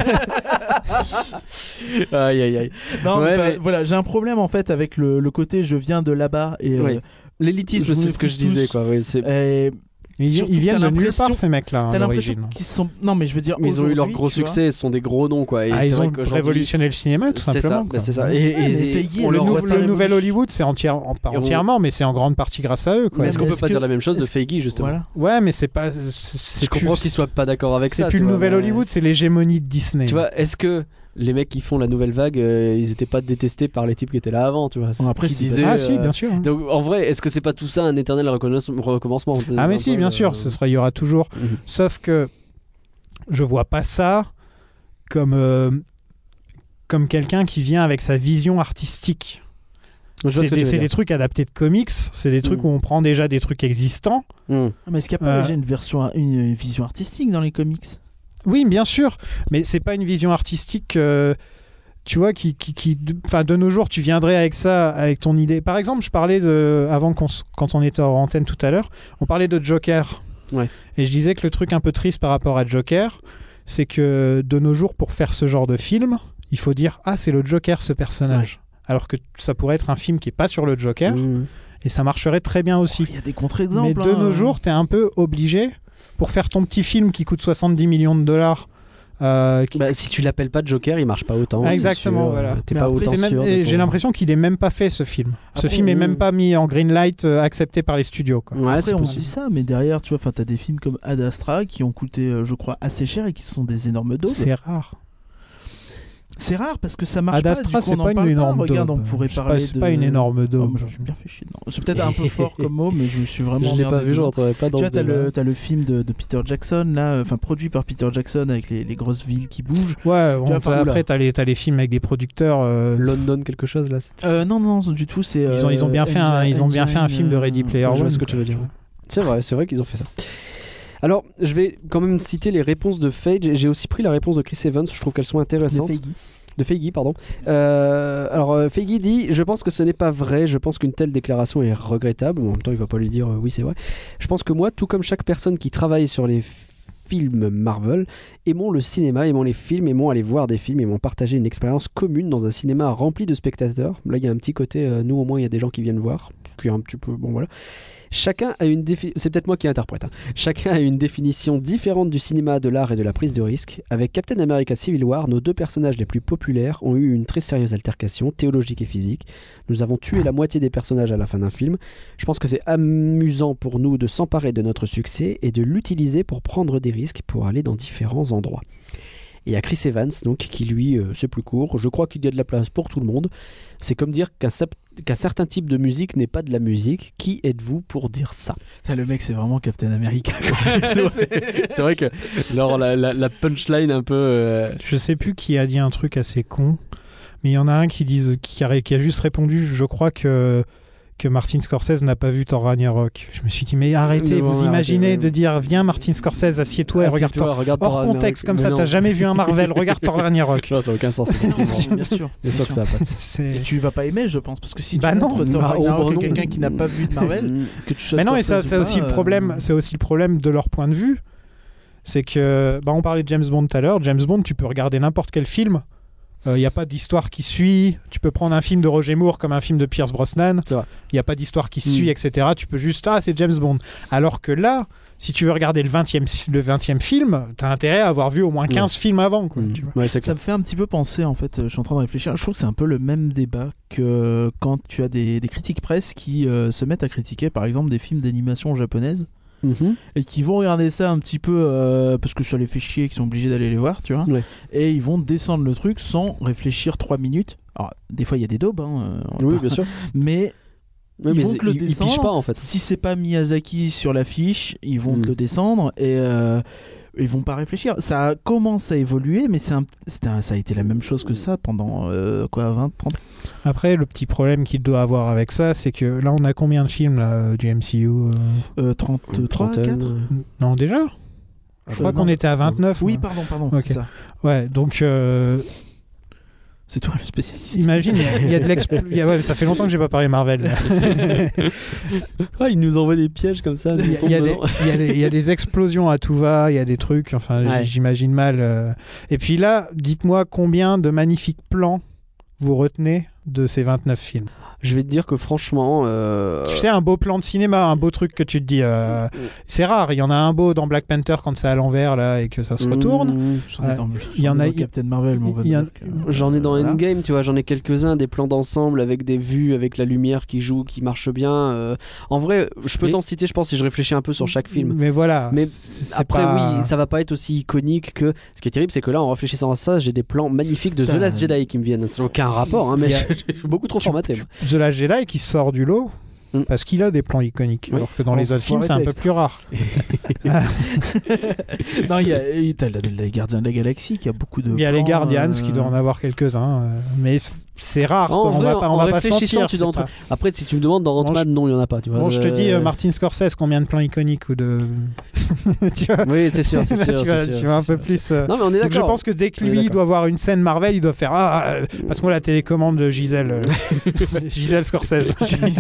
Aïe, aïe, aïe. Non, Ouais, enfin, mais- voilà, j'ai un problème en fait avec le, le côté je viens de là-bas et. Oui. euh, L'élitisme, Je vous c'est ce que je explique disais, tous. quoi. Oui, c'est... et Ils, Surtout ils viennent t'as de nulle l'impression- part, ces mecs-là, hein, T'as à l'impression l'origine. qu'ils sont. Non, mais je veux dire. Mais ils ont eu leur aujourd'hui, gros tu vois, succès, ce sont des gros noms, quoi. Et Ah, c'est ils vrai ont qu'aujourd'hui- révolutionné le cinéma, tout C'est ça, simplement. bah, quoi. c'est ça. Et, Ouais, et- mais et Feige, on le leur le, nouveau- nou- retire- le nouvel Hollywood, c'est entièrement, pas Et on- entièrement, mais c'est en grande partie grâce à eux. Quoi. Mais est-ce qu'on Mais peut est-ce pas que- dire la même chose de est-ce- Feige, justement? Voilà. Ouais, mais c'est pas. c'est- C'est Je comprends plus, qu'ils soient pas d'accord avec c'est ça. plus tu le vois, nouvel mais- Hollywood, c'est l'hégémonie de Disney. Tu vois, est-ce que les mecs qui font la nouvelle vague, euh, ils étaient pas détestés par les types qui étaient là avant, tu vois? Bon, après, Qui c'est- disaient, Ah, euh, si, bien sûr. Donc en vrai, est-ce que c'est pas tout ça un éternel recommenc- recommencement? Ah, mais si, bien sûr, ce sera, il y aura toujours. Mhm. Sauf que je vois pas ça comme, euh, comme quelqu'un qui vient avec sa vision artistique. Je vois ce C'est que des, tu veux c'est dire. des trucs adaptés de comics, c'est des trucs Mm. où on prend déjà des trucs existants. Mm. Ah, mais est-ce qu'il n'y a pas Euh, déjà une version, une, une vision artistique dans les comics? Oui, bien sûr, mais c'est pas une vision artistique, euh, tu vois, qui, qui, qui, de, 'fin, de nos jours, tu viendrais avec ça, avec ton idée. Par exemple, je parlais de, avant qu'on s- quand on était en antenne tout à l'heure, on parlait de Joker. Ouais. Et je disais que le truc un peu triste par rapport à Joker, c'est que de nos jours, pour faire ce genre de film, il faut dire ah, c'est le Joker ce personnage. Alors que ça pourrait être un film qui est pas sur le Joker, Mm. et ça marcherait très bien aussi. Il y a des contre-exemples. Mais de hein. nos jours, t'es un peu obligé, pour faire ton petit film qui coûte soixante-dix millions de dollars. euh, qui- Bah, si tu l'appelles pas Joker, il marche pas autant. Ah, c'est exactement, sûr. voilà. T'es Mais pas après, autant c'est même- sûr. de et ton- j'ai l'impression qu'il est même pas fait ce film. ce Après, film est on- même pas mis en green light, euh, accepté par les studios. Quoi. Ouais, Après, c'est on possible. dit ça, mais derrière, tu vois, enfin, t'as des films comme Ad Astra qui ont coûté, euh, je crois, assez cher et qui sont des énormes daubes. C'est rare. C'est rare parce que ça marche Ad pas. Astra, du coup, c'est on en pas une parle énorme Regarde, daube. on pourrait C'est pas- parler c'est de. pas une énorme Oh, daube. moi, j'en suis bien fait chier. Non, c'est peut-être un peu fort comme mot, mais je me suis vraiment. Je l'ai pas emmerdé vu, je dedans. rentrerai pas dans Tu le vois, t'as débat. le, t'as le film de, de Peter Jackson, là, enfin produit par Peter Jackson avec les, les grosses villes qui bougent. Ouais, bon, Tu vois, t'as- enfin, après, t'as les, t'as les films avec des producteurs. euh, London quelque chose là. c'est- Euh, non, non, du tout, c'est. ils, ont, ils ont bien fait un, ils ont bien fait un film de Ready Player Je vois One. ce que tu veux dire. C'est vrai, c'est vrai qu'ils ont fait ça. Alors, je vais quand même citer les réponses de Feige. J'ai aussi pris la réponse de Chris Evans. Je trouve qu'elles sont intéressantes. De Feige, pardon. Euh, alors, euh, Feige dit « Je pense que ce n'est pas vrai. Je pense qu'une telle déclaration est regrettable. » Bon, en même temps, il va pas lui dire euh, « Oui, c'est vrai. » Je pense que moi, tout comme chaque personne qui travaille sur les films Marvel, aimons le cinéma, aimons les films, aimons aller voir des films, aimons partager une expérience commune dans un cinéma rempli de spectateurs. Là, il y a un petit côté, euh, nous au moins, il y a des gens qui viennent voir. Puis un petit peu, bon voilà. Chacun a une défi... C'est peut-être moi qui interprète. Hein. Chacun a une définition différente du cinéma, de l'art et de la prise de risque. Avec Captain America Civil War, nos deux personnages les plus populaires ont eu une très sérieuse altercation, théologique et physique. Nous avons tué la moitié des personnages à la fin d'un film. Je pense que c'est amusant pour nous de s'emparer de notre succès et de l'utiliser pour prendre des risques, pour aller dans différents endroits. Et il y a Chris Evans, donc, qui lui, euh, c'est plus court. Je crois qu'il y a de la place pour tout le monde. C'est comme dire qu'un, sap- qu'un certain type de musique n'est pas de la musique. Qui êtes-vous pour dire ça? Ça, le mec, c'est vraiment Captain America. c'est, vrai, c'est vrai que alors, la, la, la punchline un peu... euh, Je sais plus qui a dit un truc assez con, mais il y en a un qui, dise, qui, a, qui a juste répondu, je crois que, que Martin Scorsese n'a pas vu Thor Ragnarok. Je me suis dit, mais arrêtez, Mais bon, vous arrêtez, imaginez ouais. de dire, viens Martin Scorsese, assieds-toi et regarde assieds-toi, Thor. regarde Hors Thor contexte, Ragnarok. comme Mais ça, non. t'as jamais vu un Marvel, regarde Thor Ragnarok. Non, ça n'a aucun sens. Non, effectivement. bien sûr. Bien sûr que ça a pas de sens. C'est- Et tu vas pas aimer, je pense, parce que si Bah tu non. montres Thor Bah, Ragnarok oh, bah à non. quelqu'un qui n'a pas vu de Marvel, que tu sois Mais non, et ça, Scorsese c'est ou aussi pas, le problème. euh, C'est aussi le problème de leur point de vue, c'est que, bah, on parlait de James Bond tout à l'heure. James Bond, tu peux regarder n'importe quel film. Il n'y a pas d'histoire qui suit. Tu peux prendre un film de Roger Moore comme un film de Pierce Brosnan. C'est vrai. Il n'y a pas d'histoire qui Mm. suit, et cetera. Tu peux juste, ah, c'est James Bond. Alors que là, si tu veux regarder le vingtième, le vingtième film, tu as intérêt à avoir vu au moins quinze films avant. Quoi, Mm. tu vois. Ouais, c'est Ça clair. me fait un petit peu penser, en fait, euh, je suis en train de réfléchir, je trouve que c'est un peu le même débat que quand tu as des, des critiques presse qui euh, se mettent à critiquer, par exemple, des films d'animation japonaises, Mhm. et qui vont regarder ça un petit peu euh, parce que ça les fait chier, qu'ils sont obligés d'aller les voir, tu vois, Ouais. et ils vont descendre le truc sans réfléchir trois minutes. Alors, des fois, il y a des daubes, hein, on Oui, va bien pas- sûr. mais Oui, Ils mais vont c'est- te le ils- ils descendre. pigent pas en fait. si c'est pas Miyazaki sur l'affiche, ils vont Mm. te le descendre et euh, ils vont pas réfléchir. Ça commence à évoluer, mais c'est un, c'est un- ça a été la même chose que ça pendant euh, quoi, vingt, trente. Après, le petit problème qu'il doit avoir avec ça, c'est que là, on a combien de films là, du M C U euh Euh, trente-trois, Trentaine, quatre euh, Non, déjà Je crois qu'on était à vingt-neuf. Oui, moi. pardon, pardon, Ok. c'est ça. Ouais, donc euh, C'est toi le spécialiste. imagine, il y a- il y, a de l'explo... il y a- ouais, ça fait longtemps que j'ai pas parlé Marvel. là. Ah, il nous envoie des pièges comme ça. Il y, a- il y a des- il y a des- il y a des explosions à tout va, il y a des trucs, enfin Ouais. j'imagine mal. euh. Et puis là, dites-moi combien de magnifiques plans vous retenez de ces vingt-neuf films. Je vais te dire que franchement. euh, Tu sais, un beau plan de cinéma, un beau truc que tu te dis, euh, c'est rare, il y en a un beau dans Black Panther quand c'est à l'envers là et que ça se retourne. Mmh. J'en ai Ouais. dans, Il y en j'en ai a- dans Captain Marvel, mais on va il y en- dire que- J'en ai dans Voilà. Endgame, tu vois, j'en ai quelques-uns, des plans d'ensemble avec des vues, avec la lumière qui joue, qui marche bien. euh, En vrai, je peux Mais- t'en citer, je pense, si je réfléchis un peu sur chaque film. Mais voilà. Mais c'est- c'est Après, pas- oui, ça va pas être aussi iconique que. Ce qui est terrible, c'est que là, en réfléchissant à ça, j'ai des plans magnifiques de The Putain. Last Jedi qui me viennent. Ça n'a aucun rapport, hein, mais Il y a- je, je suis beaucoup trop Tu- formaté. tu- moi. The Last Jedi qui sort du lot. Mm. Parce qu'il a des plans iconiques, Oui. alors que dans Oh, les autres faut films, c'est un arrêter peu avec plus rare. Non, il y a, et t'as les, les Gardiens de la Galaxie qui a beaucoup de. Il y a les plans, Guardians euh, qui doivent en avoir quelques-uns, euh, mais c'est rare. En quoi. on vrai, va pas, on en va pas se réfléchissant, mentir. tu c'est dois en pas- Après, si tu me demandes dans Bon, Ant-Man, non, il y en a pas. Tu vois, Bon, je te Euh, dis, euh, Martin Scorsese, combien de plans iconiques ou de. tu vois, Oui, c'est sûr, c'est sûr. tu c'est vois, sûr, tu vois un c'est peu sûr, plus. euh, Non, mais on est Donc je d'accord. pense que dès que On est lui il d'accord. doit voir une scène Marvel, il doit faire ah, euh, passe-moi la télécommande de Gisèle, euh, Gisèle Scorsese.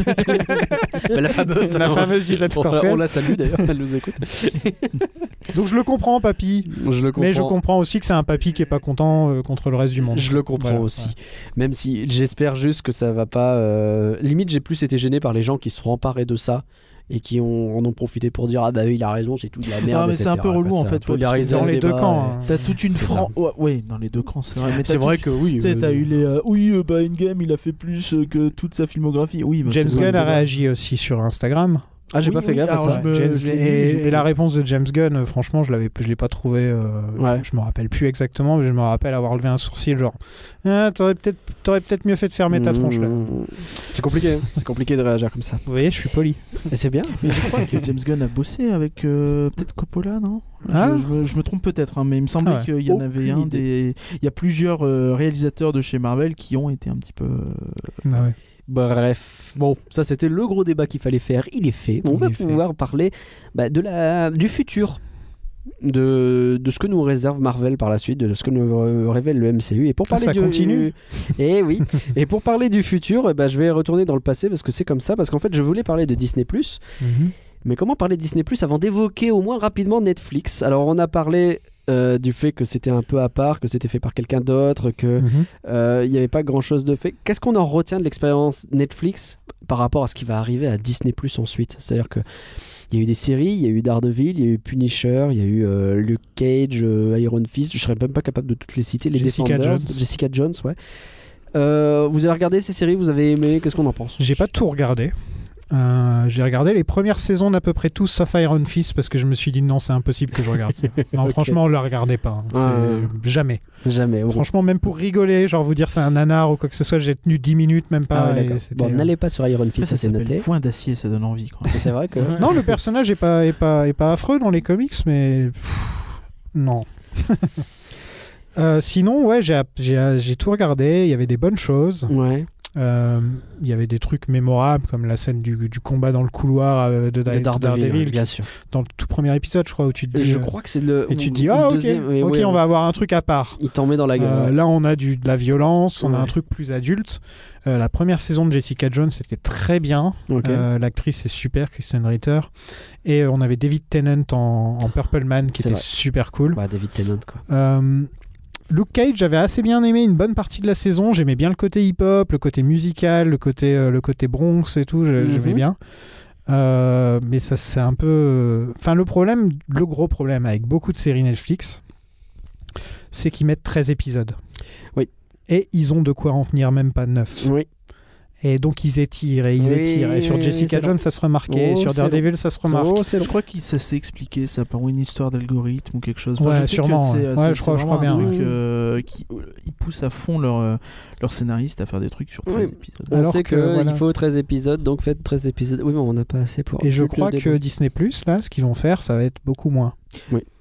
Mais la fameuse, La fameuse Gisèle On la- Scorsese. On la salue d'ailleurs, elle nous écoute. Donc je le comprends, papy. Je le comprends. Mais je comprends aussi que c'est un papy qui est pas content euh, contre le reste du monde. Je le comprends Voilà, aussi. ouais. Même si j'espère juste que ça va pas. euh, Limite, j'ai plus été gêné par les gens qui se sont emparés de ça et qui ont, en ont profité pour dire ah bah oui, il a raison, c'est tout de la merde. Ah, mais et cetera, c'est un peu relou, quoi. en Ça fait, ouais, polarisé Dans le les deux débat, camps. et- hein. T'as toute une C'est frange. Ouais, ouais, dans les deux camps, c'est vrai. Mais t'as C'est tout- vrai que oui. Tu sais, euh, t'as eu les. euh, oui, euh, bah, Endgame, il a fait plus euh, que toute sa filmographie. Oui, bah, James c'est Gunn vrai. a réagi aussi sur Instagram. Ah, j'ai Oui, pas fait oui, gaffe à alors ça. je me- James- je l'ai vu, et, j'ai- et la réponse de James Gunn, euh, franchement, je l'avais, je l'ai pas trouvé. euh, Ouais. je, je me rappelle plus exactement, mais je me rappelle avoir levé un sourcil, genre, ah, t'aurais peut-être, t'aurais peut-être mieux fait de fermer ta tronche là. Mmh. C'est compliqué, hein. C'est compliqué de réagir comme ça. Vous voyez, je suis poli. Et c'est bien. Mais je crois que James Gunn a bossé avec euh, peut-être Coppola, non Ah. je, je me, je me trompe peut-être, hein, mais il me semblait Ah ouais. qu'il y en Aucune avait un idée. des. Il y a plusieurs euh, réalisateurs de chez Marvel qui ont été un petit peu. euh, Ah ouais. Bref, bon, ça c'était le gros débat qu'il fallait faire. Il est fait. On Il va est fait. pouvoir parler bah, de la, du futur. De, de ce que nous réserve Marvel par la suite, de ce que nous euh, révèle le M C U. Et pour Ah, parler ça du, continue. Et oui. Et pour parler du futur, eh ben, je vais retourner dans le passé parce que c'est comme ça. Parce qu'en fait, je voulais parler de Disney plus. Mhm. Mais comment parler de Disney plus avant d'évoquer au moins rapidement Netflix? Alors, on a parlé euh, du fait que c'était un peu à part, que c'était fait par quelqu'un d'autre, que Mhm. euh, il n'y avait pas grand chose de fait. Qu'est-ce qu'on en retient de l'expérience Netflix par rapport à ce qui va arriver à Disney plus ensuite? C'est-à-dire que il y a eu des séries, il y a eu Daredevil, il y a eu Punisher, il y a eu euh, Luke Cage, euh, Iron Fist, je serais même pas capable de toutes les citer, les Jessica Defenders, Jones. Jessica Jones, ouais. Euh, vous avez regardé ces séries, vous avez aimé, qu'est-ce qu'on en pense? J'ai pas tout regardé. Euh, j'ai regardé les premières saisons d'à peu près tout sauf Iron Fist parce que je me suis dit non, c'est impossible que je regarde ça. Non, Ok. franchement, ne le regardez pas. hein. Ah. C'est jamais. Jamais. bon. Franchement, même pour rigoler, genre vous dire c'est un nanar ou quoi que ce soit, j'ai tenu dix minutes, même Ah pas. ouais, et d'accord. c'était, Bon, euh, n'allez pas sur Iron Ça, Fist, ça, ça c'est s'appelle noté. Point d'acier, ça donne envie. Quoi. C'est vrai que. Non, le personnage est pas, est pas, est pas affreux dans les comics, mais pff, non. Euh, sinon, ouais, j'ai, j'ai, j'ai tout regardé. Il y avait des bonnes choses. Ouais. Euh, Il y avait des trucs mémorables comme la scène du, du combat dans le couloir euh, de, De Daredevil, Daredevil, Daredevil, bien sûr. dans le tout premier épisode, je crois, où tu te dis. Je euh, crois que c'est le. Et tu te ou- dis, ou ah le ok, deuxième, mais ok, ouais, on va avoir un truc à part. Il t'en met dans la gueule. Euh, ouais. là, on a du, de la violence, on a Ouais. un truc plus adulte. Euh, la première saison de Jessica Jones, c'était très bien. Ok. Euh, l'actrice est super, Kristen Ritter. Et euh, on avait David Tennant en, en Purple Man, qui C'est était vrai. super cool. Bah, David Tennant, quoi. Euh, Luke Cage, j'avais assez bien aimé une bonne partie de la saison. J'aimais bien le côté hip-hop, le côté musical, le côté, euh, le côté Bronx et tout. j'ai- Mhm. J'aimais bien. Euh, mais ça, c'est un peu. Enfin, le problème, le gros problème avec beaucoup de séries Netflix, c'est qu'ils mettent treize épisodes. Oui. Et ils ont de quoi en tenir même pas neuf. Oui. Et donc ils étirent et ils Oui, étirent. Et sur oui, Jessica c'est Jones, long. ça se remarquait. Oh, sur c'est Daredevil, ça se remarque. Oh, c'est Je long. crois que ça s'est expliqué ça par une histoire d'algorithme ou quelque chose. Ouais, je sais que sûrement, c'est, ouais. euh, Ouais, c'est- je crois- c'est je crois vraiment un bien, truc ouais. euh, qui euh, ils poussent à fond leurs euh, leurs scénaristes à faire des trucs sur treize Oui. épisodes. On Alors sait que, qu'il voilà. faut treize épisodes, donc faites treize épisodes. Oui, mais on n'a pas assez pour. Et je plus crois le que début. Disney+, là, ce qu'ils vont faire, ça va être beaucoup moins. Oui.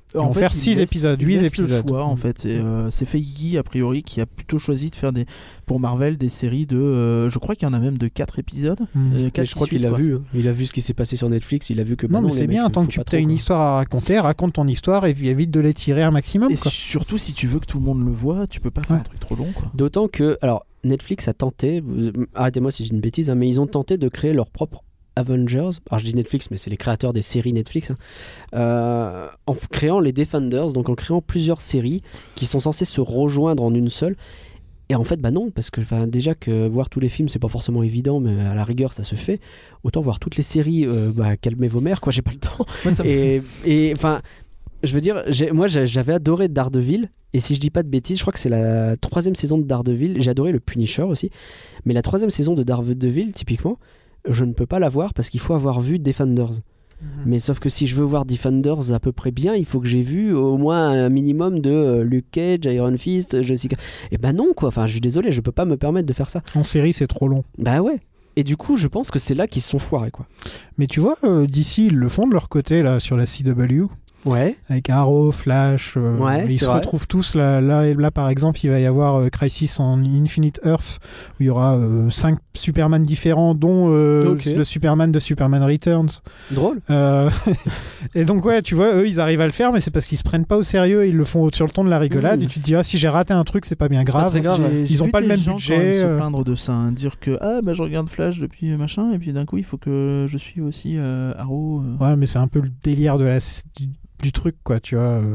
Ils vont faire six épisodes, huit épisodes. Le choix, en fait. Et, euh, c'est Feige, a priori, qui a plutôt choisi de faire des, pour Marvel des séries de. Euh, je crois qu'il y en a même de quatre épisodes. Mm. Euh, quatre, je crois qu'il a vu. Hein. Il a vu ce qui s'est passé sur Netflix. Il a vu que. Non, bah mais c'est bien. Tant que tu as une histoire à raconter, raconte ton histoire et évite de l'étirer un maximum. Et quoi. surtout, si tu veux que tout le monde le voit, tu peux pas faire ouais. un truc trop long. Quoi. D'autant que. Alors, Netflix a tenté. Arrêtez-moi si j'ai une bêtise, hein, mais ils ont tenté de créer leur propre Avengers, alors je dis Netflix mais c'est les créateurs des séries Netflix, hein, euh, en créant les Defenders, donc en créant plusieurs séries qui sont censées se rejoindre en une seule, et en fait bah non, parce que déjà que voir tous les films c'est pas forcément évident, mais à la rigueur ça se fait, autant voir toutes les séries, euh, bah calmez vos mères quoi, j'ai pas le temps. Moi, ça et enfin je veux dire, j'ai, moi j'avais adoré Daredevil, et si je dis pas de bêtises, je crois que c'est la troisième saison de Daredevil, j'ai adoré le Punisher aussi, mais la troisième saison de Daredevil typiquement je ne peux pas la voir parce qu'il faut avoir vu Defenders. Mmh. Mais sauf que si je veux voir Defenders à peu près bien, il faut que j'ai vu au moins un minimum de euh, Luke Cage, Iron Fist, Jessica. Et ben non quoi, enfin je suis désolé, je peux pas me permettre de faire ça. En série c'est trop long. Bah ouais. Et du coup je pense que c'est là qu'ils se sont foirés quoi. Mais tu vois, euh, d'ici ils le font de leur côté là sur la C W. Ouais. Avec Arrow, Flash, euh, ouais, ils se vrai. retrouvent tous là, là, et là par exemple il va y avoir euh, Crisis on Infinite Earth où il y aura euh, cinq Superman différents dont euh, okay. le Superman de Superman Returns. Drôle. Euh, et donc ouais tu vois eux ils arrivent à le faire mais c'est parce qu'ils se prennent pas au sérieux, ils le font sur le ton de la rigolade mmh. et tu te dis ah si j'ai raté un truc c'est pas bien grave. Pas très grave. J'ai, ils j'ai ont pas le même gens budget. Se plaindre de ça, hein, dire que ah bah je regarde Flash depuis machin et puis d'un coup il faut que je suive aussi euh, Arrow. Euh. Ouais mais c'est un peu le délire de la du, du truc quoi tu vois euh...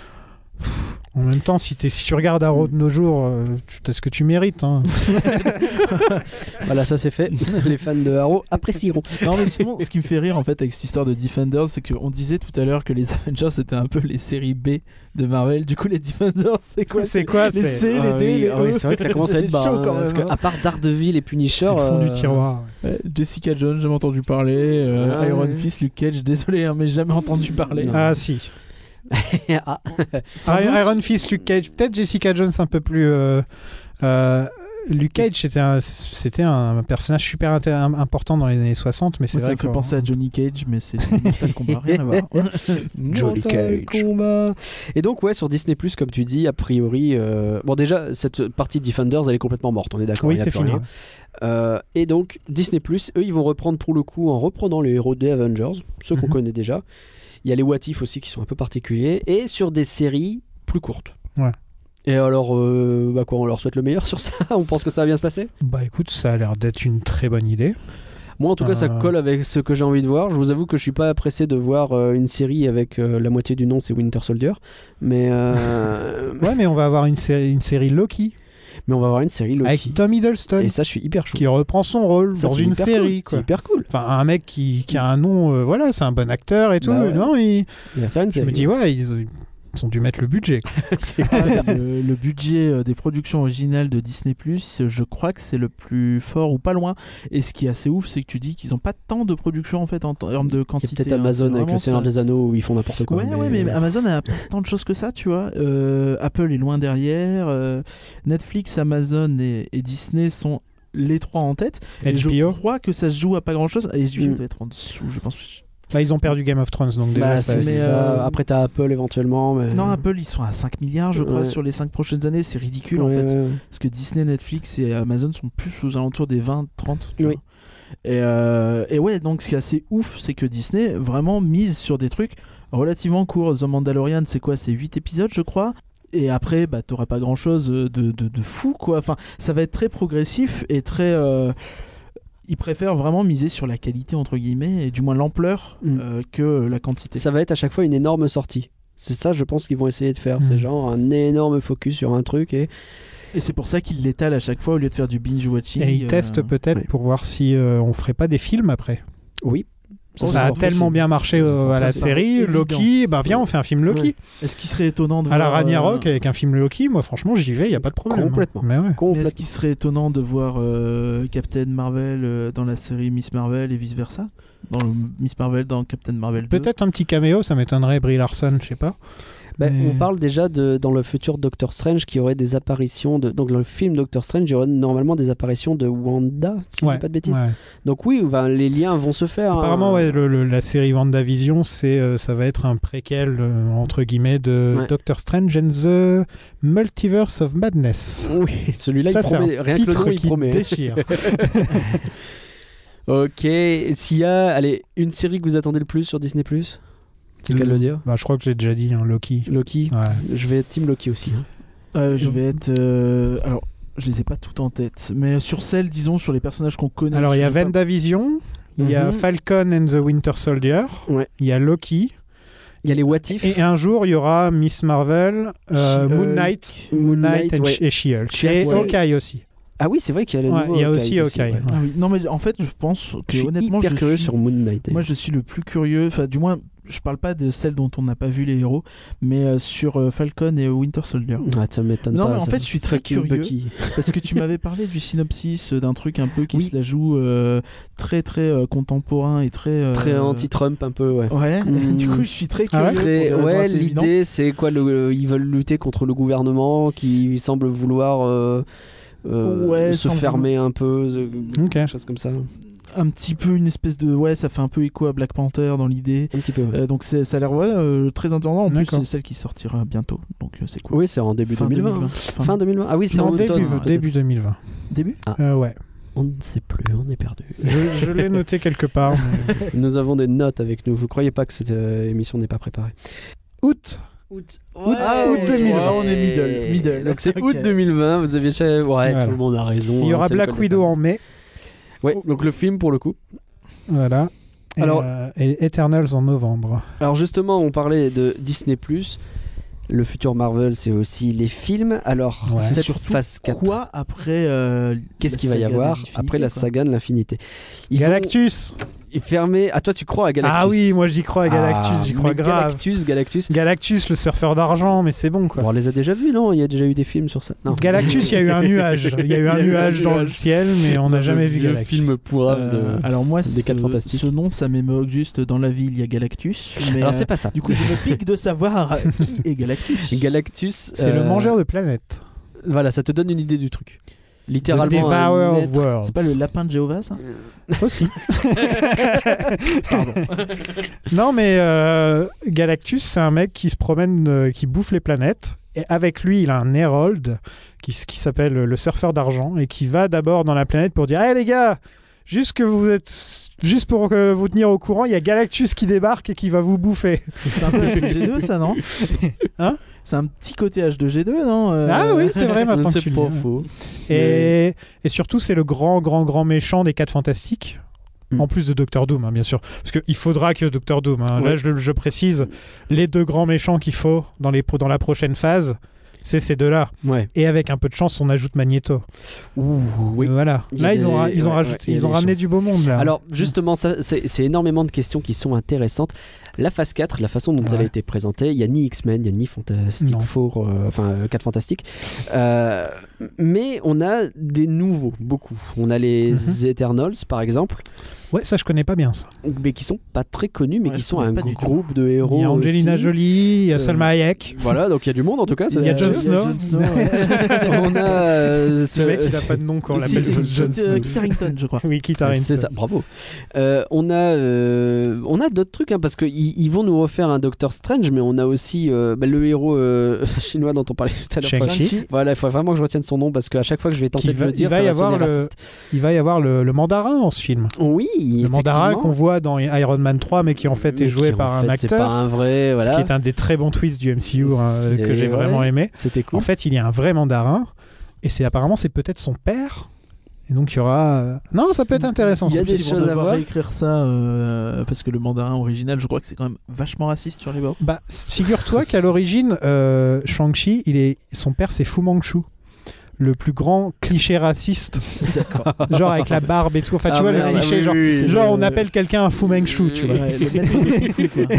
en même temps si, si tu regardes Arrow de nos jours euh, tu as ce que tu mérites hein. Voilà ça c'est fait. Les fans de Arrow apprécieront. Non mais sinon ce qui me fait rire en fait avec cette histoire de Defenders c'est qu'on disait tout à l'heure que les Avengers c'était un peu les séries B de Marvel, du coup les Defenders c'est quoi c'est quoi les c'est... C, ah, les D, oui, les ah, oui, c'est vrai que ça commence à être bas hein, parce qu'à part Daredevil et Punisher c'est le fond euh... du tiroir ouais. Jessica Jones jamais entendu parler euh, ah, Iron ouais. Fist, Luke Cage désolé hein, mais jamais entendu parler. Non. Ah si ah. Iron Fist, Luke Cage, peut-être Jessica Jones un peu plus euh, euh, Luke Cage c'était un, c'était un personnage super inter- important dans les années soixante mais c'est moi, vrai ça me fait que penser à Johnny Cage mais c'est Mortal Kombat rien à voir. Johnny Cage Kombat. Et donc ouais sur Disney Plus comme tu dis a priori euh... bon déjà cette partie de Defenders elle est complètement morte on est d'accord oui c'est fini euh, et donc Disney Plus eux ils vont reprendre pour le coup en reprenant les héros des Avengers ceux mm-hmm. qu'on connaît déjà. Il y a les What If aussi qui sont un peu particuliers et sur des séries plus courtes. Ouais. Et alors, euh, bah quoi, on leur souhaite le meilleur sur ça. On pense que ça va bien se passer. Bah écoute, ça a l'air d'être une très bonne idée. Moi, en tout cas, euh... ça colle avec ce que j'ai envie de voir. Je vous avoue que je suis pas pressé de voir euh, une série avec euh, la moitié du nom, c'est Winter Soldier. Mais euh... ouais, mais on va avoir une série, une série Loki. Mais on va avoir une série Loki. Avec Tom Hiddleston. Et ça, je suis hyper chaud. Qui reprend son rôle ça, dans une série. Cool. C'est hyper cool. Enfin, un mec qui, qui a un nom, euh, voilà, c'est un bon acteur et tout. Bah ouais. Non, il... il va faire une série. Je me dis, ouais, ils, ils ont dû mettre le budget. ah, le, le budget des productions originales de Disney Plus, je crois que c'est le plus fort ou pas loin. Et ce qui est assez ouf, c'est que tu dis qu'ils n'ont pas tant de production en fait en termes de quantité. Il y a peut-être Amazon hein, avec le Seigneur des Anneaux où ils font n'importe quoi. Ouais, mais... ouais, mais Amazon a pas tant de choses que ça, tu vois. Euh, Apple est loin derrière. Euh, Netflix, Amazon et, et Disney sont les trois en tête. Et je crois que ça se joue à pas grand-chose. Et H B O mm. doit être en dessous, je pense. Là, ils ont perdu Game of Thrones, donc déjà, bah, c'est c'est ça. Euh... Après, t'as Apple éventuellement. Mais... Non, Apple, ils sont à cinq milliards, je crois, ouais. sur les cinq prochaines années. C'est ridicule, ouais, en fait. Ouais. Parce que Disney, Netflix et Amazon sont plus aux alentours des vingt trente. Tu oui. vois. Et, euh... et ouais, donc ce qui est assez ouf, c'est que Disney vraiment mise sur des trucs relativement courts. The Mandalorian, c'est quoi ? C'est huit épisodes, je crois. Et après, bah, t'auras pas grand-chose de, de, de fou, quoi. Enfin, ça va être très progressif et très... Euh... Ils préfèrent vraiment miser sur la qualité entre guillemets et du moins l'ampleur mm. euh, que la quantité. Ça va être à chaque fois une énorme sortie. C'est ça, je pense qu'ils vont essayer de faire. Mm. C'est genre un énorme focus sur un truc et. Et c'est pour ça qu'ils l'étalent à chaque fois au lieu de faire du binge watching. Et ils euh... testent peut-être ouais. pour voir si euh, on ferait pas des films après. Oui. Ça oh, a tellement bien marché euh, à la série, Loki, bah viens on fait un film Loki. Ouais. Est-ce qu'il serait étonnant de à voir... la Ragnarok avec un film Loki, moi franchement j'y vais, il y a pas de problème. Complètement. Mais ouais. Complètement. Mais est-ce qu'il serait étonnant de voir euh, Captain Marvel euh, dans la série Miss Marvel et vice versa, dans le Miss Marvel dans Captain Marvel deux. Peut-être un petit caméo, ça m'étonnerait, Brie Larson, je sais pas. Bah, Mais- On parle déjà de, dans le futur Doctor Strange qui aurait des apparitions de. Donc, dans le film Doctor Strange, il y aurait normalement des apparitions de Wanda, si je Ouais, dis pas de bêtises. ouais. Donc, oui, ben, les liens vont se faire. Apparemment, hein. ouais, le- le- la série WandaVision, c'est, euh, ça va être un préquel, euh, entre guillemets, de Ouais. Doctor Strange and the Multiverse of Madness. Oui, celui-là, Ça, il c'est promet. un Rien que le titre nom, il qui promet. déchire. Ok, s'il y a allez, une série que vous attendez le plus sur Disney plus, c'est qu'à le dire. Bah, je crois que j'ai déjà dit, hein, Loki. Loki. Ouais. Je vais être Team Loki aussi. hein. Euh, je vais être. euh, Alors, je les ai pas toutes en tête, mais sur celles, disons, sur les personnages qu'on connaît. Alors, il y a je sais pas- WandaVision, il y a Mhm. Falcon and the Winter Soldier, Ouais. il y a Loki, Il y a les What If. et un jour, il y aura Miss Marvel, euh, She- Moon euh, Knight, Moon Moon Knight Knight, and, ouais. et She-Hulk. Je suis Et assez- Hawkeye aussi. Ah oui, c'est vrai qu'il y a le Ouais, nouveau il y a Hawkeye aussi Hawkeye. ouais. Ah oui, non, mais en fait, je pense que Je suis honnêtement, hyper je curieux suis... sur Moon Knight. Moi, je suis le plus curieux. Enfin, du moins, je parle pas de celles dont on n'a pas vu les héros, mais euh, sur euh, Falcon et Winter Soldier. Ah, ça m'étonne Non, pas. mais en ça. fait, je suis très Fuck you, curieux. Bucky. Parce que tu m'avais parlé du synopsis euh, d'un truc un peu qui Oui. se la joue euh, très très euh, contemporain et très. euh, Très anti-Trump un peu, ouais. Ouais, Mm. du coup, je suis très Ah curieux. ouais pour Très- des raisons ouais, assez évidentes. l'idée c'est quoi le, ils veulent lutter contre le gouvernement qui semble vouloir euh, euh, Ouais, se sans fermer un peu, euh, Ok. quelque chose comme ça. Un petit peu une espèce de. Ouais, ça fait un peu écho à Black Panther dans l'idée. Un petit peu. ouais. Euh, donc c'est- ça a l'air ouais, euh, très intéressant. En plus, D'accord. c'est celle qui sortira bientôt. Donc euh, c'est cool. Oui, c'est en début Fin deux mille vingt. deux mille vingt. Fin, Fin- deux mille vingt. Ah oui, c'est Non, en début, automne. peut-être. début deux mille vingt. Début Euh, ouais. On ne sait plus, on est perdu. Je, je l'ai noté quelque part. mais- Nous avons des notes avec nous. Vous croyez pas que cette euh, émission n'est pas préparée? Août. Août. Ah, août deux mille vingt. Ouais, on est middle, middle. Donc c'est Ok. août deux mille vingt. Vous aviez ouais, Voilà. tout le monde a raison. Il y hein, aura c'est le Black code Widow des en mai. fans. Ouais, donc le film pour le coup. Voilà. Et, Alors- euh, et Eternals en novembre. Alors justement, on parlait de Disney plus. Le futur Marvel, c'est aussi les films. Alors, Ouais. cette Surtout phase quatre, Quoi après euh, qu'est-ce la qu'il va y saga avoir des Infinités, après la quoi. saga de l'infinité? Ils Galactus. ont fermé. Ah, toi, tu crois à Galactus? Ah oui, moi j'y crois à Galactus, Ah, j'y crois mais grave. Galactus, Galactus. Galactus, le surfeur d'argent, mais c'est bon quoi. Bon, on les a déjà vus, non? Il y a déjà eu des films sur ça. Non. Galactus, il y a eu un nuage. Il y a eu un nuage dans le ciel, mais on n'a jamais vu le Galactus. film pourrave de. Euh, alors moi, des ce, Quatre Fantastiques. ce nom, ça m'évoque juste dans la ville, il y a Galactus. Mais, Alors euh, c'est pas ça. du coup, je me pique de savoir qui est Galactus. Galactus. C'est le euh, mangeur de planètes. Voilà, ça te donne une idée du truc. The Littéralement. un Devourer of être- Worlds. C'est pas le lapin de Jéhovah, ça Aussi. Pardon. Non, mais euh, Galactus, c'est un mec qui se promène, euh, qui bouffe les planètes. Et avec lui, il a un Herald qui, s- qui s'appelle le surfeur d'argent et qui va d'abord dans la planète pour dire Hé les gars, juste que vous êtes, juste pour que vous tenir au courant, il y a Galactus qui débarque et qui va vous bouffer. C'est un peu H deux G deux, ça, non Hein C'est un petit côté H deux G deux, non Euh, Ah oui, c'est vrai maintenant que C'est tu le pas dis. faux. Et, et surtout, c'est le grand, grand, grand méchant des quatre Fantastiques. Mm. En plus de Docteur Doom, hein, bien sûr. Parce qu'il faudra que Docteur Doom. hein. Ouais. Là, je, je précise, les deux grands méchants qu'il faut dans, les, dans la prochaine phase, c'est ces deux-là. Ouais. Et avec un peu de chance, on ajoute Magneto. Ouh, oui. Voilà. Il y a Là, ils ont, des- ils ont, ouais, rajouté, ouais, il y a ils ont des ramené chances. du beau monde, là. Alors justement, ça, c'est c'est énormément de questions qui sont intéressantes. La phase quatre, la façon dont elle a Ouais. été présentée, il n'y a ni X-Men, il n'y a ni Fantastic Non. Four, euh, enfin quatre Fantastiques. Euh, mais on a des nouveaux, beaucoup. On a les Mhm. Eternals par exemple, Ouais, ça, je connais pas bien ça. mais qui sont pas très connus, mais Ouais, qui je sont connais un pas du tout. groupe de héros. Il y a Angelina aussi. Jolie, il y a Euh, Salma Hayek. Voilà, donc il y a du monde en tout cas. ça, Il y a c'est Jon sûr. Snow. Jon Snow, ouais. On a euh, Ce mec, il a pas de nom quand on Si, l'appelle c'est Jon Kit, euh, Snow. Kit Harington, je crois. Oui, Kit Ouais, Harington. c'est ça, bravo. Euh, on a, euh, on a d'autres trucs hein, parce qu'ils ils vont nous refaire un Doctor Strange, mais on a aussi euh, bah, le héros euh, chinois dont on parlait tout à l'heure. Shang-Chi. Faut- Voilà, il faut vraiment que je retienne son nom parce qu'à chaque fois que je vais tenter Qui de va- le dire, il va ça y va avoir sonner le- raciste. Il va y avoir le, le mandarin dans ce film. Oui, Le mandarin effectivement. qu'on voit dans Iron Man trois, mais qui en fait Mais est joué qui, en par un fait, C'est pas acteur. un vrai, voilà. Ce qui est un des très bons twists du M C U hein, C'est que j'ai vrai. vraiment aimé. C'était cool. En fait, il y a un vrai mandarin, et c'est apparemment c'est peut-être son père. Et donc il y aura. euh, Non, ça peut être intéressant. Il y a ça. des Ils vont choses à devoir voir. réécrire ça euh, parce que le mandarin original, je crois que c'est quand même vachement raciste sur les bords. Bah, figure-toi qu'à l'origine, euh, Shang-Chi, il est... son père c'est Fu Manchu. Le plus grand cliché raciste, D'accord. genre avec la barbe et tout. Enfin, tu Ah, vois merde, le cliché, oui, genre, oui, oui. genre le- on appelle quelqu'un un Fu Manchu, tu vois. Ouais, le mec est fou, quoi.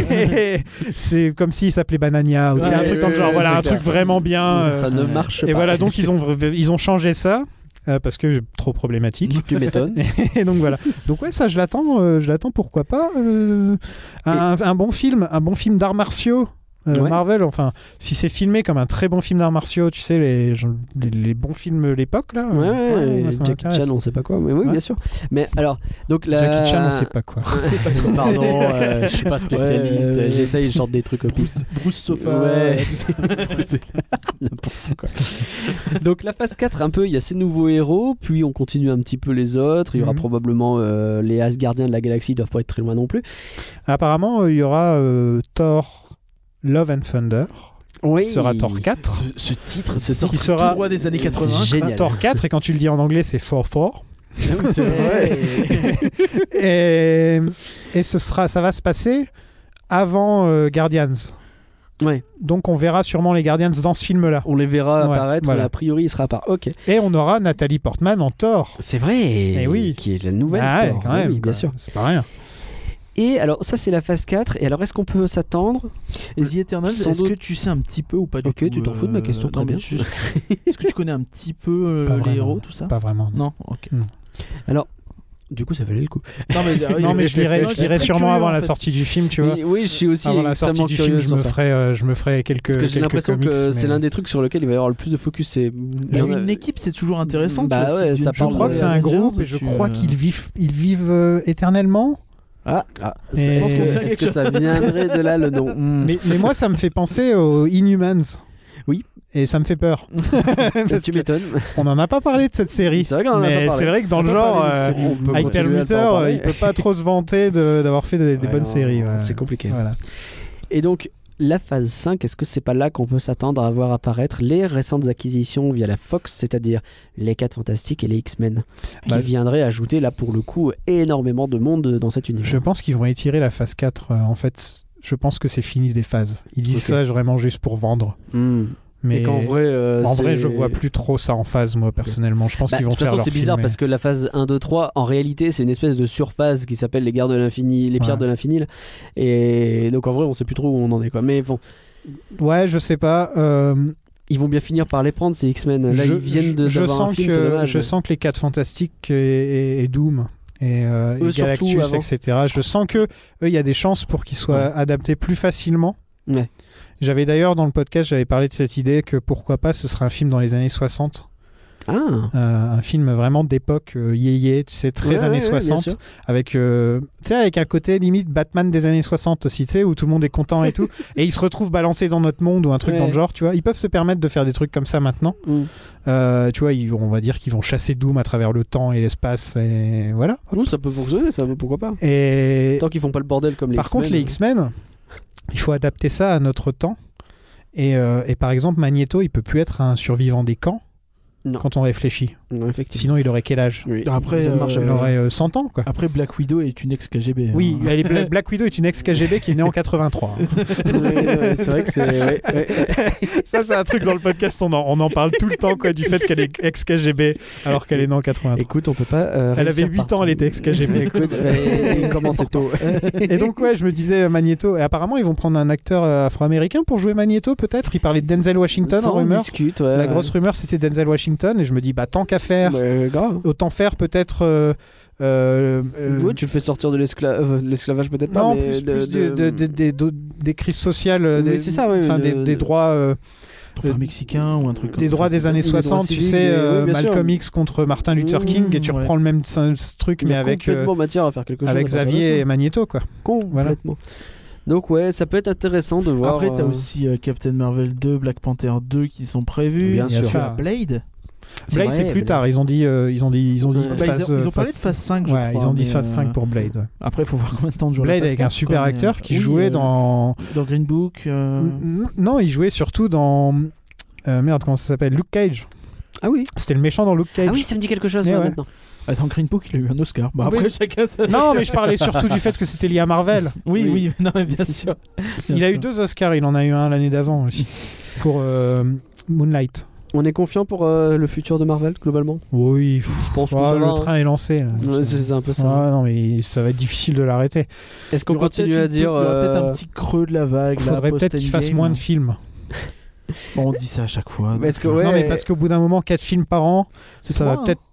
C'est comme s'il s'appelait Banania, ou c'est Ouais, un truc dans le ouais, genre, ouais, voilà, c'est un clair. truc vraiment bien. euh, Ça ne marche pas. Et voilà, donc ils ont, ils ont changé ça. euh, parce que trop problématique. Tu m'étonnes. Et donc voilà. Donc ouais, ça je l'attends, euh, je l'attends pourquoi pas. euh, un, un bon film, un bon film d'arts martiaux Euh, Ouais. Marvel, enfin, si c'est filmé comme un très bon film d'arts martiaux, tu sais, les, genre, les, les bons films de l'époque, là. Ouais, ouais, ouais, moi, ça Jackie m'intéresse. Chan, on sait pas quoi, mais oui, Ouais. bien sûr. Mais alors, donc la... Jackie Chan, on sait pas quoi. C'est pas quoi. Pardon, euh, je suis pas spécialiste. Ouais. J'essaye, je chante des trucs au pif. Bruce, Bruce Sofa, Ouais. tout ça. N'importe quoi. Donc la phase quatre, un peu, il y a ces nouveaux héros, puis on continue un petit peu les autres. Il y aura Mhm. probablement euh, les Asgardiens de la galaxie, ils doivent pas être très loin non plus. Apparemment, euh, il y aura euh, Thor Love and Thunder, Oui. qui sera Thor quatre. Ce, ce titre, Ce ce titre qui sera- tout droit des années C'est quatre-vingts. génial. Thor quatre, et quand tu le dis en anglais, c'est four four. C'est vrai. et, et ce sera, ça va se passer avant euh, Guardians. Ouais, Donc on verra sûrement les Guardians dans ce film-là. on les verra Ouais, apparaître, voilà. mais a priori il sera pas. Ok. Et on aura Nathalie Portman en Thor. C'est vrai. Eh oui. Qui est la nouvelle. Ah ouais, Thor. quand Oui, même, oui, bien quoi. sûr. C'est pas rien. Et alors ça c'est la phase quatre. Et alors est-ce qu'on peut s'attendre Et The Eternals, Sans est-ce doute. que tu sais un petit peu ou pas du Ok, tout tu t'en fous de ma question, très non, mais bien. juste- Est-ce que tu connais un petit peu euh, Pas les vraiment. héros, tout ça Pas vraiment. non. Non, ok. Alors, du coup ça valait le coup. Non, mais, Non, mais je lirai, Non, je suis lirai très sûrement curieux, avant en la fait. sortie du film, tu vois. Oui, oui, je suis aussi Avant la sortie extrêmement du curieux film, je sur me, ça. ferai, euh, je me ferai quelques, Parce que j'ai quelques l'impression comics, que c'est mais- l'un des trucs sur lequel il va y avoir le plus de focus. C'est Jouer une équipe, c'est toujours intéressant. Bah tu vois, ouais, si ça tu- Je parle crois de que c'est un Avengers, groupe et je tu, crois euh, qu'ils vivent, ils vivent euh, éternellement. Ah, Ah, Et- c'est- est-ce Je pense que, qu'on tient est-ce que quelque ça viendrait de là le nom Hmm. Mais, mais moi, ça me fait penser aux Inhumans. Oui. Et ça me fait peur. Parce Tu que m'étonnes. on n'en a pas parlé de cette série. C'est vrai qu'on en a pas Mais parlé. c'est vrai que dans On le peut genre, parler de euh, séries, on peut avec continuer à Perlmutter, t'en parler. il peut pas trop se vanter de- d'avoir fait des, des Ouais, bonnes non, séries. ouais. C'est compliqué. Voilà. Et donc, la phase cinq, est-ce que c'est pas là qu'on peut s'attendre à voir apparaître les récentes acquisitions via la Fox, c'est-à-dire les quatre Fantastiques et les X-Men, Bah, qui viendraient ajouter là pour le coup énormément de monde dans cet univers. Je pense qu'ils vont étirer la phase quatre. euh, en fait, je pense que c'est fini les phases. Ils disent Ok. ça vraiment juste pour vendre. Hmm. Mais Et qu'en vrai, euh, en c'est- vrai, je vois plus trop ça en phase, moi, personnellement. Je pense Bah, qu'ils de vont toute faire façon, leur c'est bizarre film, parce mais- que la phase un, deux, trois, en réalité, c'est une espèce de surphase qui s'appelle les guerres de l'infini, les pierres Ouais. de l'infini. là. Et donc, en vrai, on sait plus trop où on en est, quoi. Mais bon, Ouais, je sais pas. euh, ils vont bien finir par les prendre, ces X-Men. Là, je, ils viennent de je d'avoir un sens film, que c'est dommage. je sens que les quatre Fantastiques et, et- et Doom et, euh, Eux et surtout, Galactus, avant. et cetera. Je sens que eux, il y a des chances pour qu'ils soient Ouais. adaptés plus facilement. Ouais. J'avais d'ailleurs dans le podcast, j'avais parlé de cette idée que pourquoi pas, ce serait un film dans les années soixante. Ah, Euh, un film vraiment d'époque euh, yéyé, tu sais, très Ouais, années ouais, ouais, bien soixante, sûr. avec, euh, tu sais, avec un côté limite Batman des années soixante aussi, tu sais, où tout le monde est content et tout, et ils se retrouvent balancés dans notre monde ou un truc Ouais. dans le genre, tu vois. Ils peuvent se permettre de faire des trucs comme ça maintenant. Mm. Euh, tu vois, ils vont- on va dire qu'ils vont chasser Doom à travers le temps et l'espace, et voilà. Ouh, ça peut fonctionner, ça, pourquoi pas. Et Tant qu'ils font pas le bordel comme les par X-Men. contre, les X-Men, il faut adapter ça à notre temps. Et, euh, et par exemple, Magneto, il peut plus être un survivant des camps Non. quand on réfléchit. Non, effectivement. Sinon, il aurait quel âge? Oui. Après, ça ne marche euh, Il pas. aurait euh, cent ans, quoi. Après, Black Widow est une ex-K G B. Oui, hein. elle est Bla- Black Widow est une ex-K G B qui est née en quatre-vingt-trois. Ouais, ouais, c'est vrai que c'est. ouais, ouais. Ça, c'est un truc dans le podcast, on en, on en parle tout le temps, quoi, du fait qu'elle est ex-K G B alors qu'elle est née en quatre-vingt-trois. Écoute, on peut pas. euh, Elle réussir avait huit partout. ans, elle était ex-K G B. Écoute, ouais, il commence tôt. Et donc, ouais, je me disais euh, Magneto. Et apparemment, ils vont prendre un acteur euh, afro-américain pour jouer Magneto, peut-être. Il parlait de Denzel Washington Ça, en on rumeur. discute, ouais. La grosse rumeur, c'était Denzel Washington. Et je me dis, bah, tant qu'à faire, Ouais, grave. autant faire peut-être. euh, euh, euh, Ouais, tu le fais sortir de l'escla- euh, de l'esclavage, peut-être pas. non, mais plus, de- plus de- de- de- de- des- de- des crises sociales, euh, Oui, des, c'est ça, ouais, enfin, de- des, des de- droits. euh, Enfin, mexicain ou un truc comme des ça. droits des années des droits soixante, tu civiques, sais, des- euh, oui, bien sûr. Malcolm X contre Martin Luther Mmh, King, et tu ouais. reprends le même s- s- truc, Il y mais a avec, euh, complètement matière à faire quelque chose. avec à partir de Xavier et ça. Magneto, quoi. Complètement. Donc ouais, ça peut être intéressant de voir. Après, t'as euh, aussi euh, Captain Marvel deux, Black Panther deux qui sont prévus. Bien Il y a sûr. Tu as ça. Blade. Blade, vrai, c'est plus Blade. tard. Ils ont dit, euh, ils ont dit, ils ont dit Ouais. Bah, phase, ils ont, ils ont euh, parlé de phase cinq, je ouais, crois. ils ont dit mais, phase euh, cinq pour Blade. Ouais. Après, il faut voir combien de temps dure la Blade phase avec un quatre, super quoi, mais, acteur qui oui, jouait euh, dans. dans Green Book. euh, N- Non, il jouait surtout dans. euh, merde, comment ça s'appelle? Luke Cage. Ah oui. C'était le méchant dans Luke Cage. Ah oui, ça me dit quelque chose Mais ouais, ouais. maintenant. ah, dans Green Book, il a eu un Oscar. Bah, Oui. après, chacun sa. Non, mais je parlais surtout du fait que c'était lié à Marvel. Oui, Oui. oui, non, mais bien sûr. Bien Il a sûr. eu deux Oscars. Il en a eu un l'année d'avant aussi pour euh, Moonlight. On est confiant pour euh, le futur de Marvel globalement. Oui. pff, Je pense que ouais, ça le va. hein. train est lancé. là. Ouais, c'est c'est un peu ça. Ah, non, mais ça va être difficile de l'arrêter. Est-ce Il qu'on y aura continue peut-être à une- dire Il y aura peut-être euh, un petit creux de la vague. Il là, faudrait peut-être qu'il fasse post-Endgame. moins de films. Bon, on dit ça à chaque fois. Est-ce que donc, ouais, non, mais parce qu'au bout d'un moment, quatre films par an, C'est ça trois, va hein. peut-être.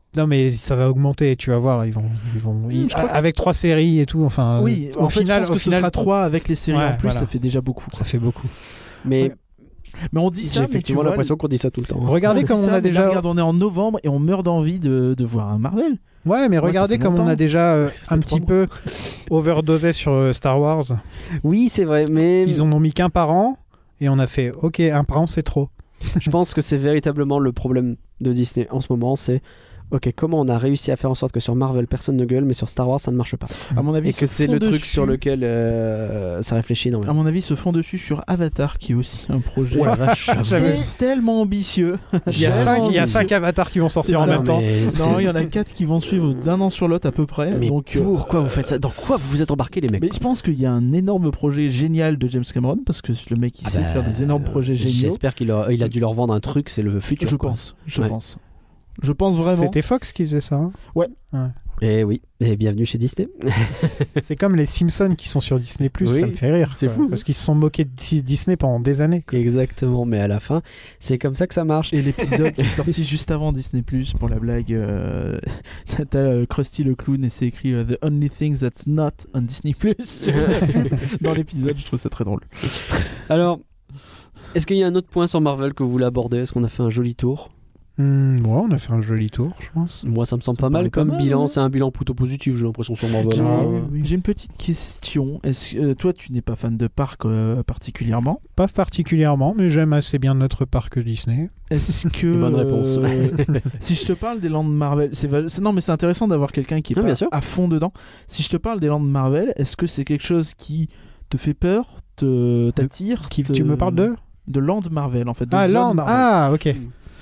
Non, mais ça va augmenter, tu vas voir. Ils vont, ils vont, ils- Je crois que- avec trois séries et tout. Enfin, Oui, au en fait, final, je pense au que final, ce sera trois avec les séries Ouais, en plus, voilà. ça fait déjà beaucoup. ça fait beaucoup. Mais Ouais. Mais on dit j'ai ça, mais tu effectivement vois, l'impression qu'on dit ça tout le temps. Regardez on dit comme on ça, a mais déjà. là, regarde, on est en novembre et on meurt d'envie de, de voir un Marvel. Ouais, mais Moi, regardez ça fait comme on longtemps. a déjà euh, Ça fait un trois petit peu overdosé sur euh, Star Wars. Oui, c'est vrai, mais Ils en ont mis qu'un par an et on a fait OK, un par an c'est trop. je pense que c'est véritablement le problème de Disney en ce moment, c'est ok, comment on a réussi à faire en sorte que sur Marvel personne ne gueule, mais sur Star Wars ça ne marche pas. À mon avis, Et que se c'est font le truc dessus- sur lequel euh, ça réfléchit À énormément. mon avis, se font dessus sur Avatar, qui est aussi un projet Oh la vache, j'avais- c'est tellement ambitieux. Il y a Tellement cinq, il y a ambitieux. cinq avatars qui vont sortir C'est en ça, même temps. mais Non, c'est- il y en a quatre qui vont suivre d'un an sur l'autre à peu près. mais donc, euh, pourquoi vous faites ça? Dans quoi vous vous êtes embarqués les mecs? Mais je pense qu'il y a un énorme projet génial de James Cameron parce que le mec il Ah sait bah, faire des énormes projets géniaux. J'espère qu'il a, il a dû leur vendre un truc, c'est le futur. Je quoi. pense, je Ouais. pense. Je pense vraiment. C'était Fox qui faisait ça. hein. Et oui, et bienvenue chez Disney. C'est comme les Simpsons qui sont sur Disney+, Oui, ça me fait rire. c'est quoi. fou. Parce qu'ils se sont moqués de Disney pendant des années. quoi. Exactement, mais à la fin, c'est comme ça que ça marche. Et l'épisode qui est sorti juste avant Disney Plus pour la blague, euh, t'as euh, Krusty le clown et c'est écrit euh, The only thing that's not on Disney Plus dans l'épisode. Je trouve ça très drôle. Alors, est-ce qu'il y a un autre point sur Marvel que vous voulez aborder? Est-ce qu'on a fait un joli tour? Hmm, ouais, on a fait un joli tour, je pense. Moi, ça me semble Ça pas me mal paraît comme pas mal, bilan. ouais. C'est un bilan plutôt positif, j'ai l'impression, sur Marvel. J'ai hein. oui, oui. j'ai une petite question. Est-ce que euh, toi, tu n'es pas fan de parc euh, particulièrement? Pas particulièrement, mais j'aime assez bien notre parc Disney. Est-ce que Bonne réponse. euh, si je te parle des landes Marvel, c'est va- c'est- non mais c'est intéressant d'avoir quelqu'un qui est Ah, pas bien sûr. à fond dedans. Si je te parle des landes Marvel, est-ce que c'est quelque chose qui te fait peur, te t'attire, Qui, te- Tu me parles de de land Marvel en fait. De Ah, zone Land. Marvel. Ah, ok.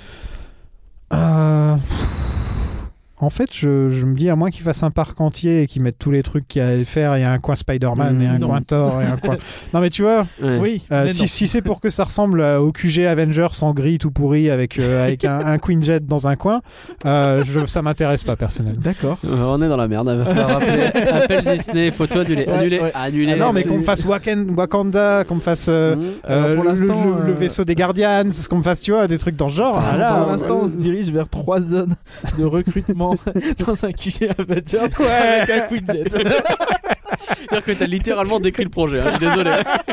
Euh, En fait, je, je me dis, à moins qu'ils fassent un parc entier et qu'ils mettent tous les trucs qu'il y a à faire, il y a un coin Spider-Man Mm, et un non. coin Thor et un coin... Non, mais tu vois, Ouais. Oui. euh, mais non. si, si c'est pour que ça ressemble euh, au Q G Avengers en gris tout pourri avec, euh, avec un, un Queen Jet dans un coin, euh, je, ça m'intéresse pas personnellement. D'accord. Euh, on est dans la merde. Il va falloir rappeler. Appel Disney, faut tout annuler. Ouais, Annuler. ouais. Annuler. Ah non, mais c'est- qu'on me fasse Wakan- Wakanda, qu'on me fasse euh, Mmh. Alors, euh, pour le- l'instant, le, le euh, vaisseau des Guardians, qu'on me fasse, tu vois, des trucs dans ce genre. Pour Ah, l'instant- là, pour l'instant, euh, on se dirige vers trois zones de recrutement dans un Q G Avengers Ouais. avec un Queen Jet. C'est-à-dire que t'as littéralement décrit le projet. hein, Je suis désolé.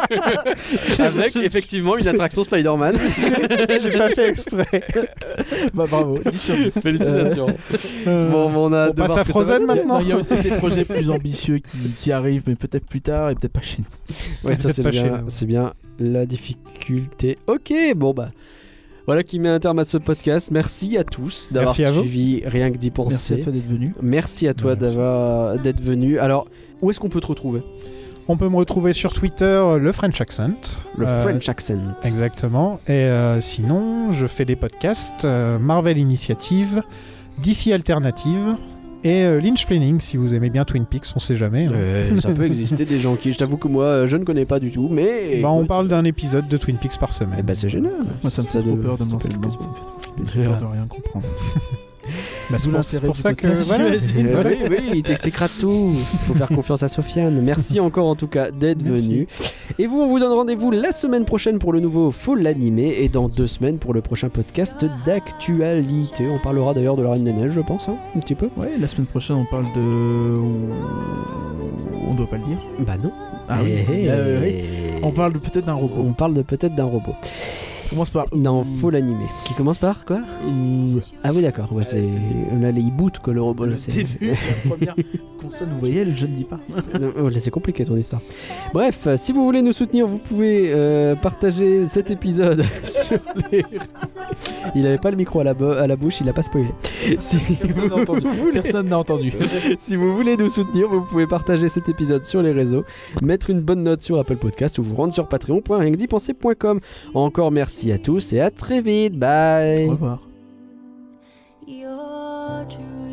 Avec effectivement une attraction Spider-Man. j'ai pas fait exprès. Bah bravo, dix sur dix. Félicitations. Euh, Bon, bon, on a on hâte de passe voir à ce que ça va Frozen donner. Il y a- maintenant. non, il y a aussi des projets plus ambitieux qui, qui arrivent, mais peut-être plus tard et peut-être pas chez nous. Ouais, ça Peut-être c'est pas chez bien, nous. c'est bien la difficulté. Ok, bon bah. Voilà qui met un terme à ce podcast. Merci à tous d'avoir Merci à vous. suivi Rien que d'y penser. Merci à toi d'être venu. Merci à toi Merci. d'avoir d'être venu. Alors, où est-ce qu'on peut te retrouver? On peut me retrouver sur Twitter, le French Accent. Le Euh, French accent. Exactement. Et euh, sinon, je fais des podcasts euh, Marvel Initiative, D C Alternative et euh, Lynch Planning, si vous aimez bien Twin Peaks, on sait jamais. hein. Euh, ça peut exister des gens qui, je t'avoue que moi, euh, je ne connais pas du tout, mais. Bah, on écoute, parle d'un épisode de Twin Peaks par semaine. eh ben, c'est génial. Moi, ça me fait Ça trop de- peur de me ça lancer peut dedans. être Ça me fait trop flipper. J'ai peur de rien comprendre. Bah, c'est D'où pour, l'intérêt c'est pour du ça que podcast, voilà. j'imagine. Euh, oui, oui, il t'expliquera tout. Il faut faire confiance à Sofiane. Merci encore en tout cas d'être Merci. venu. Et vous, on vous donne rendez-vous la semaine prochaine pour le nouveau Faut l'animer et dans deux semaines pour le prochain podcast d'actualité. On parlera d'ailleurs de la Reine des Neiges, je pense, hein, un petit peu. Ouais, la semaine prochaine, on parle de. On doit pas le dire. Bah non. Ah oui, Eh, c'est- eh, euh, oui. eh. On parle de- peut-être d'un robot. On parle de peut-être d'un robot. On commence par. Non, Faut l'animer. Qui commence par quoi? Ouh. Ah oui, d'accord. Ouais, c'est... c'est- Là, les e-boots, quoi, le robot. Là, Le c'est... début, la première consonne ou voyelle, je ne dis pas. Non, oh, là, c'est compliqué ton histoire. Bref, euh, si vous voulez nous soutenir, vous pouvez euh, partager cet épisode sur les. Il avait pas le micro à la, bo- à la bouche, il a pas spoilé. Si Personne n'a entendu. Personne n'a entendu. si vous voulez nous soutenir, vous pouvez partager cet épisode sur les réseaux, mettre une bonne note sur Apple Podcast ou vous rendre sur patreon point rien que d'y penser point com. Encore merci à tous et à très vite. Bye. Au revoir. Your dream.